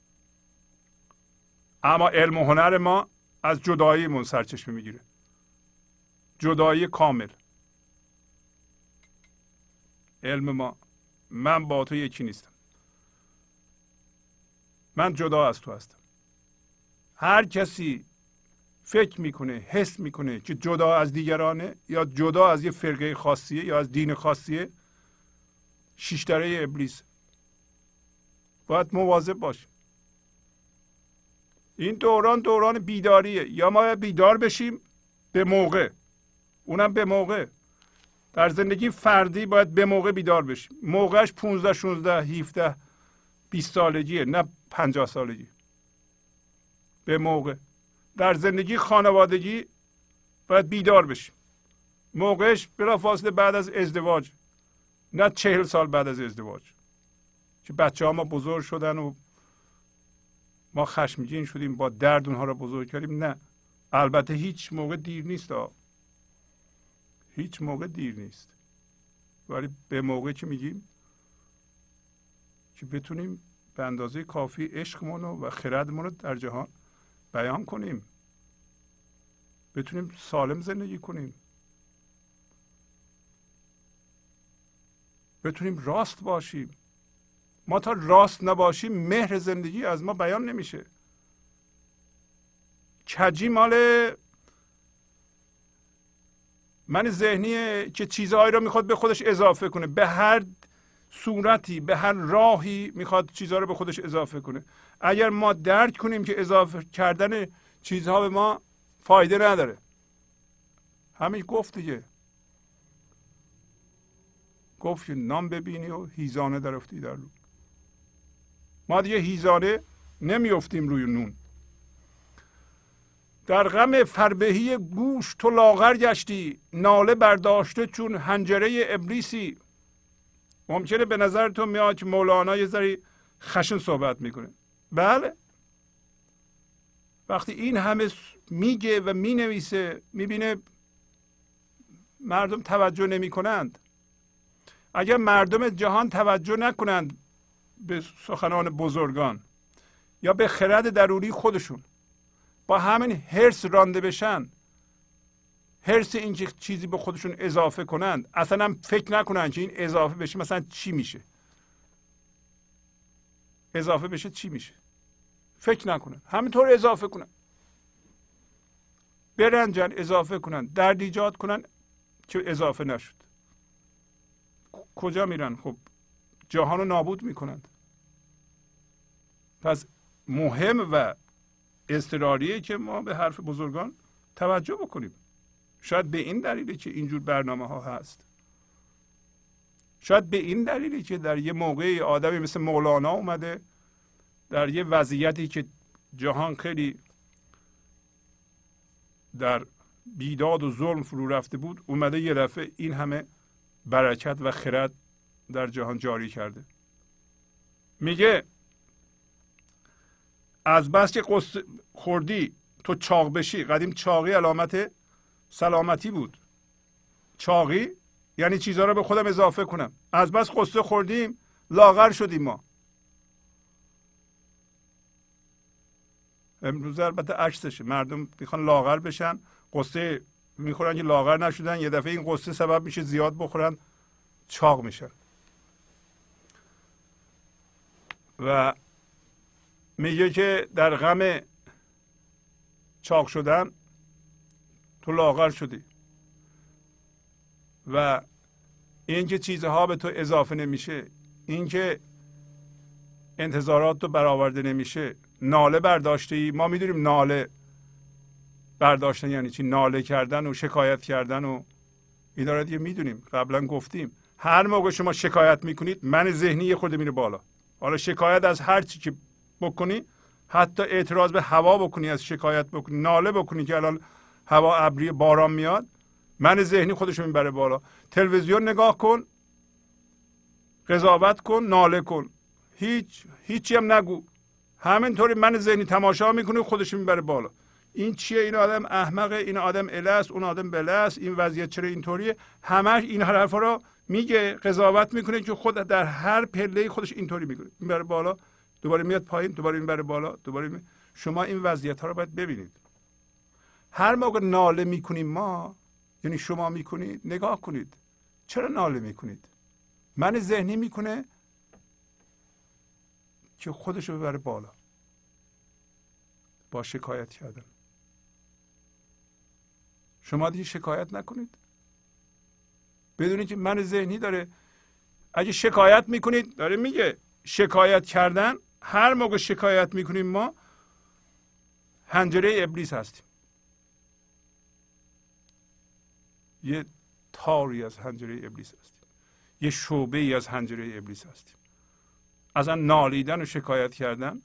اما علم و هنر ما از جداییمون سرچشمه میگیره، جدایی کامل. علم ما من با تو یکی نیستم، من جدا از تو هستم. هر کسی فکر میکنه، حس میکنه که جدا از دیگرانه یا جدا از یه فرقه خاصیه یا از دین خاصیه، شیشدره ابلیس. باید مواظب باشیم. این دوران دوران بیداریه. یا ما بیدار بشیم به موقع، اونم به موقع. در زندگی فردی باید به موقع بیدار بشیم. موقعش پونزده شونزده هفده بیست سالگیه، نه پنجاه سالگی. به موقع. در زندگی خانوادگی باید بیدار بشیم. موقعش بلافاصله بعد از ازدواج، نه چهل سال بعد از ازدواج که بچه ها ما بزرگ شدن و ما خشمگین شدیم، با درد اونها رو بزرگ کردیم. نه، البته هیچ موقع دیر نیست ها. هیچ موقع دیر نیست، ولی به موقع که میگیم که بتونیم به اندازه کافی عشقمون و خردمون رو در جهان بیان کنیم، بتونیم سالم زندگی کنیم، بتونیم راست باشیم. ما تا راست نباشیم مهر زندگی از ما بیان نمیشه. کجی مال من ذهنیه که چیزهایی رو میخواد به خودش اضافه کنه، به هر صورتی، به هر راهی میخواد چیزها رو به خودش اضافه کنه. اگر ما درک کنیم که اضافه کردن چیزها به ما فایده نداره، همین گفت دیگه، گفت که نام ببینی و هیزانه درفتی در رو. ما دیگه هیزانه نمیافتیم روی نون. در غم فربهی گوش تو لاغر گشتی، ناله برداشته چون حنجره ابلیسی. ممکنه به نظر تو میاد که مولانا یه ذره خشن صحبت میکنه. بله، وقتی این همه میگه و مینویسه میبینه مردم توجه نمی کنند. اگر مردم جهان توجه نکنند به سخنان بزرگان یا به خرد درونی خودشون، با همین حرص رانده بشن، حرص این که چیزی به خودشون اضافه کنند، اصلا هم فکر نکنن که این اضافه بشه مثلا چی میشه، اضافه بشه چی میشه، فکر نکنن، همینطور اضافه کنن، برنجن، اضافه کنن، درد ایجاد کنن که اضافه نشد. کجا میرن؟ خب جهان رو نابود میکنند. پس مهم و اضطراریه که ما به حرف بزرگان توجه بکنیم. شاید به این دلیله که اینجور برنامه ها هست. شاید به این دلیله که در یه موقعی آدمی مثل مولانا اومده، در یه وضعیتی که جهان خیلی در بیداد و ظلم فرو رفته بود، اومده یه دفعه این همه برکت و خرد در جهان جاری کرده. میگه از بس که قصه خوردی تو چاق بشی. قدیم چاقی علامت سلامتی بود. چاقی یعنی چیزها رو به خودم اضافه کنم. از بس قصه خوردیم لاغر شدیم ما. امروز البته عکسشه، مردم میخوان لاغر بشن، قصه میخورن که لاغر نشدن، یه دفعه این قصه سبب میشه زیاد بخورن، چاق میشن. و میگه که در غم چاق شدن تو لاغر شدی و این که چیزها به تو اضافه نمیشه، این که انتظارات تو برآورده نمیشه، ناله برداشته ای. ما میدونیم ناله برداشتن یعنی چی، ناله کردن و شکایت کردن و اینا رو دیگه میدونیم، قبلا گفتیم. هر موقع شما شکایت میکنید من ذهنی یه خورده میره بالا. حالا شکایت از هر چی که بکنی، حتی اعتراض به هوا بکنی، از شکایت بکنی، ناله بکنی که الان هوا ابری باران میاد، من ذهنی خودشو میبره بالا. تلویزیون نگاه کن، قضاوت کن، ناله کن، هیچ هیچی هم نگو، همینطوری من ذهنی تماشا میکنه خودشو میبره بالا. این چیه؟ این آدم احمقه، این آدم الست، اون آدم بلست، این وضعیت چرا اینطوریه؟ همش این حرفا رو میگه، قضاوت میکنه که خود در هر پله خودش اینطوری میکنه، میبره بالا، دوباره میاد پایین، دوباره میبره بالا، دوباره می... شما این وضعیت ها رو باید ببینید. هر موقع ناله میکنیم ما، یعنی شما میکنید، نگاه کنید چرا ناله میکنید. من ذهنی میکنه که خودش رو ببره بالا با شکایت کردن. شما دیگه شکایت نکنید، بدونید که من ذهنی داره. اگه شکایت میکنید، داره میگه شکایت کردن، هر موقع شکایت میکنیم ما حنجره ابلیس هستیم، یه تاری از حنجره ابلیس هستیم، یه شعبه ای از حنجره ابلیس هستیم. اصلا نالیدن و شکایت کردن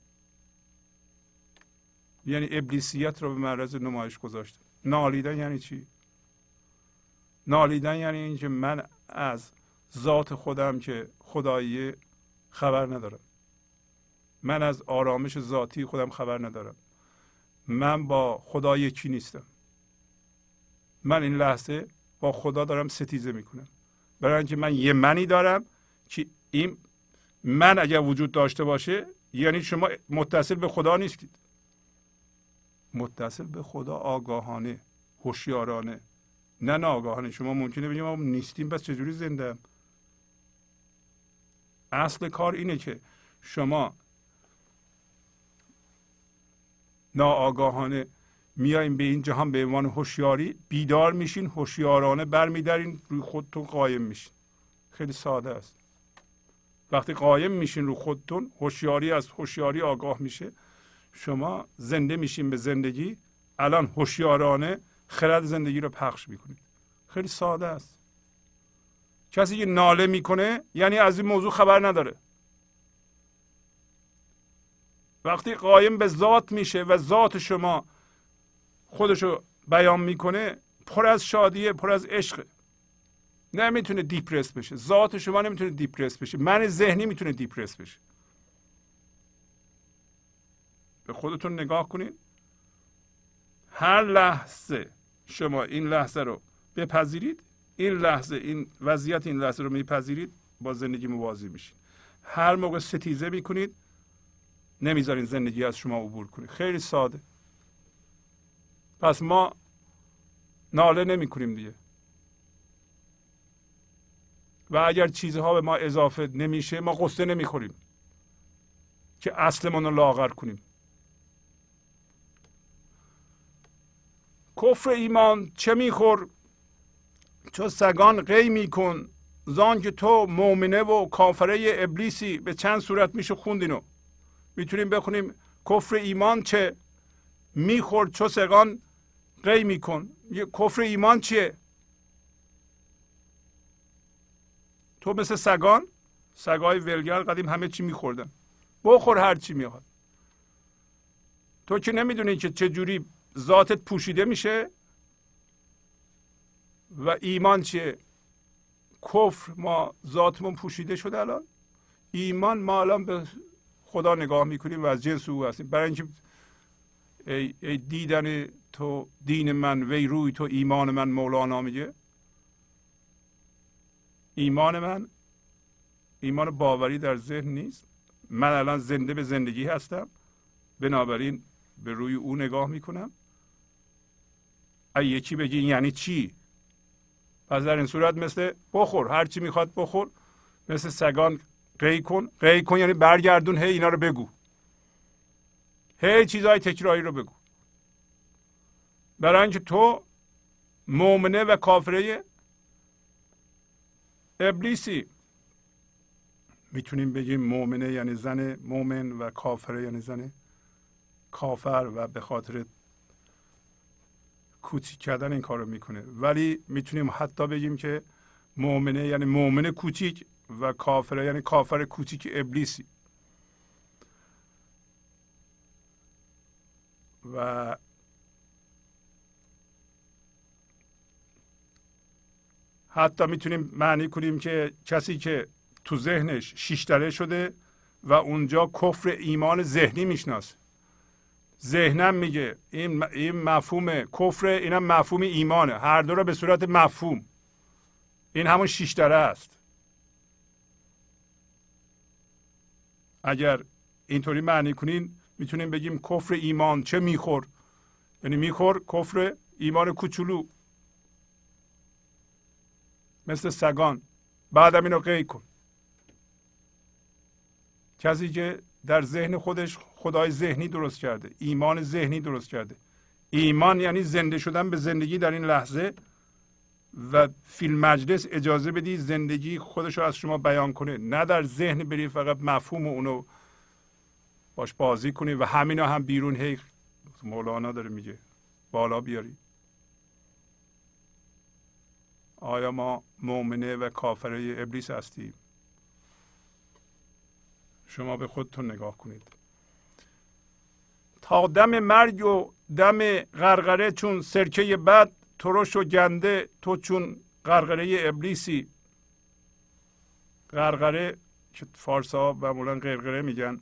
یعنی ابلیسیت رو به معرض نمایش گذاشتن. نالیدن یعنی چی؟ نالیدن یعنی اینکه من از ذات خودم که خدایی خبر ندارم، من از آرامش ذاتی خودم خبر ندارم، من با خدا یکی نیستم، من این لحظه با خدا دارم ستیزه میکنم، برای اینکه من یه منی دارم که این من اگر وجود داشته باشه یعنی شما متصل به خدا نیستید. متصل به خدا آگاهانه، هوشیارانه، نه ناآگاهانه. شما ممکنه بگید ما نیستیم پس چجوری زنده ام؟ اصل کار اینه که شما ناآگاهانه میایین به این جهان به عنوان هوشیاری، بیدار میشین، هوشیارانه برمیدارین روی خودتون قایم میشین. خیلی ساده است. وقتی قایم میشین رو خودتون، هوشیاری از هوشیاری آگاه میشه، شما زنده میشین به زندگی. الان هوشیارانه خرد زندگی رو پخش میکنید. خیلی ساده است. کسی که ناله میکنه یعنی از این موضوع خبر نداره. وقتی قایم به ذات میشه و ذات شما خودشو بیان میکنه، پر از شادیه، پر از عشق، نمیتونه دیپرس بشه. ذات شما نمیتونه دیپرس بشه. من ذهنی میتونه دیپرس بشه. به خودتون نگاه کنید. هر لحظه شما این لحظه رو بپذیرید، این لحظه، این وضعیت این لحظه رو میپذیرید، با زندگی موازی میشید. هر موقع ستیزه میکنید، نمیذارین زندگی از شما عبور کنه. خیلی ساده. پس ما ناله نمی کنیم دیگه. و اگر چیزها به ما اضافه نمیشه ما قصه نمی خوریم که اصلمون رو لاغر کنیم. کفر ایمان چه میخور چو سگان قی میکن زان که تو مؤمنه و کافره ابلیسی. به چند صورت میشه خوندینو. میتونیم بخونیم کفر ایمان چه میخور چو سگان قی میکن. کفر ایمان چیه؟ تو مثل سگان، سگای ولگر قدیم همه چی میخوردن، بخور هر چی میخواد. تو که نمیدونی که چجوری ذاتت پوشیده میشه. و ایمان چیه؟ کفر ما ذاتمون پوشیده شده الان. ایمان ما الان به خدا نگاه میکنیم و از جنس او هستیم. برای اینکه ای, ای دیدن تو دین من وی روی تو ایمان من، مولانا میگه. ایمان من ایمان باوری در ذهن نیست. من الان زنده به زندگی هستم، بنابراین به روی او نگاه میکنم. اگه یکی بگی یعنی چی؟ پس در این صورت مثل بخور هر چی میخواد بخور، مثل سگان قی کن. قی کن یعنی برگردون، هی اینا رو بگو، هی چیزهای تکراری رو بگو. برای اینکه تو مؤمنه و کافره ابلیسی. میتونیم بگیم مؤمنه یعنی زن مؤمن و کافره یعنی زن کافر و به خاطر کوچیک کردن این کار رو میکنه. ولی میتونیم حتی بگیم که مؤمنه یعنی مؤمن کوچیک و کافره یعنی کافر کوچیک ابلیسی. و حتی میتونیم معنی کنیم که کسی که تو ذهنش شیشتره شده و اونجا کفر ایمان ذهنی میشناسه. ذهنم میگه این این مفهوم کفر، اینم مفهوم ایمانه، هر دو را به صورت مفهوم. این همون شیشتره است. اگر اینطوری معنی کنین میتونیم بگیم کفر ایمان چه میخور، یعنی میخور کفر ایمان کوچولو مثل سگان. بعدم اینو قی کن. کسی که در ذهن خودش خدای ذهنی درست کرده، ایمان ذهنی درست کرده. ایمان یعنی زنده شدن به زندگی در این لحظه و فی المجلس اجازه بدی زندگی خودش رو از شما بیان کنه، نه در ذهن بری فقط مفهوم اونو باش بازی کنی و همینا هم بیرون هی مولانا داره میگه بالا بیاری. آیا ما مؤمنه و کافره ابلیس هستیم؟ شما به خودتون نگاه کنید. تا دم مرگ و دم غرغره چون سرکه بد، ترش و گنده تو چون غرغره ابلیسی. غرغره که فارسا معمولا غرغره میگن،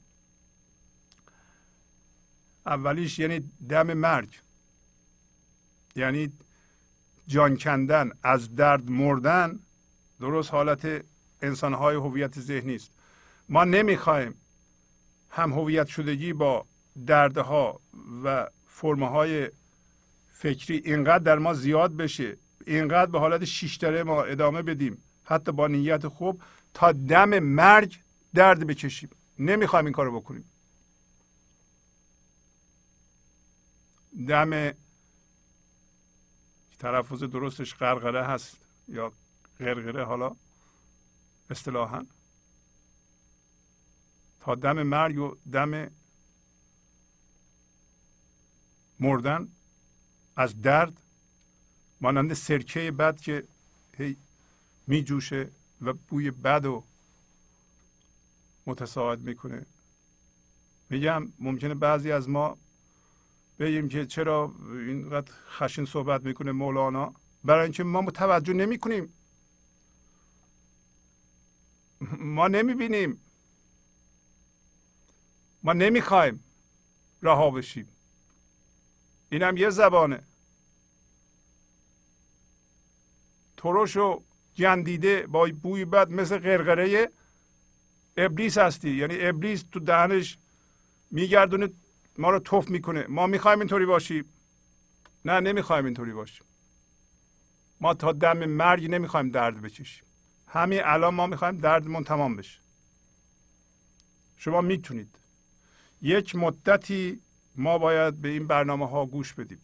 اولیش یعنی دم مرگ، یعنی جان کندن، از درد مردن. درست حالت انسانهای هویت ذهنی است. ما نمیخوایم هم هویت شدگی با دردها و فرمهای فکری اینقدر در ما زیاد بشه، اینقدر به حالت شیشتره ما ادامه بدیم، حتی با نیت خوب، تا دم مرگ درد بکشیم. نمیخوایم این کارو بکنیم. دم تلفظ درستش غرغره هست یا غرغره، حالا اصطلاحاً تا دم مرگ و دم مردن از درد، مانند سرکه بد که هی می جوشه و بوی بد رو متساعد میکنه. میگم ممکنه بعضی از ما بگیم که چرا اینقدر خشن صحبت میکنه مولانا؟ برای اینکه ما متوجه نمی کنیم، ما نمیبینیم، ما نمیخوایم رها بشیم. اینم یه زبانه. ترش و گندیده با بوی بد مثل غرغره ابلیس هستی. یعنی ابلیس تو دهنش میگردونه ما رو تف میکنه. ما میخوایم اینطوری باشیم؟ نه، نمیخوایم اینطوری باشیم. ما تا دم مرگ نمیخوایم درد بکشیم. همین الان ما میخوایم دردمون تمام بشه. شما میتونید یک مدتی ما باید به این برنامه ها گوش بدیم.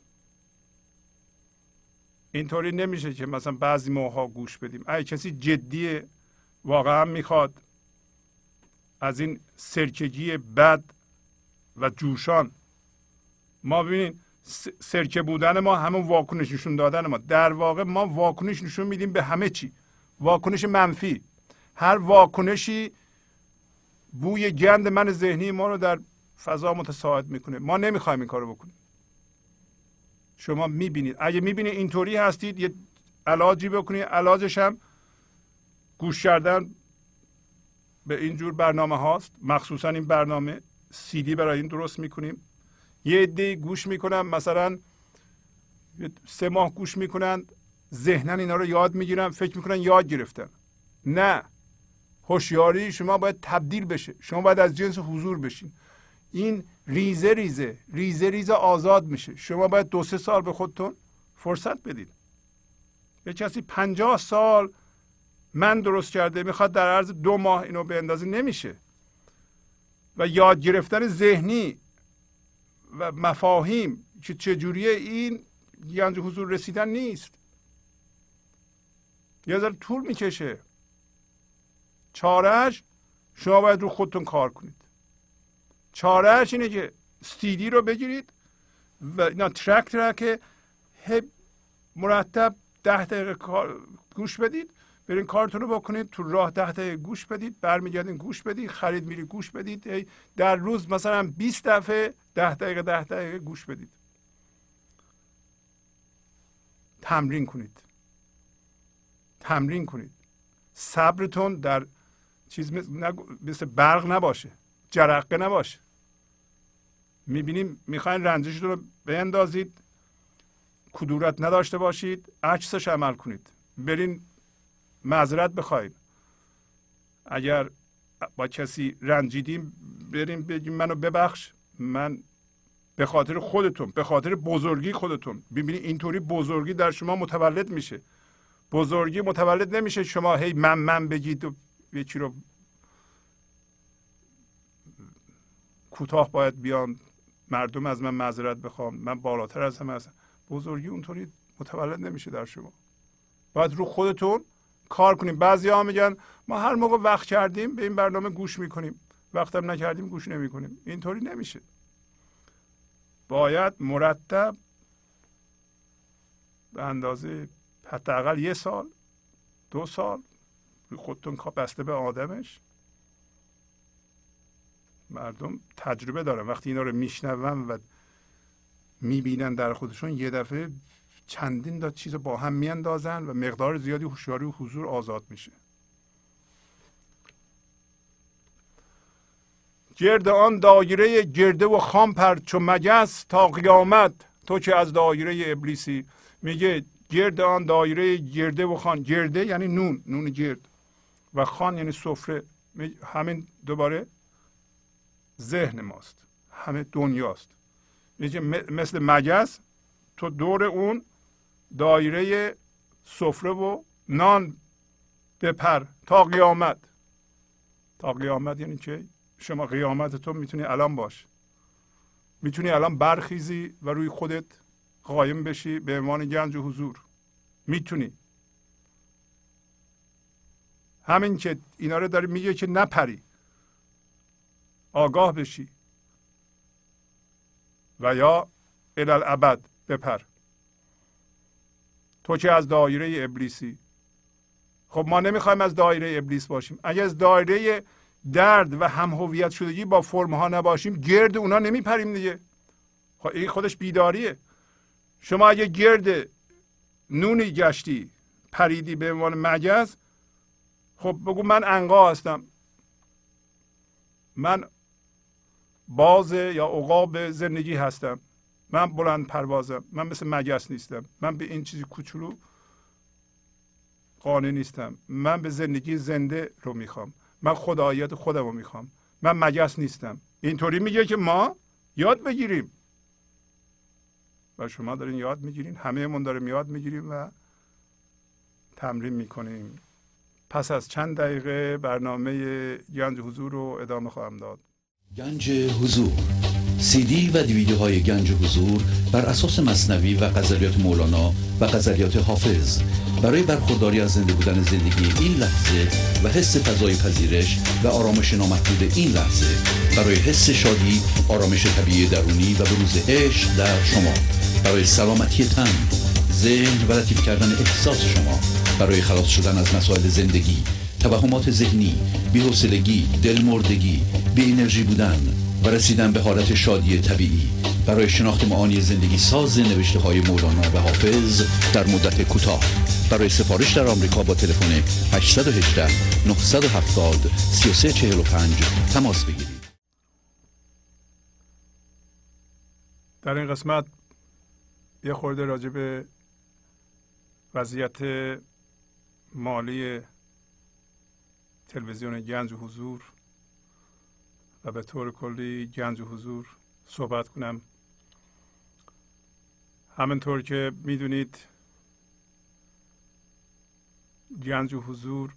اینطوری نمیشه که مثلا بعضی موقع ها گوش بدیم. اگه کسی جدیه واقعا میخواد از این سرکگی بد و جوشان، ما ببینید سرکه بودن ما همون واکنش نشون دادن ما، در واقع ما واکنش نشون میدیم به همه چی، واکنش منفی. هر واکنشی بوی گند من ذهنی ما رو در فضا متساعد میکنه. ما نمیخوایم این کارو بکنیم. شما میبینید، اگه میبینید اینطوری هستید یه علاجی بکنید. علاجش هم گوش کردن به اینجور برنامه هاست. مخصوصا این برنامه سی دی برای این درست میکنیم. یه عده گوش میکنن، مثلا سه ماه گوش میکنن، ذهنن اینا رو یاد میگیرن، فکر میکنن یاد گرفتن. نه، هوشیاری شما باید تبدیل بشه. شما باید از جنس حضور بشین. این ریزه ریزه ریزه ریزه آزاد میشه. شما باید دو سه سال به خودتون فرصت بدید. یه کسی پنجاه سال من درست کرده میخواد در عرض دو ماه اینو به اندازه نمیشه. و یاد گرفتن ذهنی و مفاهیم که چجوریه، این گنج حضور رسیدن نیست. یه ذره طول میکشه. چارهش شما باید رو خودتون کار کنید. چارهش اینه که سیدی رو بگیرید و اینا ترک ترک مرتب ده دقیقه کار گوش بدید، برین کارتون رو بکنید، تو راه ده دقیقه گوش بدید، برمیگردین گوش بدید، خرید میری گوش بدید. در روز مثلا بیست دفعه ده دقیقه ده دقیقه گوش بدید. تمرین کنید. تمرین کنید. صبرتون در چیز مثل برق نباشه، جرقه نباشه. میبینیم میخواین رنجشتون رو بیندازید، کدورت نداشته باشید، عکسش عمل کنید. برین معذرت بخواید. اگر با کسی رنجیدیم بریم بگیم منو ببخش، من به خاطر خودتون، به خاطر بزرگی خودتون. ببینید اینطوری بزرگی در شما متولد میشه. بزرگی متولد نمیشه شما هی من من بگید و یکی رو کوتاه باید بیان، مردم از من معذرت بخوام، من بالاتر از همه هستم. بزرگی اونطوری متولد نمیشه در شما. باید رو خودتون کار کنیم. بعضیا میگن ما هر موقع وقت کردیم به این برنامه گوش میکنیم، وقتم نکردیم گوش نمیکنیم. اینطوری نمیشه. باید مرتب به اندازه حداقل یه سال دو سال روی خودتون کار، بسته به آدمش. مردم تجربه دارن، وقتی اینا رو میشنون و میبینن در خودشون یه دفعه چندین تا چیز با هم میاندازن و مقدار زیادی هوشیاری و حضور آزاد میشه. گرد آن دایره گرده و خام پر چو مگس تا قیامت، تو که از دایره ابلیسی. میگه گرد آن دایره گرده و خان، گرده یعنی نون، نون گرد، و خان یعنی سفره. همین دوباره ذهن ماست، همه دنیاست. میگه مثل مگس تو دور اون دایره سفره و نان بپر تا قیامت. تا قیامت یعنی که شما قیامتتون میتونی الان باش، میتونی الان برخیزی و روی خودت قایم بشی به عنوان گنج و حضور. میتونی. همین که اینا رو داری میگه که نپری، آگاه بشی و یا الالعبد بپر. تو که از دایره ابلیسی. خب ما نمیخوایم از دایره ابلیس باشیم. اگه از دایره درد و هم هویت شدگی با فرم ها نباشیم، گرد اونا نمیپریم دیگه. خب این خودش بیداریه. شما اگه گرد نونی گشتی پریدی به عنوان مگس، خب بگو من عنقا هستم، من باز یا عقاب زندگی هستم، من بلند پروازم، من مثل مگس نیستم، من به این چیزی کوچولو قانع نیستم، من به زندگی زنده رو میخوام، من خداییت خودم رو میخوام، من مگس نیستم. اینطوری میگه که ما یاد بگیریم و شما دارین یاد میگیرین، همه من داریم یاد میگیریم و تمرین میکنیم. پس از چند دقیقه برنامه گنج حضور رو ادامه خواهم داد. گنج حضور، سی دی و دیویدیوهای گنج حضور بر اساس مثنوی و غزلیات مولانا و غزلیات حافظ برای برخورداری از زنده بودن زندگی این لحظه و حس فضای پذیرش و آرامش نامحدود این لحظه، برای حس شادی، آرامش طبیعی درونی و بروز عشق در شما، برای سلامتی تن، ذهن و لطیف کردن احساس شما، برای خلاص شدن از مسائل زندگی، توهمات ذهنی، بی‌حوصلگی، دلمردگی، بی انرژی بودن و رسیدن به حالت شادی طبیعی، برای شناخت معانی زندگی ساز نوشته های مولانا و حافظ در مدت کوتاه. برای سفارش در آمریکا با تلفن هشت یک هشت نه هفت صفر سه سه چهار پنج تماس بگیرید. در این قسمت یه خورده راجع به وضعیت مالی تلویزیون گنج حضور و به طور کلی گنج حضور صحبت کنم. همینطور که میدونید گنج حضور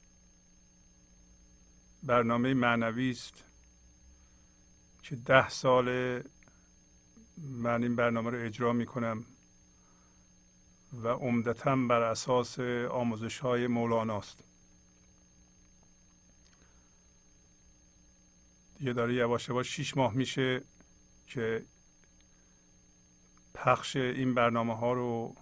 برنامه معنوی است که ده سال من این برنامه رو اجرا میکنم و عمدتاً بر اساس آموزش های مولانا است. دیگه داره یواش یواش شیش ماه میشه که پخش این برنامه ها رو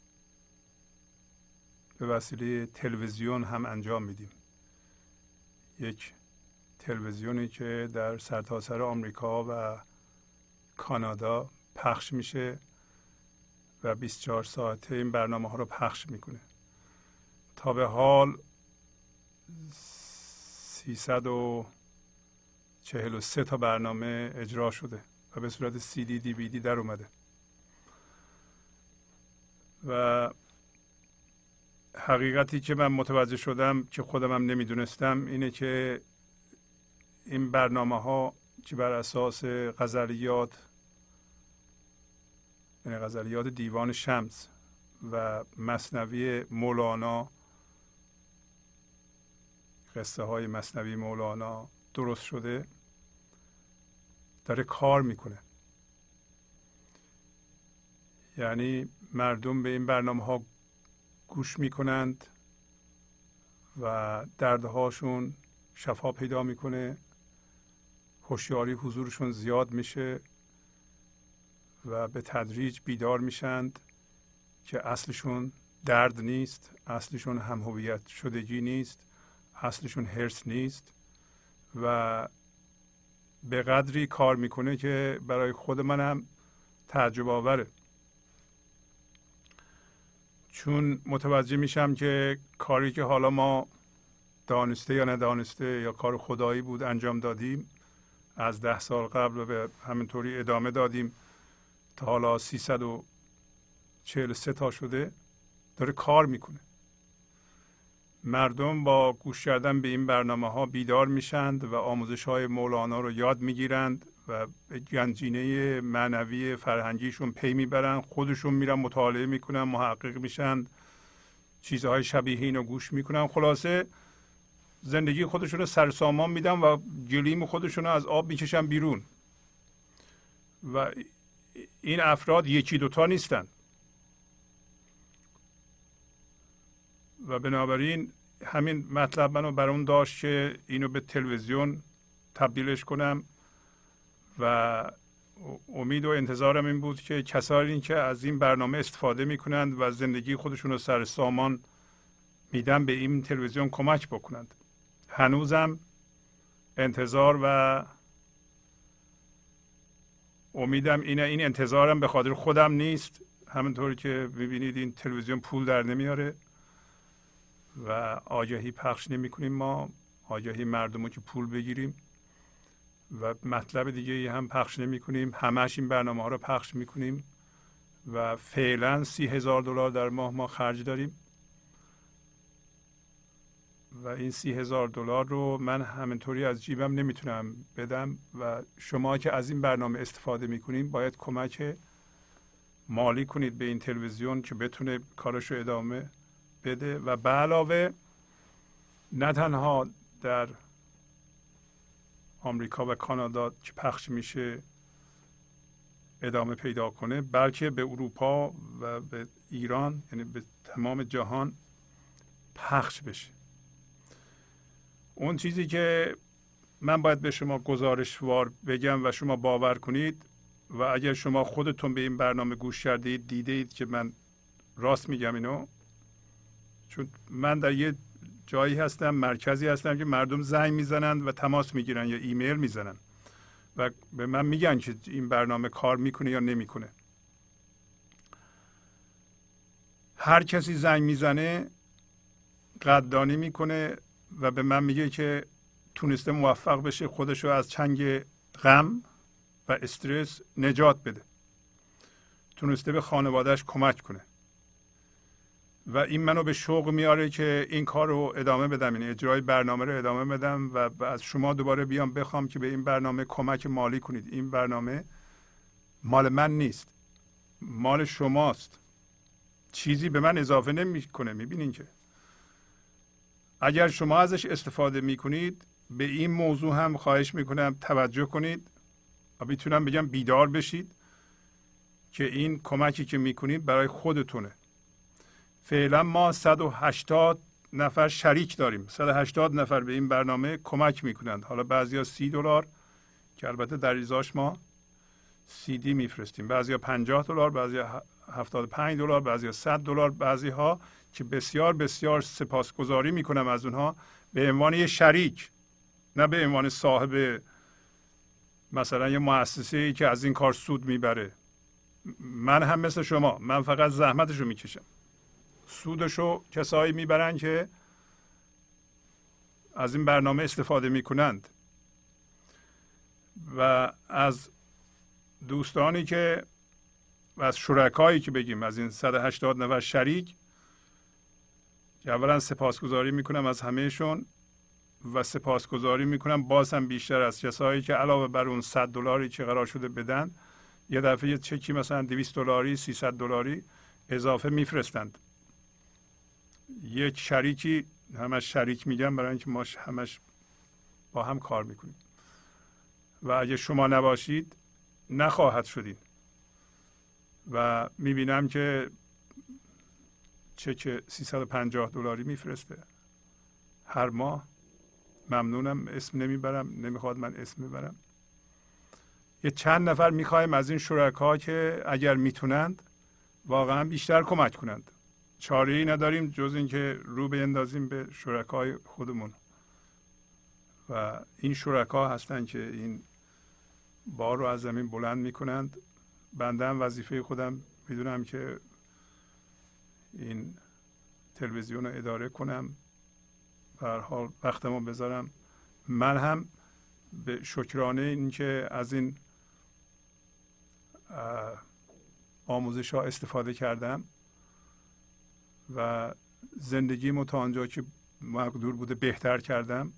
به وسیله تلویزیون هم انجام میدیم. یک تلویزیونی که در سرتاسر آمریکا و کانادا پخش میشه و بیست و چهار ساعته این برنامه ها رو پخش میکنه. تا به حال سیصد و چهل و سه تا برنامه اجرا شده و به صورت سی دی دی وی دی در اومده. و حقیقتی که من متوجه شدم که خودم هم نمیدونستم اینه که این برنامه ها که بر اساس غزلیات، یعنی غزلیات دیوان شمس و مثنوی مولانا، قصه های مثنوی مولانا درست شده، داره کار میکنه. یعنی مردم به این برنامه ها گوش میکنند و دردهاشون شفا پیدا میکنه، هوشیاری حضورشون زیاد میشه و به تدریج بیدار میشند که اصلشون درد نیست، اصلشون هم هویت شدگی نیست، اصلشون حرص نیست و به قدری کار میکنه که برای خود منم تعجب آوره. چون متوجه میشم که کاری که حالا ما دانسته یا ندانسته یا کار خدایی بود انجام دادیم از ده سال قبل و به همینطوری ادامه دادیم تا حالا سیصد و چهل و سه تا شده، داره کار میکنه. مردم با گوش کردن به این برنامه ها بیدار میشند و آموزش های مولانا رو یاد میگیرند و به گنجینه معنوی فرهنگیشون پی میبرن، خودشون میرن مطالعه میکنن، محقق میشن، چیزهای شبیه این رو گوش میکنن. خلاصه زندگی خودشون رو سرسامان میدن و گلیم خودشون رو از آب میکشن بیرون. و این افراد یکی دوتا نیستن و بنابراین همین مطلب منو برام داشت که اینو به تلویزیون تبدیلش کنم و امید و انتظارم این بود که کسانی که از این برنامه استفاده میکنند و زندگی خودشون رو سر سامان میدن به این تلویزیون کمک بکنند. هنوزم انتظار و امیدم اینه. این انتظارم به خاطر خودم نیست، همونطوری که میبینید این تلویزیون پول در نمیاره و آگهی پخش نمی کنیم، ما آگهی مردم رو که پول بگیریم و مطلب دیگه هم پخش نمی کنیم، همش این برنامه ها رو پخش می کنیم و فعلا سی هزار دلار در ماه ما خرج داریم و این سی هزار دلار رو من همینطوری از جیبم نمیتونم بدم و شما که از این برنامه استفاده میکنید باید کمک مالی کنید به این تلویزیون که بتونه کارش رو ادامه بده و به علاوه نه تنها در آمریکا و کانادا که پخش میشه ادامه پیدا کنه، بلکه به اروپا و به ایران، یعنی به تمام جهان پخش بشه. اون چیزی که من باید به شما گزارشوار بگم و شما باور کنید و اگر شما خودتون به این برنامه گوش کردید دیدید که من راست میگم اینو، چون من در یه جایی هستم، مرکزی هستم که مردم زنگ میزنند و تماس میگیرن یا ایمیل میزنن و به من میگن که این برنامه کار میکنه یا نمیکنه. هر کسی زنگ میزنه قدردانی میکنه و به من میگه که تونسته موفق بشه خودشو از چنگ غم و استرس نجات بده، تونسته به خانوادهش کمک کنه و این منو به شوق میاره که این کار رو ادامه بدم، یعنی اجرای برنامه رو ادامه بدم و از شما دوباره بیام بخوام که به این برنامه کمک مالی کنید. این برنامه مال من نیست، مال شماست، چیزی به من اضافه نمیکنه. میبینین که اگر شما ازش استفاده میکنید به این موضوع هم خواهش میکنم توجه کنید و میتونم بگم بیدار بشید که این کمکی که میکنید برای خودتونه. فعلا ما صد و هشتاد نفر شریک داریم، صد و هشتاد نفر به این برنامه کمک میکنند. حالا بعضیا سی دلار که البته در ازاش ما سی دی میفرستیم، بعضیا پنجاه دلار، بعضیا هفتاد و پنج دلار، بعضیا صد دلار، بعضی ها که بسیار بسیار سپاسگزاری میکنم از اونها به عنوان یه شریک، نه به عنوان صاحب مثلا یه مؤسسه ای که از این کار سود میبره. من هم مثل شما، من فقط زحمتشو میکشم، سودشو کسایی میبرن که از این برنامه استفاده میکنند. و از دوستانی که و از شرکایی که بگیم از این صد و هشتاد نفر شریک که اولا سپاسگزاری میکنم از همهشون و سپاسگزاری میکنم باز هم بیشتر از کسایی که علاوه بر اون صد دلاری که قرار شده بدن یه دفعه یه چکی مثلا دویست دلاری سیصد دلاری اضافه میفرستند. یک شریکی، همش شریک میگم برای اینکه ما همش با هم کار میکنیم و اگه شما نباشید نخواهد شدین. و میبینم که چک سیصد و پنجاه دلاری میفرسته هر ماه. ممنونم، اسم نمیبرم، نمیخواد من اسم ببرم. یه چند نفر میخوایم از این شرکا که اگر میتونند واقعا بیشتر کمک کنند. چاره ای نداریم جز اینکه رو بیندازیم به شرکای خودمون و این شرکا هستن که این بار رو از زمین بلند میکنند. بنده هم وظیفه خودم میدونم که این تلویزیون رو اداره کنم، به هر حال وقتمو بذارم. من هم به شکرانه این که از این آموزش ها استفاده کردم و زندگیمو تا آنجا که مقدور بوده بهتر کردم،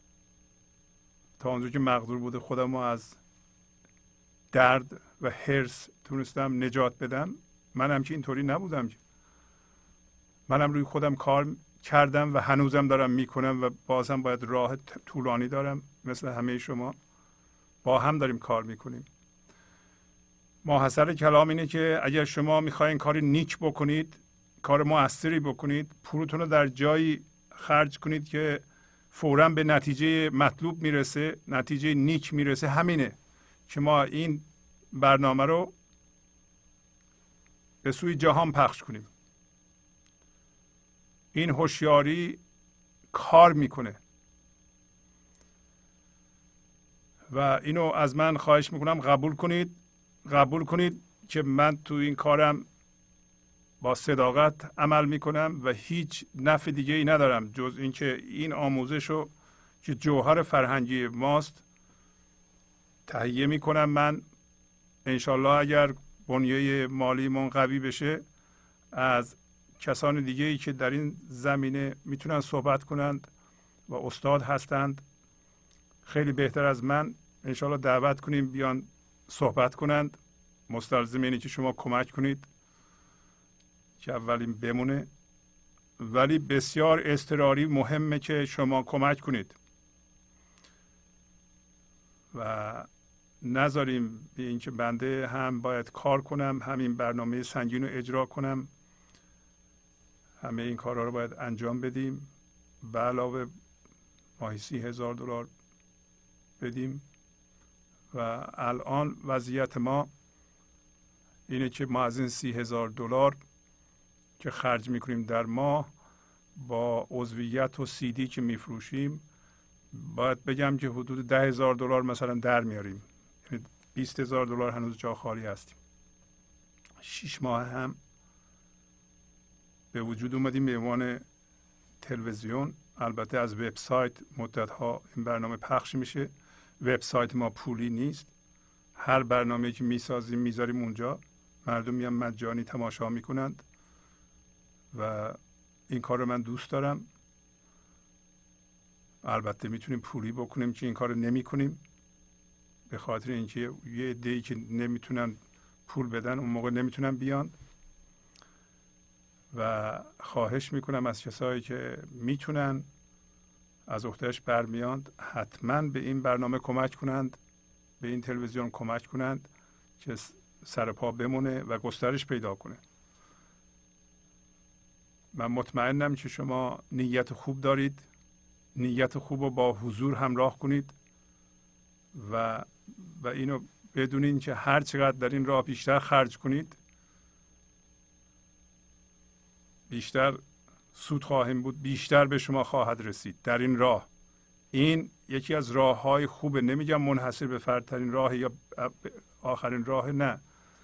تا آنجا که مقدور بوده خودم رو از درد و حرص تونستم نجات بدم. منم که اینطوری نبودم، منم روی خودم کار کردم و هنوزم دارم میکنم و بازم باید راه طولانی دارم مثل همه شما. با هم داریم کار میکنیم. ماحصل کلام اینه که اگر شما میخواین کار نیک بکنید، کار موثری بکنید، پولتون رو در جایی خرج کنید که فوراً به نتیجه مطلوب میرسه، نتیجه نیک میرسه. همینه که ما این برنامه رو به سوی جهان پخش کنیم. این هوشیاری کار میکنه و اینو از من خواهش میکنم قبول کنید. قبول کنید که من تو این کارم با صداقت عمل میکنم و هیچ نفع دیگه ای ندارم جز اینکه این آموزش رو که جوهر فرهنگی ماست تهیه میکنم. من انشالله اگر بنیه مالیمون قوی بشه از کسان دیگه ای که در این زمینه میتونن صحبت کنند و استاد هستند خیلی بهتر از من انشالله دعوت کنیم بیان صحبت کنند. مستلزم اینه که شما کمک کنید که اولین بمونه ولی بسیار اضطراری مهمه که شما کمک کنید و نذاریم به اینکه بنده هم باید کار کنم، همین برنامه سنگین رو اجرا کنم، همه این کارها رو باید انجام بدیم، به علاوه ماهی سی هزار دلار بدیم. و الان وضعیت ما اینه که ما از این سی هزار دلار که خرج میکنیم در ماه با عضویت و سی دی که میفروشیم باید بگم که حدود ده هزار دلار مثلا در میاریم، یعنی بیست هزار دلار هنوز جا خالی هستیم. شیش ماه هم به وجود اومدیم به عنوان تلویزیون، البته از وبسایت مدت ها این برنامه پخش میشه. وبسایت ما پولی نیست، هر برنامه‌ای که میسازیم میذاریم اونجا، مردم میان مجانی تماشا میکنند و این کار رو من دوست دارم. البته میتونیم پولی بکنیم که این کار رو نمی کنیم، به خاطر اینکه یه عده‌ای که نمیتونن پول بدن اون موقع نمیتونن بیان و خواهش میکنم از کسایی که میتونن از عهدهش برمیاند حتما به این برنامه کمک کنند، به این تلویزیون کمک کنند که سر پا بمونه و گسترش پیدا کنه. من مطمئنم که شما نیت خوب دارید، نیت خوب رو با حضور همراه کنید و و اینو بدونین که هر چقدر در این راه بیشتر خرج کنید بیشتر سود خواهیم بود، بیشتر به شما خواهد رسید در این راه. این یکی از راه های خوبه، نمیگم منحصر به فردترین راه یا آخرین راه، نه،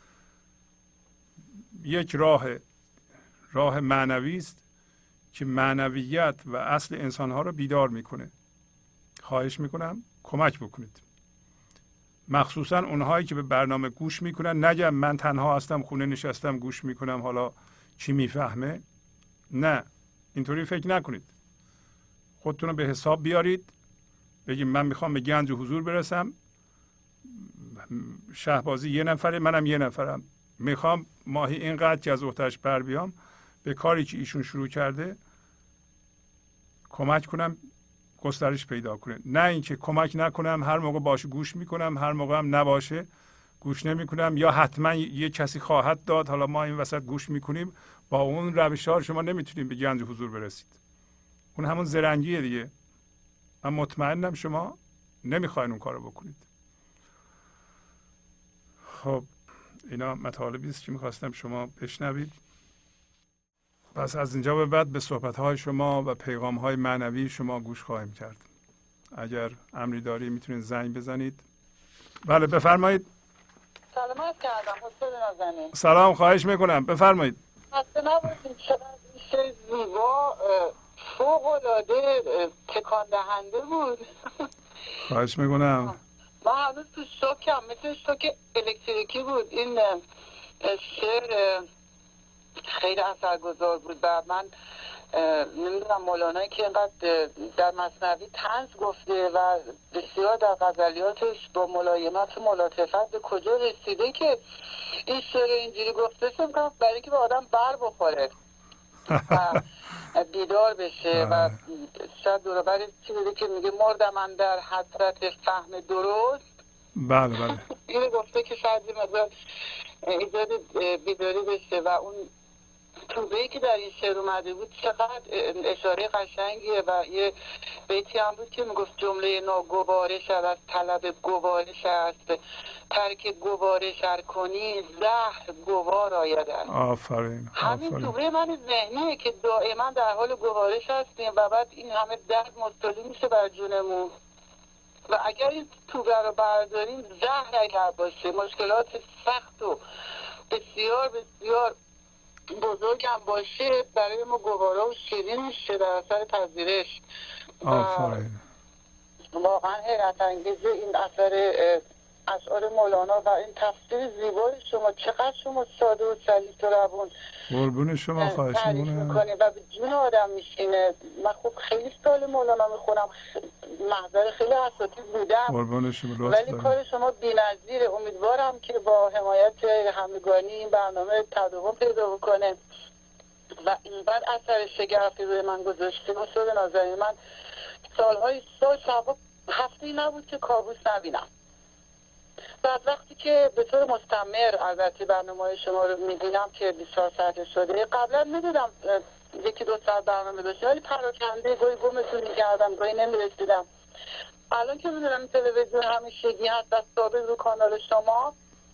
یک راه راه معنوی است که معنویت و اصل انسان ها رو بیدار میکنه. خواهش میکنم کمک بکنید، مخصوصا اونهایی که به برنامه گوش میکنن. نگم من تنها هستم خونه نشستم گوش میکنم حالا کی میفهمه، نه، اینطوری فکر نکنید. خودتون رو به حساب بیارید، بگید من میخوام به گنج حضور برسم، شهبازی یه نفره منم یه نفرم، میخوام ماهی اینقدر که از عهده‌اش بر بیام به کاری که ایشون شروع کرده کمک کنم گسترش پیدا کنه. نه اینکه کمک نکنم هر موقع باشه گوش میکنم، هر موقع هم نباشه گوش نمیکنم، یا حتما یه کسی خواهد داد حالا ما این وسط گوش میکنیم. با اون روش‌ها شما نمیتونید به گنج حضور برسید. اون همون زرنگیه دیگه. من مطمئنم شما نمیخواین اون کارو بکنید. خب اینا مطالبی است که میخواستم شما بشنوید. پس از اینجا به بعد به صحبت‌های شما و پیغام‌های معنوی شما گوش خواهیم کرد. اگر امری داری میتونید زنگ بزنید. بله بفرمایید. سلامت کردم حسین نازنین. سلام، خواهش میکنم بفرمایید. خسته نباشید. چقدر این زیبا فوق‌العاده تکان دهنده بود. خواهش میکنم. من هنوز تو شوکم، مثل شوک الکتریکی بود. این شعر خیلی اثرگذار بود و من نمیدونم مولانایی که اینقدر در مثنوی طنز گفته و بسیار در غزلیاتش با ملایمت و ملاطفت به کجا رسیده که این شعر اینجوری گفته شد که برای اینکه به آدم بر بخوره و بیدار بشه و شاید دور بر چی بوده که میگه مردم من در حسرت فهم درست. بله بله اینو گفته که شاید این مقدار ایجاد بیداری بشه و اون توبه‌ای که در این شعر اومده بود چقدر اشاره قشنگیه و یه بیتی هم بود که میگفت جمله ناگوارش از طلب گوارش است، ترک گوارش ار کنی زهر گوار آید است. آفرین. همین توبه من ذهنیه که دائما در حال گوارش هستیم و بعد این همه درد مستولی میشه بر جونمون و اگر این توبه رو برداریم زهر اگر باشه مشکلات سخت و بسیار بسیار بزرگم باشه برای ما گوارا و شیرین میشه در اثر پذیرش. آفرین. واقعا حیرت انگیزه این اثر اشعار مولانا و این تفسیر زیبای شما. چقدر شما ساده و سلیس و روون قربون شما، خواهش میکنه و به جون آدم میشینه. من خب خیلی سال مولانا میخونم، محضر خیلی اساتید بودم، قربون شما، ولی کار شما بی‌نظیره. امیدوارم که با حمایت همگانی این برنامه تداوم پیدا بکنه و اینقدر اثر شگرفی روی من گذاشته استاد نازنین. من سالهای سال شبا هفته نبود که کابوس نبینم. بعد وقتی که به طور مستمر البته برنامه شما رو میبینم که بیست و چهار ساعته شده، قبلا میدیدم یکی دو ساعت برنامه داشته ولی پراکنده گاهی گمتون میکردم گاهی نمیرسیدم. الان که میدونم تلویزیون همیشگی هست و ثابت رو کانال شما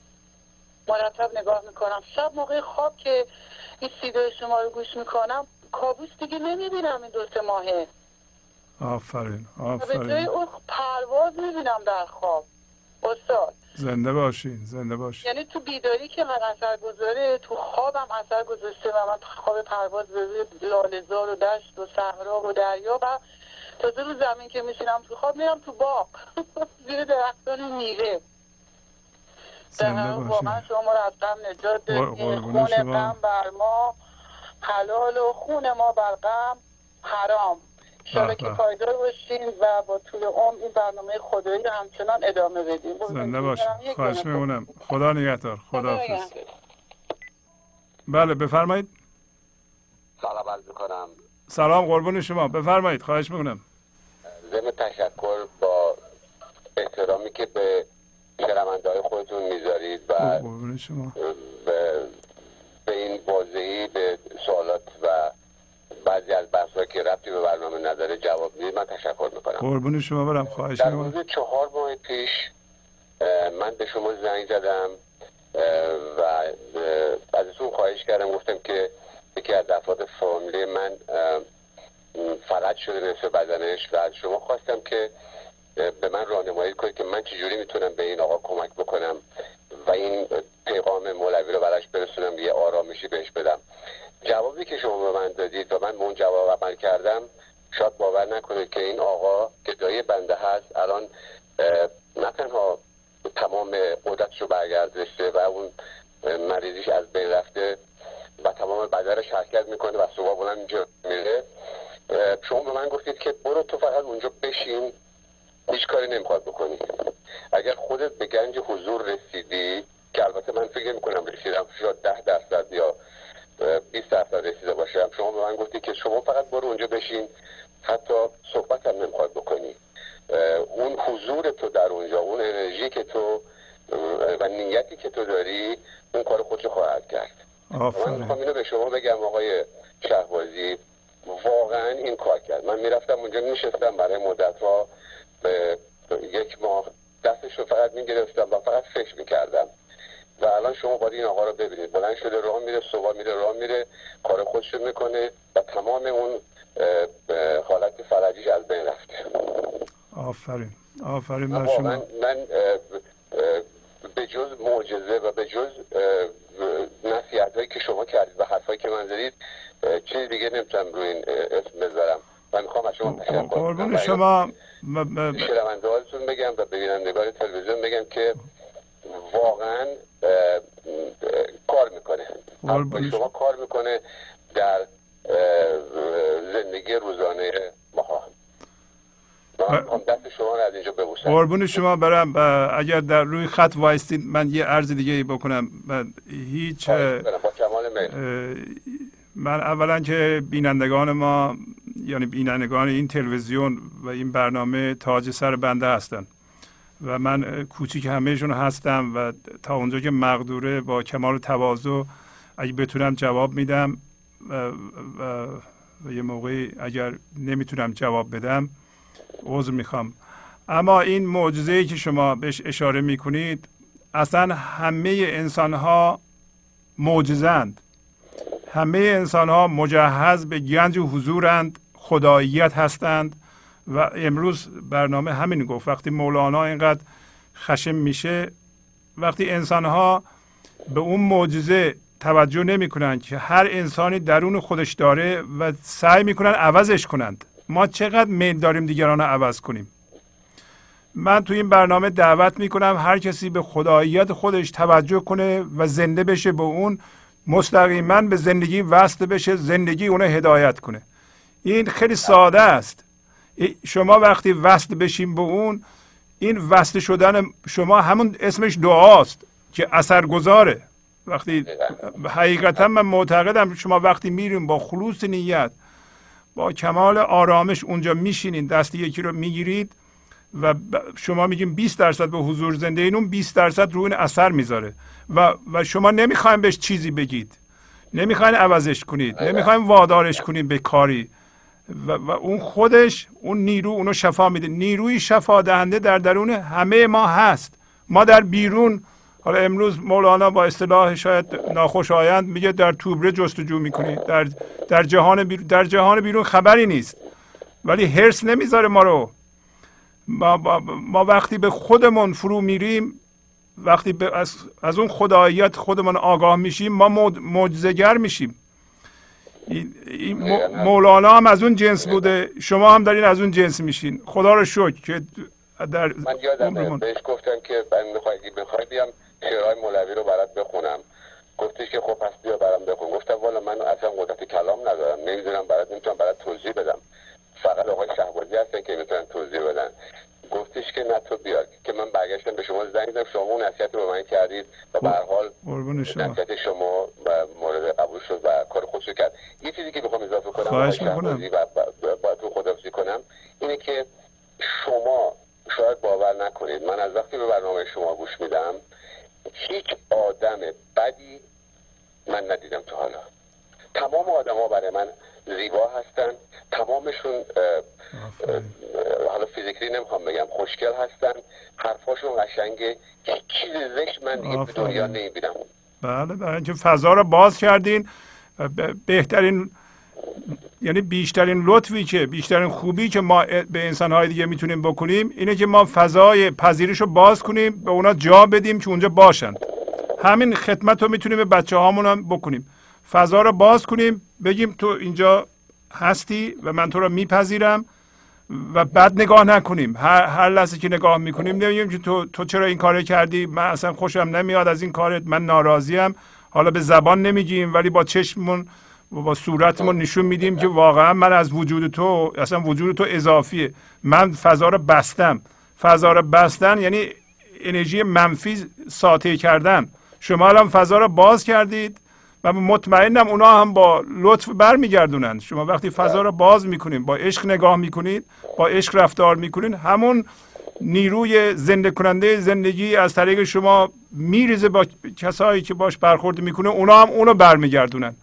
مرتب نگاه میکنم، شب موقع خواب که این سیدای شما رو گوش میکنم کابوس دیگه نمیبینم این دو سه ماهه. آفرین به جای آفرین. اون پرواز میبینم در خواب. استاد زنده باشین زنده باشین. یعنی تو بیداری که من اثر گذاره تو خوابم اثر گذاشته و من خواب پرواز به لاله‌زار و دشت و صحرا و دریا و تازه رو زمین که میشینم تو خواب میرم تو باغ زیر درختان میوه. زنده واقعا باشین. شما رو از غم نجات دادین. خون غم بر ما حلال و خون ما بر غم حرام. شما که پایدار باشین و با طول عمر این برنامه خدایی رو همچنان ادامه بدین. زنده باشین. خواهش می‌کنم. خدا نگهدار. خداحافظ. بله بفرمایید. سلام عرض می‌کنم. سلام قربون شما. بفرمایید. خواهش می‌کنم. ضمن تشکر با احترامی که به شنونده‌های خودتون میذارید و قربون شما. به, به این واضحی به سوالات و بعضی از بحث‌ها که ربطی به برنامه نداره جواب میدید من تشکر میکنم. قربون شما برم. خواهش در می‌کنم. حدود چهار ماه پیش من به شما زنگ زدم و ازتون خواهش کردم، گفتم که یکی از افراد فامیلی من فلج شده نصف بدنش و از شما خواستم که به من راهنمایی کنید که من چجوری میتونم به این آقا کمک بکنم و این پیغام مولوی رو براش برسونم، یه آرامشی بهش بدم. جوابی که شما به من دادید و من به اون جواب عمل کردم، شاید باور نکنید که این آقا که دایی بنده هست الان نه تنها تمام قدرتش رو برگردشته و اون مریضیش از بین رفته و تمام بدنش حرکت میکنه و صبح بلند اینجا میره. شما به من گفتید که برو تو فقط اونجا بشین، هیچ کاری نمیخواد بکنی. اگر خودت به گنج حضور رسیدی، که البته من فکر میکنم رسیدم، شاید ده درصد یا بیست درصد رسیده باشم، شما به من گفتی که شما فقط برو اونجا بشین، حتی صحبت هم نمیخواد بکنی. اون حضور تو در اونجا، اون انرژی که تو و نیتی که تو داری، اون کار خودشو خواهد کرد. من میخوام اینو به شما بگم آقای شهبازی، واقعا این کار کرد. من میرفتم اونجا میشستم برای مدت‌ها، به یک ماه دستش رو فقط میگرفتم و فقط فکر میکردم و الان شما باید این آقا رو ببینید، بلند شده راه میره، صبح میره راه میره، کار خودش رو میکنه و تمام اون حالت فلجیش از بین رفته. آفرین آفرین بر من, شما. من به جز معجزه و به جز نصیحت هایی که شما کردید و حرفایی که من زدید چیز دیگه نمیتونم روی این اسم بذارم. من میخوام از شما تشکر قربون شما. شنونده‌هاتون بگم و بینندگان تلویزیون بگم که واقعا کار میکنه، شما کار میکنه در زندگی روزانه ما. من دست شما رو از اینجا ببوسم. قربون شما برم. اگر در روی خط وایستید من یه عرض دیگه ای بکنم. من هیچ با کمال میل. من اولا که بینندگان ما، یعنی بینندگان این تلویزیون و این برنامه تاج سر بنده هستن و من کوچیک همهشون هستم و تا اونجا که مقدوره با کمال تواضع اگه بتونم جواب میدم و, و, و یه موقعی اگر نمیتونم جواب بدم عذر میخوام. اما این معجزه‌ای که شما بهش اشاره میکنید، اصلا همه انسان ها معجزند. همه انسان ها مجهز به گنج و حضورند، خداییت هستند و امروز برنامه همین گفت. وقتی مولانا اینقدر خشم میشه، وقتی انسان ها به اون معجزه توجه نمی کنند که هر انسانی درون خودش داره و سعی میکنن عوضش کنند. ما چقدر میل داریم دیگران رو عوض کنیم. من تو این برنامه دعوت میکنم هر کسی به خداییت خودش توجه کنه و زنده بشه، به اون مستقیما به زندگی وصل بشه، زندگی اونو هدایت کنه. این خیلی ساده است. شما وقتی وصل بشین به اون، این وصل شدن شما همون اسمش دعاست که اثرگذاره. وقتی حقیقتا من معتقدم شما وقتی میرین با خلوص نیت با کمال آرامش اونجا میشینین، دست یکی رو میگیرید و شما میگین بیست درصد به حضور زنده این، اون بیست درصد رو این اثر میذاره و و شما نمیخواین بهش چیزی بگید، نمیخواین عوضش کنید، نمیخواین وادارش کنید به کاری و, و اون خودش اون نیرو اونو شفا میده. نیروی شفا دهنده در درون همه ما هست. ما در بیرون، حالا امروز مولانا با اصطلاح شاید ناخوشایند میگه در توبره جستجو میکنید، در در جهان بیرون، در جهان بیرون خبری نیست، ولی هرس نمیذاره ما رو. ما, ما, ما وقتی به خودمون فرو میریم، وقتی به از, از اون خداییت خودمون آگاه میشیم، ما معجزه‌گر میشیم. این, این مولانا هم از اون جنس بوده، شما هم دارین از اون جنس میشین. خدا رو شکر که در من یادم بهش گفتن که من میخوای بخوای بیام شعرهای مولوی رو برات بخونم، گفتش که خب پس بیا برام بخون. گفتم والا من اصلا قدرت کلام ندارم، نمیدونم برات، نمیتونم برات توضیح بدم، فقط آقای شهبازی هستن که میتونن توضیح بدن. گفتش که نه تو بیا. که من برگشتم به شما زنگ زدم، شما اون نصیحت رو به من کردید و به هر حال نصیحت شما مورد قبول شد و کار خودش رو کرد. یه چیزی که میخوام اضافه کنم خواهش میکنم و با تو خداحافظی کنم اینه که شما شاید باور نکنید، من از وقتی به برنامه شما گوش میدم هیچ آدم بدی من ندیدم تا حالا. تمام آدم ها برای من زیبا هستن، تمامشون اه اه حالا فیزیکلی نمیخوام بگم خوشگل هستن، حرفاشون قشنگه، هیچ چیز زشت من دیگه به دنیا نمیبینم. بله، برای اینکه فضا رو باز کردین. بهترین یعنی بیشترین لطفی که بیشترین خوبی که ما به انسان‌های دیگه میتونیم بکنیم اینه که ما فضای پذیرش رو باز کنیم، به اونا جا بدیم که اونجا باشن. همین خدمت رو میتونیم به بچه هامون هم بکنیم، فضا رو باز کنیم، بگیم تو اینجا هستی و من تو رو میپذیرم و بعد نگاه نکنیم. هر, هر لحظه که نگاه میکنیم نمیگیم که تو, تو چرا این کار کردی، من اصلا خوشم نمیاد از این کارت، من ناراضیم. حالا به زبان نمیگیم ولی با چشممون و با صورتمون نشون میدیم که واقعا من از وجود تو، اصلا وجود تو اضافیه، من فضا رو بستم. فضا رو بستن یعنی انرژی منفی ساطع کردن. شما الان فضا رو باز کردید و مطمئنم اونا هم با لطف برمیگردونن. شما وقتی فضا رو باز میکنید، با عشق نگاه میکنید، با عشق رفتار میکنید، همون نیروی زنده کننده زندگی از طریق شما میریزه با کسایی که باش برخورد میکنه، اونا هم اونو برمیگردونن.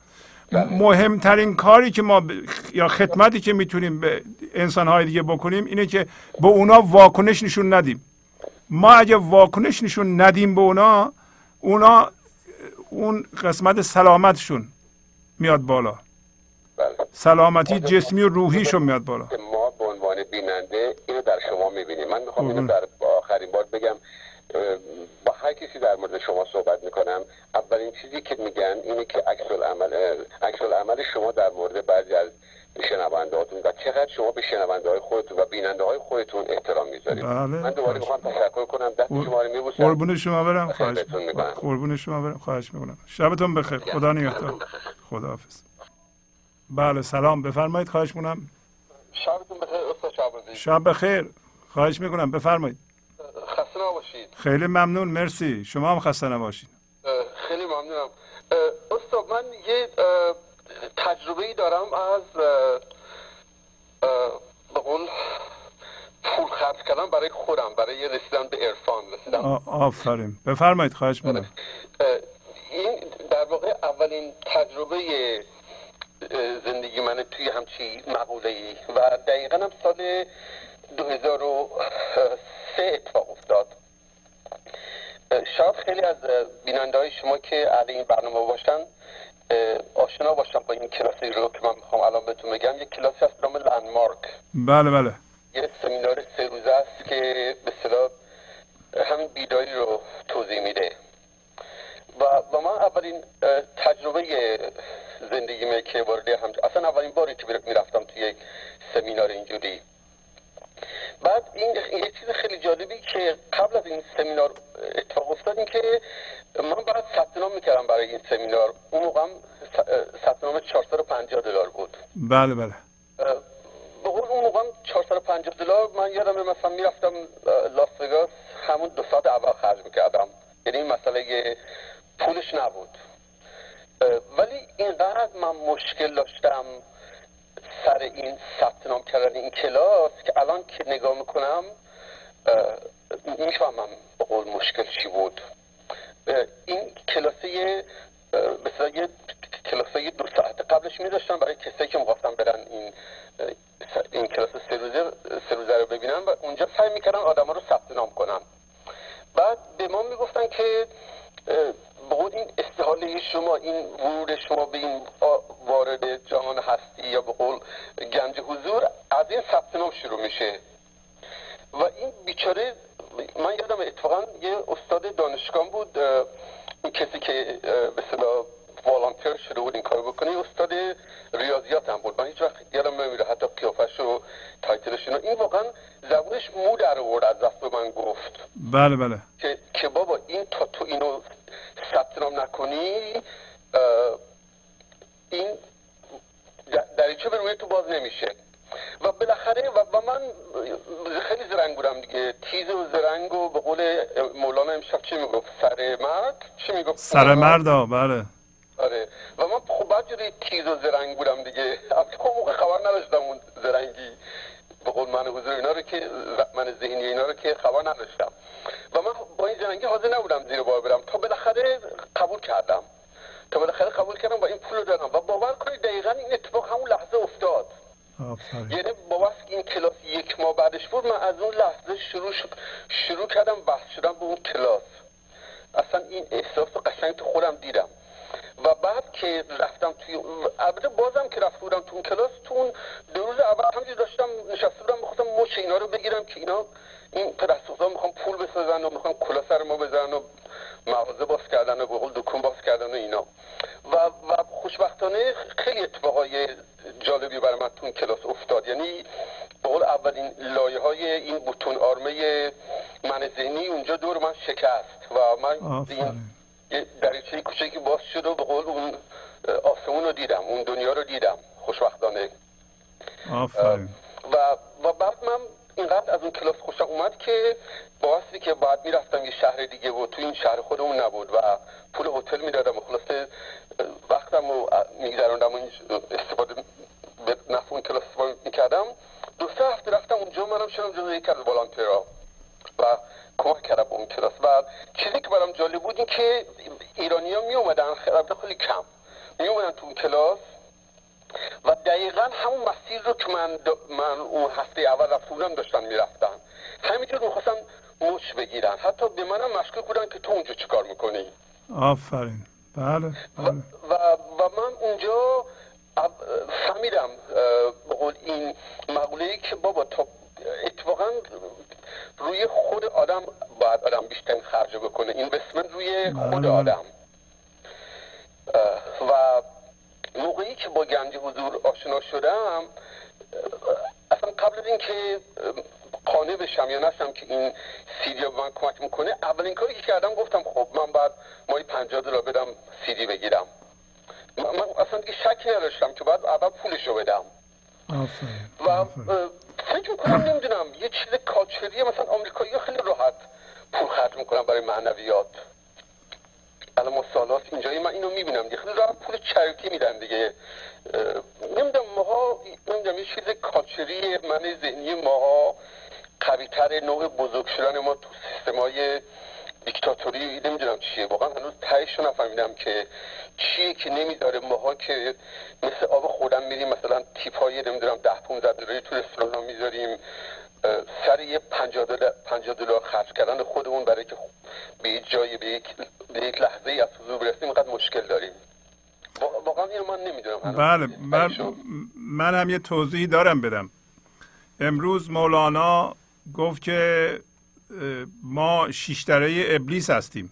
مهمترین کاری که ما ب... یا خدمتی که میتونیم به انسانهای دیگه بکنیم اینه که به اونا واکنش نشون ندیم. ما اگه واکنش نشون ندیم به اونا، اونا اون قسمت سلامتشون میاد بالا. بله. سلامتی جسمی و روحیشون میاد بالا. ما به عنوان بیننده اینو در شما میبینیم. من میخوام اینو در آخرین بار بگم، با هر کسی در مورد شما صحبت میکنم، اولین چیزی که میگن اینه که عکس العمل عکس العمل شما در مورد بعضی از شنوندهاتون و چقدر شما به شنونده های خودتون و بیننده های خودتون احترام میذارید. بله. من دوباره میخوام تشکر کنم، دست شما رو میبوسم. قربون شما برم، خواهش میکنم. قربون شما برم، خواهش میکنم. شبتون بخیر. خدا نگهدار. خداحافظ. بله، سلام، بفرمایید. خواهش میکنم. شبتون بخیر استاد شهبازی. شب بخیر. خواهش میکنم، بفرمایید. خسته نباشید. خیلی ممنون، مرسی. شما هم خسته نباشید. خیلی ممنونم. استاد، من یه تجربه ای دارم از به قول پول خرج کردن برای خودم، برای رسیدن به عرفان رسیدن. آفرین، بفرمایید. خواهش میکنم. این در واقع اولین تجربه زندگی منه توی همچی مقوله ای و دقیقا هم سال دو هزار و سه اتفاق افتاد. شاید خیلی از بیننده های شما که علی این برنامه باشن آشنا باشن با این کلاسی رو که من میخوام الان بهتون بگم. یک کلاسی هست به نام لندمارک. بله بله. یه سمینار سه روزه است که به اصطلاح همین بیداری رو توضیح میده و و من اولین تجربه زندگیمه که وارد هم اصلا اولین باری که میرفتم توی یک سمینار اینجوری. بعد این یه چیز خیلی جالبی که قبل از این سمینار اتفاق افتاد این که من باید ثبت نام میکردم برای این سمینار. اون موقع هم ثبت نام چهارصد و پنجاه دلار بود. بله بله. به قول اون موقع چهارصد و پنجاه دلار من یادم مثلا میرفتم لاس وگاس همون دو ساعت اول خرج میکردم. یعنی این مسئله پولش نبود. ولی اینقدر من مشکل داشتم سر این ثبت نام کردن این کلاس که الان که نگاه میکنم میفهمم به قول مشکل چی بود. این کلاسه مثلا یه کلاسه دو ساعت قبلش می‌داشتم برای کسایی که می‌خواستن برن این این کلاس سه روزه سه روزه رو ببینن و اونجا سعی می‌کردن آدما رو ثبت نام کنن. بعد به ما میگفتن که به قول این استحاله شما، این ورود شما به این وارد جهان هستی یا به قول گنج حضور از این ثبت نام شروع میشه. و این بیچاره، من یادم اتفاقا یه استاد دانشگاه بود، این کسی که به اصطلاح والانتیر شده بود این کار بکنه، استاد ریاضیات هم بود. من هیچ وقت یادم نمیره حتی قیافش و تایتلش. این واقعا زبونش مو در آورد از دست به من گفت بله بله که که بابا این تا تو اینو ثبت نام نکنی این دریچه به روی تو باز نمیشه. و بالاخره و, و من خیلی زرنگ بودم دیگه، تیز و زرنگ و به قول مولانا امشب چی میگفت؟ سر مرد چی میگفت؟ سر مرد ها بله. آره و من خب بجوری تیز و زرنگ بودم دیگه. خب موقع خبر نداشتم اون زرنگی به قول من حضور اینا رو که من ذهنی اینا رو که خبر نداشتم و من با این زرنگی حاضر نبودم زیر بار برم تا بالاخره قبول کردم تا بالاخره قبول کردم و این پول رو دادم و باور کنید دقیقاً این اتفاق همون لحظه افتاد. آفرین. یعنی باور این کلاس یک ماه بعدش بود، من از اون لحظه شروع شروع کردم بحث شدم به اون کلاس. اصلا این احساس رو قشنگ تو خودم دیدم و بعد که رفتم توی البته بازم که رفته بودم تو اون کلاس، تو اون دو روز اول همینجوری داشتم نشسته بودم می‌خواستم مچ اینا رو بگیرم که اینا این پدرسوزا میخوان پول بسازن و میخوان کلا سر ما بزنن و مغازه باز کردن و به قول دکون باز کردن و اینا و و خوشبختانه خیلی اتفاقای جالبی برای من تو این کلاس افتاد. یعنی به قول اولین لایه‌های این بوتون آرمه من ذهنی اونجا دور من شکست و من یه دریچه کوچکی باز شد و به قول اون آسمون رو دیدم، اون دنیا رو دیدم خوشبختانه. آفرین. و و بعد من اینقدر از اون کلاس خوشم اومد که باعثی که بعد میرفتم یه شهر دیگه و تو این شهر خودمون نبود و پول هتل میدادم و خلاصه وقتم رو میگذروندم و استفاده به نفع اون کلاس استفاده میکردم. دو سه هفته رفتم اونجا، منم شدم جزو یکی از والانتیرها و کمک کردم به اون کلاس. و چیزی که برام جالب بود این که ایرانی‌ها می اومدن خیلی کم می اومدن تو اون کلاس و دقیقاً همون مسیر رو که من من اون هفته اول رفته بودم داشتن میرفتن، همینطور میخواستن مچ بگیرن، حتی به منم مشکوک بودن که تو اونجا چیکار میکنی. آفرین. بله, بله. و, و, و من اونجا فهمیدم به قول این مقوله‌ای که بابا تا اتفاقا روی خود آدم باید آدم بیشتر خرج بکنه، اینوستمنت روی خود آدم. و موقعی که با گنج حضور آشنا شدم، اصلا قبل از این که قانع بشم یا نشم که این سیدی به من کمک میکنه، اولین کاری که کردم گفتم خب من بعد مایی پنجاه دلار بدم سیدی بگیرم. من اصلا دیگه شکی نداشتم که بعد اول پولشو بدم. آفرین. و آفرین. فکر میکنم نمیدونم یه چیز کالچریه، مثلا آمریکایی‌ها خیلی راحت پول خرج میکنن برای معنویات. الان ما سالات اینجایی من اینو میبینم دیگه خیلی راحت پول چریتی میدن دیگه. نمیدونم ماها نمیدونم یه چیز کالچری من ذهنی ماها قوی‌تر، نوع بزرگ شدن ما تو سیستمای دیکتاتوری نمیدونم چیه، واقعا هنوز تهش نفهمیدم که چیه که نمیذاره ماها که مثل آب خوردن میریم مثلا تیپای نمیدونم ده پانزده دلاری تو رستوران میذاریم سر یه پنجاه دلار خرج کردن خودمون برای که به یک جایی به یک, به یک لحظه ای از حضور برسیم اینقدر مشکل داریم. واقعا اینو من نمیدونم. بله من, من هم یه توضیحی دارم بدم. امروز مولانا گفت که ما شش دره ابلیس هستیم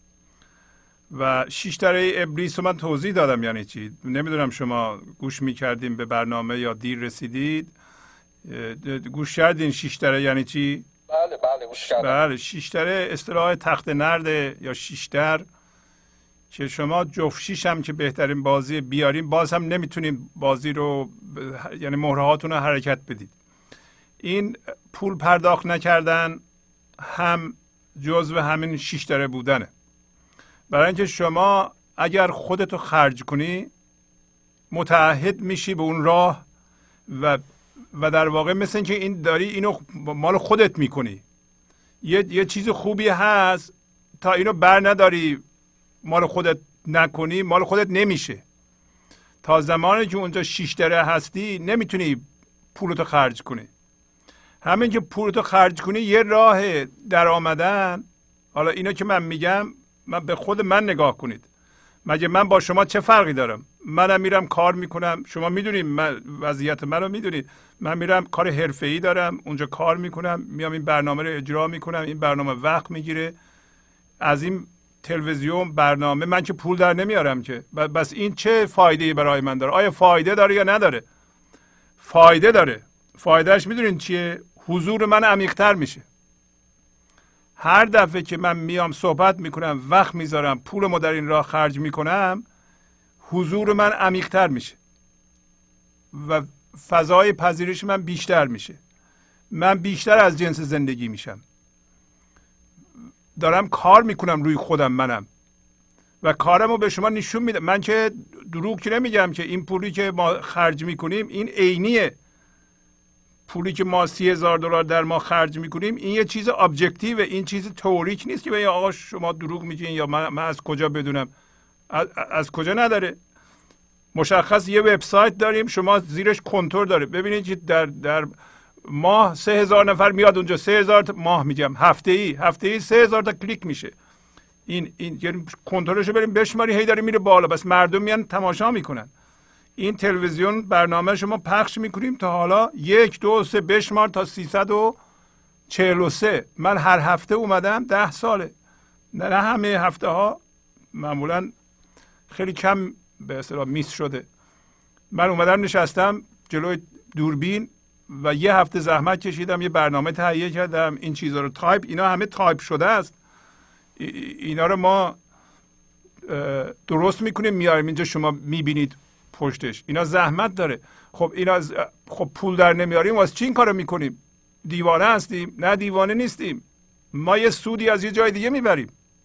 و شش دره ابلیس رو من توضیح دادم یعنی چی. نمیدونم شما گوش میکردیم به برنامه یا دیر رسیدید. گوش کردین شش دره یعنی چی؟ بله بله گوش کردم. بله شش دره اصطلاح تخت نرد یا شش در که شما جفت شیش هم که بهترین بازی بیاریم باز هم نمیتونیم بازی رو یعنی مهره هاتون رو حرکت بدید. این پول پرداخت نکردن هم جزو همین شش دره بودنه. برای اینکه شما اگر خودتو خرج کنی متعهد میشی به اون راه و و در واقع مثل اینکه این داری اینو مال خودت میکنی. یه یه چیز خوبی هست تا اینو بر نداری مال خودت نکنی مال خودت نمیشه. تا زمانی که اونجا شیش دره هستی نمیتونی پولتو خرج کنی. همین که پولتو خرج کنی یه راه در آمدن. حالا اینو که من میگم من به خود من نگاه کنید. مگه من با شما چه فرقی دارم؟ منم میرم کار میکنم، شما میدونید من وضعیت منو میدونید، من میرم کار حرفه‌ای دارم اونجا کار میکنم، میام این برنامه رو اجرا میکنم، این برنامه وقت میگیره. از این تلویزیون برنامه من که پول در نمیارم که، بس این چه فایده‌ای برای من داره؟ آیا فایده داره یا نداره؟ فایده داره. فایدهش میدونین چیه؟ حضور من عمیق‌تر میشه. هر دفعه که من میام صحبت میکنم، وقت میذارم، پولمو در این راه خرج میکنم، حضور من عمیق‌تر میشه و فضای پذیرش من بیشتر میشه. من بیشتر از جنس زندگی میشم. دارم کار میکنم روی خودم منم و کارمو به شما نشون میدم. من که دروغ که نمیگم که این پولی که ما خرج میکنیم این عینیه. پولی که ما سی هزار دلار در ما خرج میکنیم این یه چیز ابجکتیوه، این چیز تئوریک نیست که بگید آقا شما دروغ میگین یا من, من از کجا بدونم. از, از کجا نداره. مشخص یه وبسایت داریم، شما زیرش کنترل داره. ببینید که در در ماه سه هزار نفر میاد اونجا، سه هزار تا ماه میگم هفته ای هفته ای سه هزار تا کلیک میشه. این این یعنی کنترلشو بریم بشماری، هی داره میره بالا، بس مردم میان تماشا میکنن. این تلویزیون برنامه شما پخش میکنیم تا حالا یک دو سه بشمار تا سیصد و چهل و سه. من هر هفته اومدم ده ساله، نه, نه همه هفته ها، معمولا خیلی کم به اصطلاح میس شده. من اومدم نشستم جلوی دوربین و یه هفته زحمت کشیدم، یه برنامه تهیه کردم، این چیزا رو تایپ، اینا همه تایپ شده است. اینا رو ما درست میکنیم میاریم اینجا، شما میبینید پشتش. اینا زحمت داره. خب اینا ز... خب پول در نمیاریم، واسه چی این کارو میکنیم؟ دیوانه هستیم؟ نه دیوانه نیستیم. ما یه سودی از یه جای دیگه میبریم.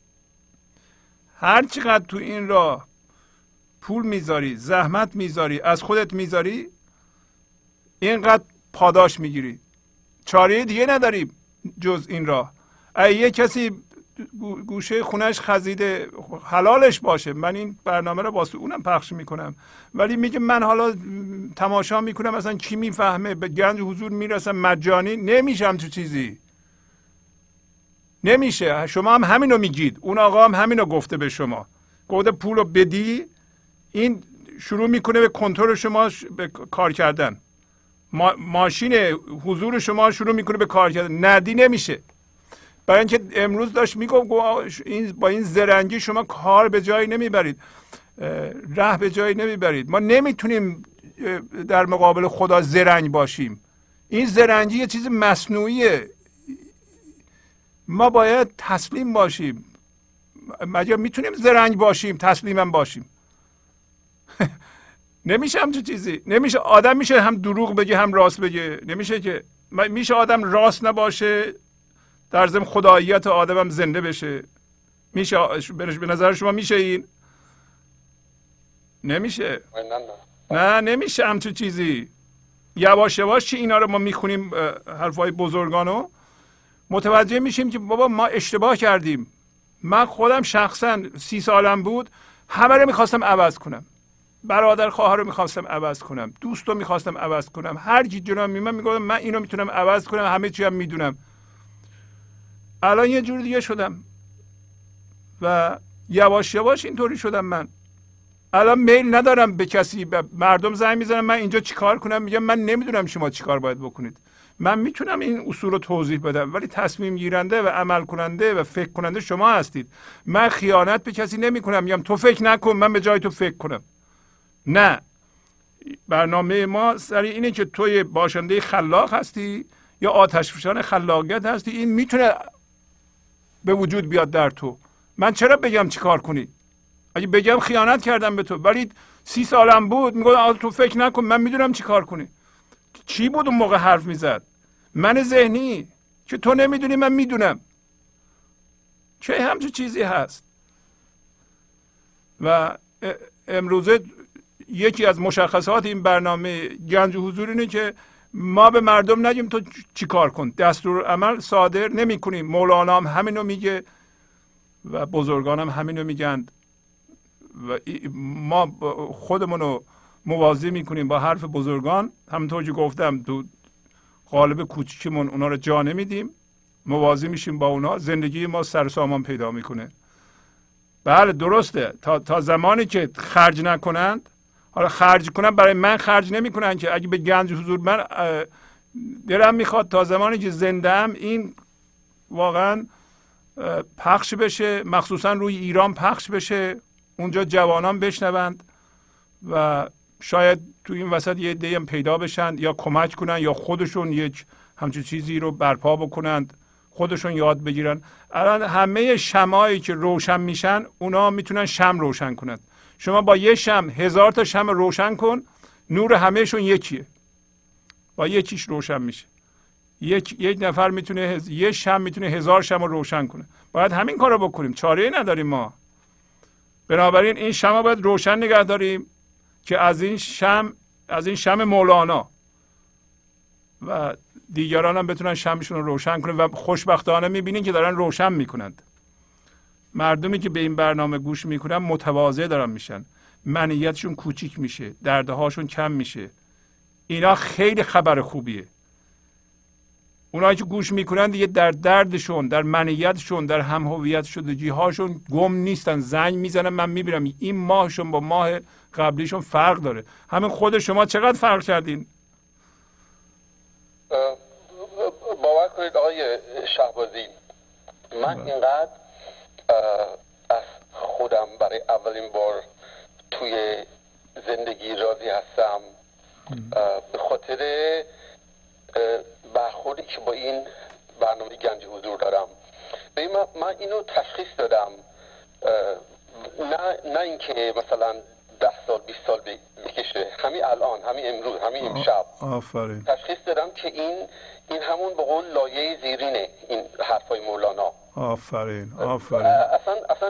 هر چقدر تو این راه پول میذاری، زحمت میذاری، از خودت میذاری، اینقدر پاداش میگیری. چاره دیگه نداریم جز این راه. اگه یه کسی گوشه خونش خزیده حلالش باشه، من این برنامه رو واسه اونم پخش میکنم، ولی میگه من حالا تماشا میکنم اصلا کی میفهمه، به گنج حضور میرسم مجانی. نمیشم تو چیزی نمیشه. شما هم همینو میگید، اون آقا هم همینو گفته به شما، گفته پولو بدی این شروع میکنه به کنترل شما به کار کردن. ما، ماشین حضور شما شروع میکنه به کار کردن. ندی نمیشه. برای اینکه امروز داشت میگفت این با این زرنگی شما کار به جایی نمیبرید، ره به جایی نمیبرید. ما نمیتونیم در مقابل خدا زرنگ باشیم. این زرنگی یه چیز مصنوعیه. ما باید تسلیم باشیم. مگه میتونیم زرنگ باشیم تسلیمم باشیم؟ نمیشه همچون چیزی. نمیشه آدم میشه هم دروغ بگه هم راست بگه. نمیشه که. میشه آدم راست نباشه در ضمن خداییت آدم هم زنده بشه؟ میشه؟ به نظر شما میشه این؟ نمیشه. نه نمیشه همچون چیزی. یواش یواش چی اینا رو ما میخونیم حرفای بزرگانو متوجه میشیم که بابا ما اشتباه کردیم. من خودم شخصا سی سالم بود همه رو میخواستم عوض کنم. برادر خواهر رو میخواستم عوض کنم، دوست رو میخواستم عوض کنم، هر کی جلوم میومد میگفتم من اینو میتونم عوض کنم، همه چی هم میدونم. الان یه جور دیگه شدم و یواش یواش اینطوری شدم. من الان میل ندارم به کسی، به مردم زنگ میزنم من اینجا چیکار کنم، میگم من نمیدونم شما چیکار باید بکنید. من میتونم این اصول رو توضیح بدم ولی تصمیم گیرنده و عمل کننده و فکر کننده شما هستید. من خیانت به کسی نمی کنم، میگم تو فکر نکن من به جای تو فکر کنم. نه، برنامه ما سری اینه که توی باشنده خلاق هستی یا آتشفشان خلاقیت هستی، این میتونه به وجود بیاد در تو. من چرا بگم چی کار کنی؟ اگه بگم خیانت کردم به تو. ولی سی سالم بود میگم تو فکر نکن من میدونم چی کار کنی. چی بود اون موقع حرف میزد؟ من ذهنی که تو نمیدونی من میدونم. چه همچون چیزی هست. و امروزه یکی از مشخصات این برنامه گنج حضور اینه که ما به مردم نگیم تو چی کار کن، دستور عمل صادر نمی کنیم. مولانا هم همینو میگه و بزرگان هم همینو میگن و ما خودمونو موازی میکنیم با حرف بزرگان. همونطور که گفتم تو قالب کوچیکمون اونا رو جا نمیدیم، موازی میشیم با اونا، زندگی ما سر سامان پیدا میکنه. بله درسته، تا, تا زمانی که خرج نکنند، حالا خرج کنن برای من خرج نمیکنن که اگه به گنج حضور من دلم میخواد تا زمانی که زنده ام این واقعا پخش بشه، مخصوصا روی ایران پخش بشه، اونجا جوانان بشنوند و شاید تو این وسط یه عده‌ای هم پیدا بشن یا کمک کنن یا خودشون یک همچین چیزی رو برپا بکنند، خودشون یاد بگیرن. الان همه شمعایی که روشن میشن اونا میتونن شمع روشن کنند. شما با یه شمع هزار تا شمع روشن کن، نور همهشون یکیه، با یکیش روشن میشه. یک یک نفر میتونه هز... یه شمع میتونه هزار شمع روشن کنه. باید همین کارو بکنیم، چاره‌ای نداریم ما. بنابراین این شمع باید روشن نگه داریم که از این شمع از این شمع مولانا و دیگران هم بتونن شمعشون رو روشن کنن و خوشبختانه میبینین که دارن روشن میکنند. مردمی که به این برنامه گوش میکنن متواضع دارن میشن، منیتشون کوچیک میشه، دردهاشون کم میشه. اینا خیلی خبر خوبیه. اونایی که گوش میکنن دیگه در دردشون، در منیتشون، در هم هویت شدگی هاشون گم نیستن. زنگ میزنن، من میبینم این ماهشون با ماه قبلیشون فرق داره. همین خود شما چقدر فرق کردین؟ باور کنید آقای شهبازی، من اینقدر از خودم برای اولین بار توی زندگی راضی هستم به خاطر برخوردی که با این برنامه گنج حضور دارم. ببین من اینو تشخیص دادم، نه نه اینکه مثلا ده سال بیست سال بکشه، همین الان، همین امروز، همین امشب آفرین تشخیص دادم که این این همون به قول لایه زیرینه این حرفای مولانا. آفرین آفرین. اصلا اصلا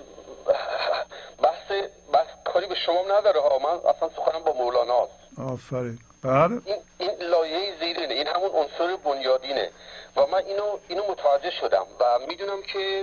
بحث بحث کاری به شما نداره ها، من اصلا سخنم با مولاناست. آفرین. بله این این لایه زیرینه، این همون عنصر بنیادینه و من اینو اینو متوجه شدم و میدونم که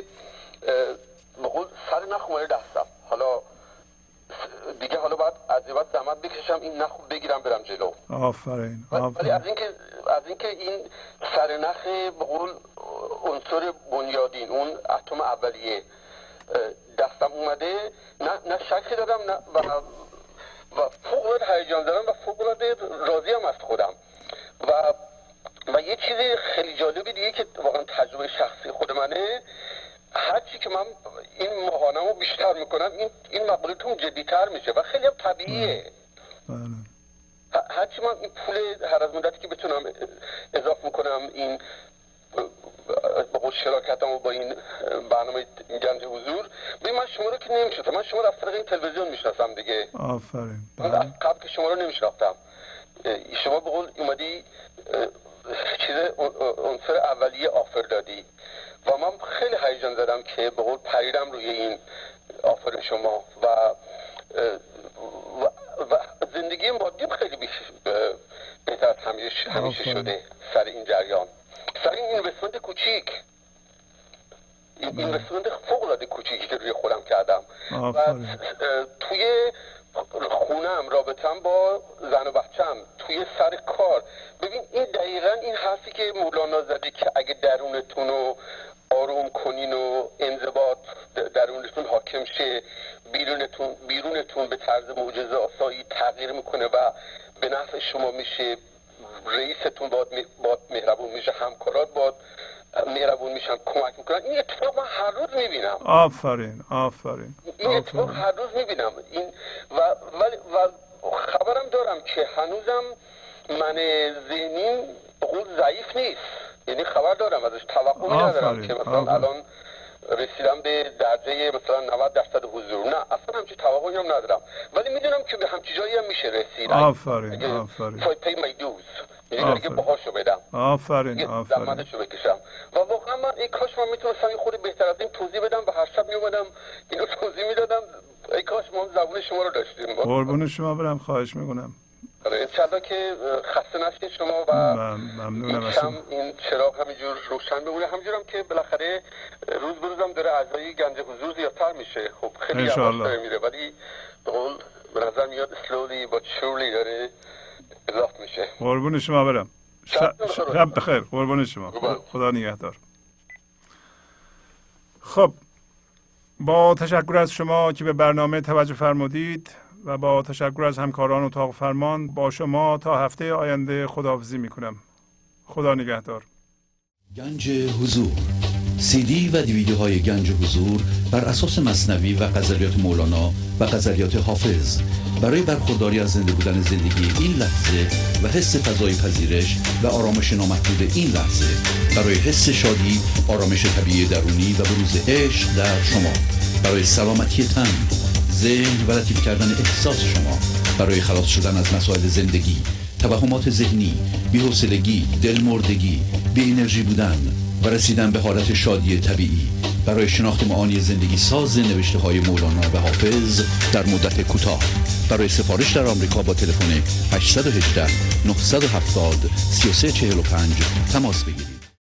به قول سر نخ اومده دستم. حالا دیگه حالا باید از این بعد زحمت بکشم این نخ بگیرم برم جلو. آفرین ولی آفرین. از اینکه از اینکه این سر نخ به قول عنصر بنیادین، اون اتم اولیه دستم اومده، نه نه شکی دادم نه و و فوق العاده هیجان زدم و فوق العاده راضی ام از خودم. و و یه چیز خیلی جالبی دیگه که واقعا تجربه شخصی خود منه، هرچی که من این ماهانه‌مو بیشتر میکنم این این مقولتون جدی‌تر میشه و خیلی هم طبیعیه. بله. هرچی من این پول هر از مدتی که بتونم اضافه میکنم این با شراکتمو با این برنامه گنج حضور، ببین من شما رو که نمیشناسم، من شما رو از طریق این تلویزیون میشناسم دیگه. آفرین. من از قبل که شما رو نمیشناختم، شما به قول اومدی چیز عنصر اولیه آفر دادی و من خیلی هیجان زدم که به قول پریدم روی این آفر شما و و, و زندگی مادیم خیلی بهتر از همیشه همیشه شده سر این جریان، سر این اینوستمنت کوچیک، این اینوستمنت فوق العاده کوچیکی که روی خودم کردم. آفرین. و توی خونم، رابطم با زن و بچم، توی سر کار. ببین این دقیقا این حرفی که مولانا زده که اگه درونتون رو آروم کنین و انضباط درونتون حاکم شه، بیرونتون بیرونتون به طرز معجزه آسایی تغییر میکنه و به نفع شما میشه. رئیستون باد باد مهربون میشه، همکارات باد مهربون میشن، کمک میکنن. این اتفاق من هر روز میبینم. آفرین آفرین. این اتفاق هر روز میبینم. این و ولی و خبرم دارم که هنوزم من ذهنیم به قول ضعیف نیست، یعنی خبر دارم ازش، توقع ندارم که مثلا آفرین. الان رسیدم به درجه مثلا نود درصد حضور، نه اصلا همچین توقعی هم ندارم، ولی میدونم که به همچین جایی هم میشه رسید. آفرین آفرین. فای پی می دوز، یعنی دیگه باهاشو بدم. آفرین آفرین. زحمتشو بکشم و واقعا من این کاش من میتونستم این خود بهتر از این توضیح بدم و هر شب میومدم اینو توضیح میدادم ای کاش ما زبون شما رو داشتیم. قربون شما برم، خواهش میکنم. انشالله که خسته نشید شما و ممنونم از شما. این چراغ همینجور روشن بمونه، همینجور هم که بالاخره روز به روز هم داره اعضای گنج حضور زیادتر میشه. خب خیلی یواش داره میره، ولی به قول به نظر میاد slowly but surely داره اضافه میشه. قربون شما برم. شب بخیر. قربون شما. خدا نگهدار. خب با تشکر از شما که به برنامه توجه فرمودید و با تشکر از همکاران اتاق فرمان، با شما تا هفته آینده خداحافظی میکنم. خدا نگهدار. گنج حضور، سی دی و دیویدیوهای گنج حضور بر اساس مثنوی و غزلیات مولانا و غزلیات حافظ برای برخورداری از زنده بودن زندگی این لحظه و حس فضای پذیرش و آرامش نامحدود این لحظه، برای حس شادی، آرامش طبیعی درونی و بروز عشق در شما، برای سلامتی تن، ذهن و لطیف کردن احساس شما، برای خلاص شدن از مسائل زندگی، توهمات ذهنی، بی‌حوصلگی، دلمردگی، بی انرژی بودن و رسیدن به حالت شادی طبیعی، برای شناخت معانی زندگی ساز نوشته های مولانا و حافظ در مدت کوتاه. برای سفارش در آمریکا با تلفن هشت یک هشت نه هفت صفر سه سه چهار پنج تماس بگیرید.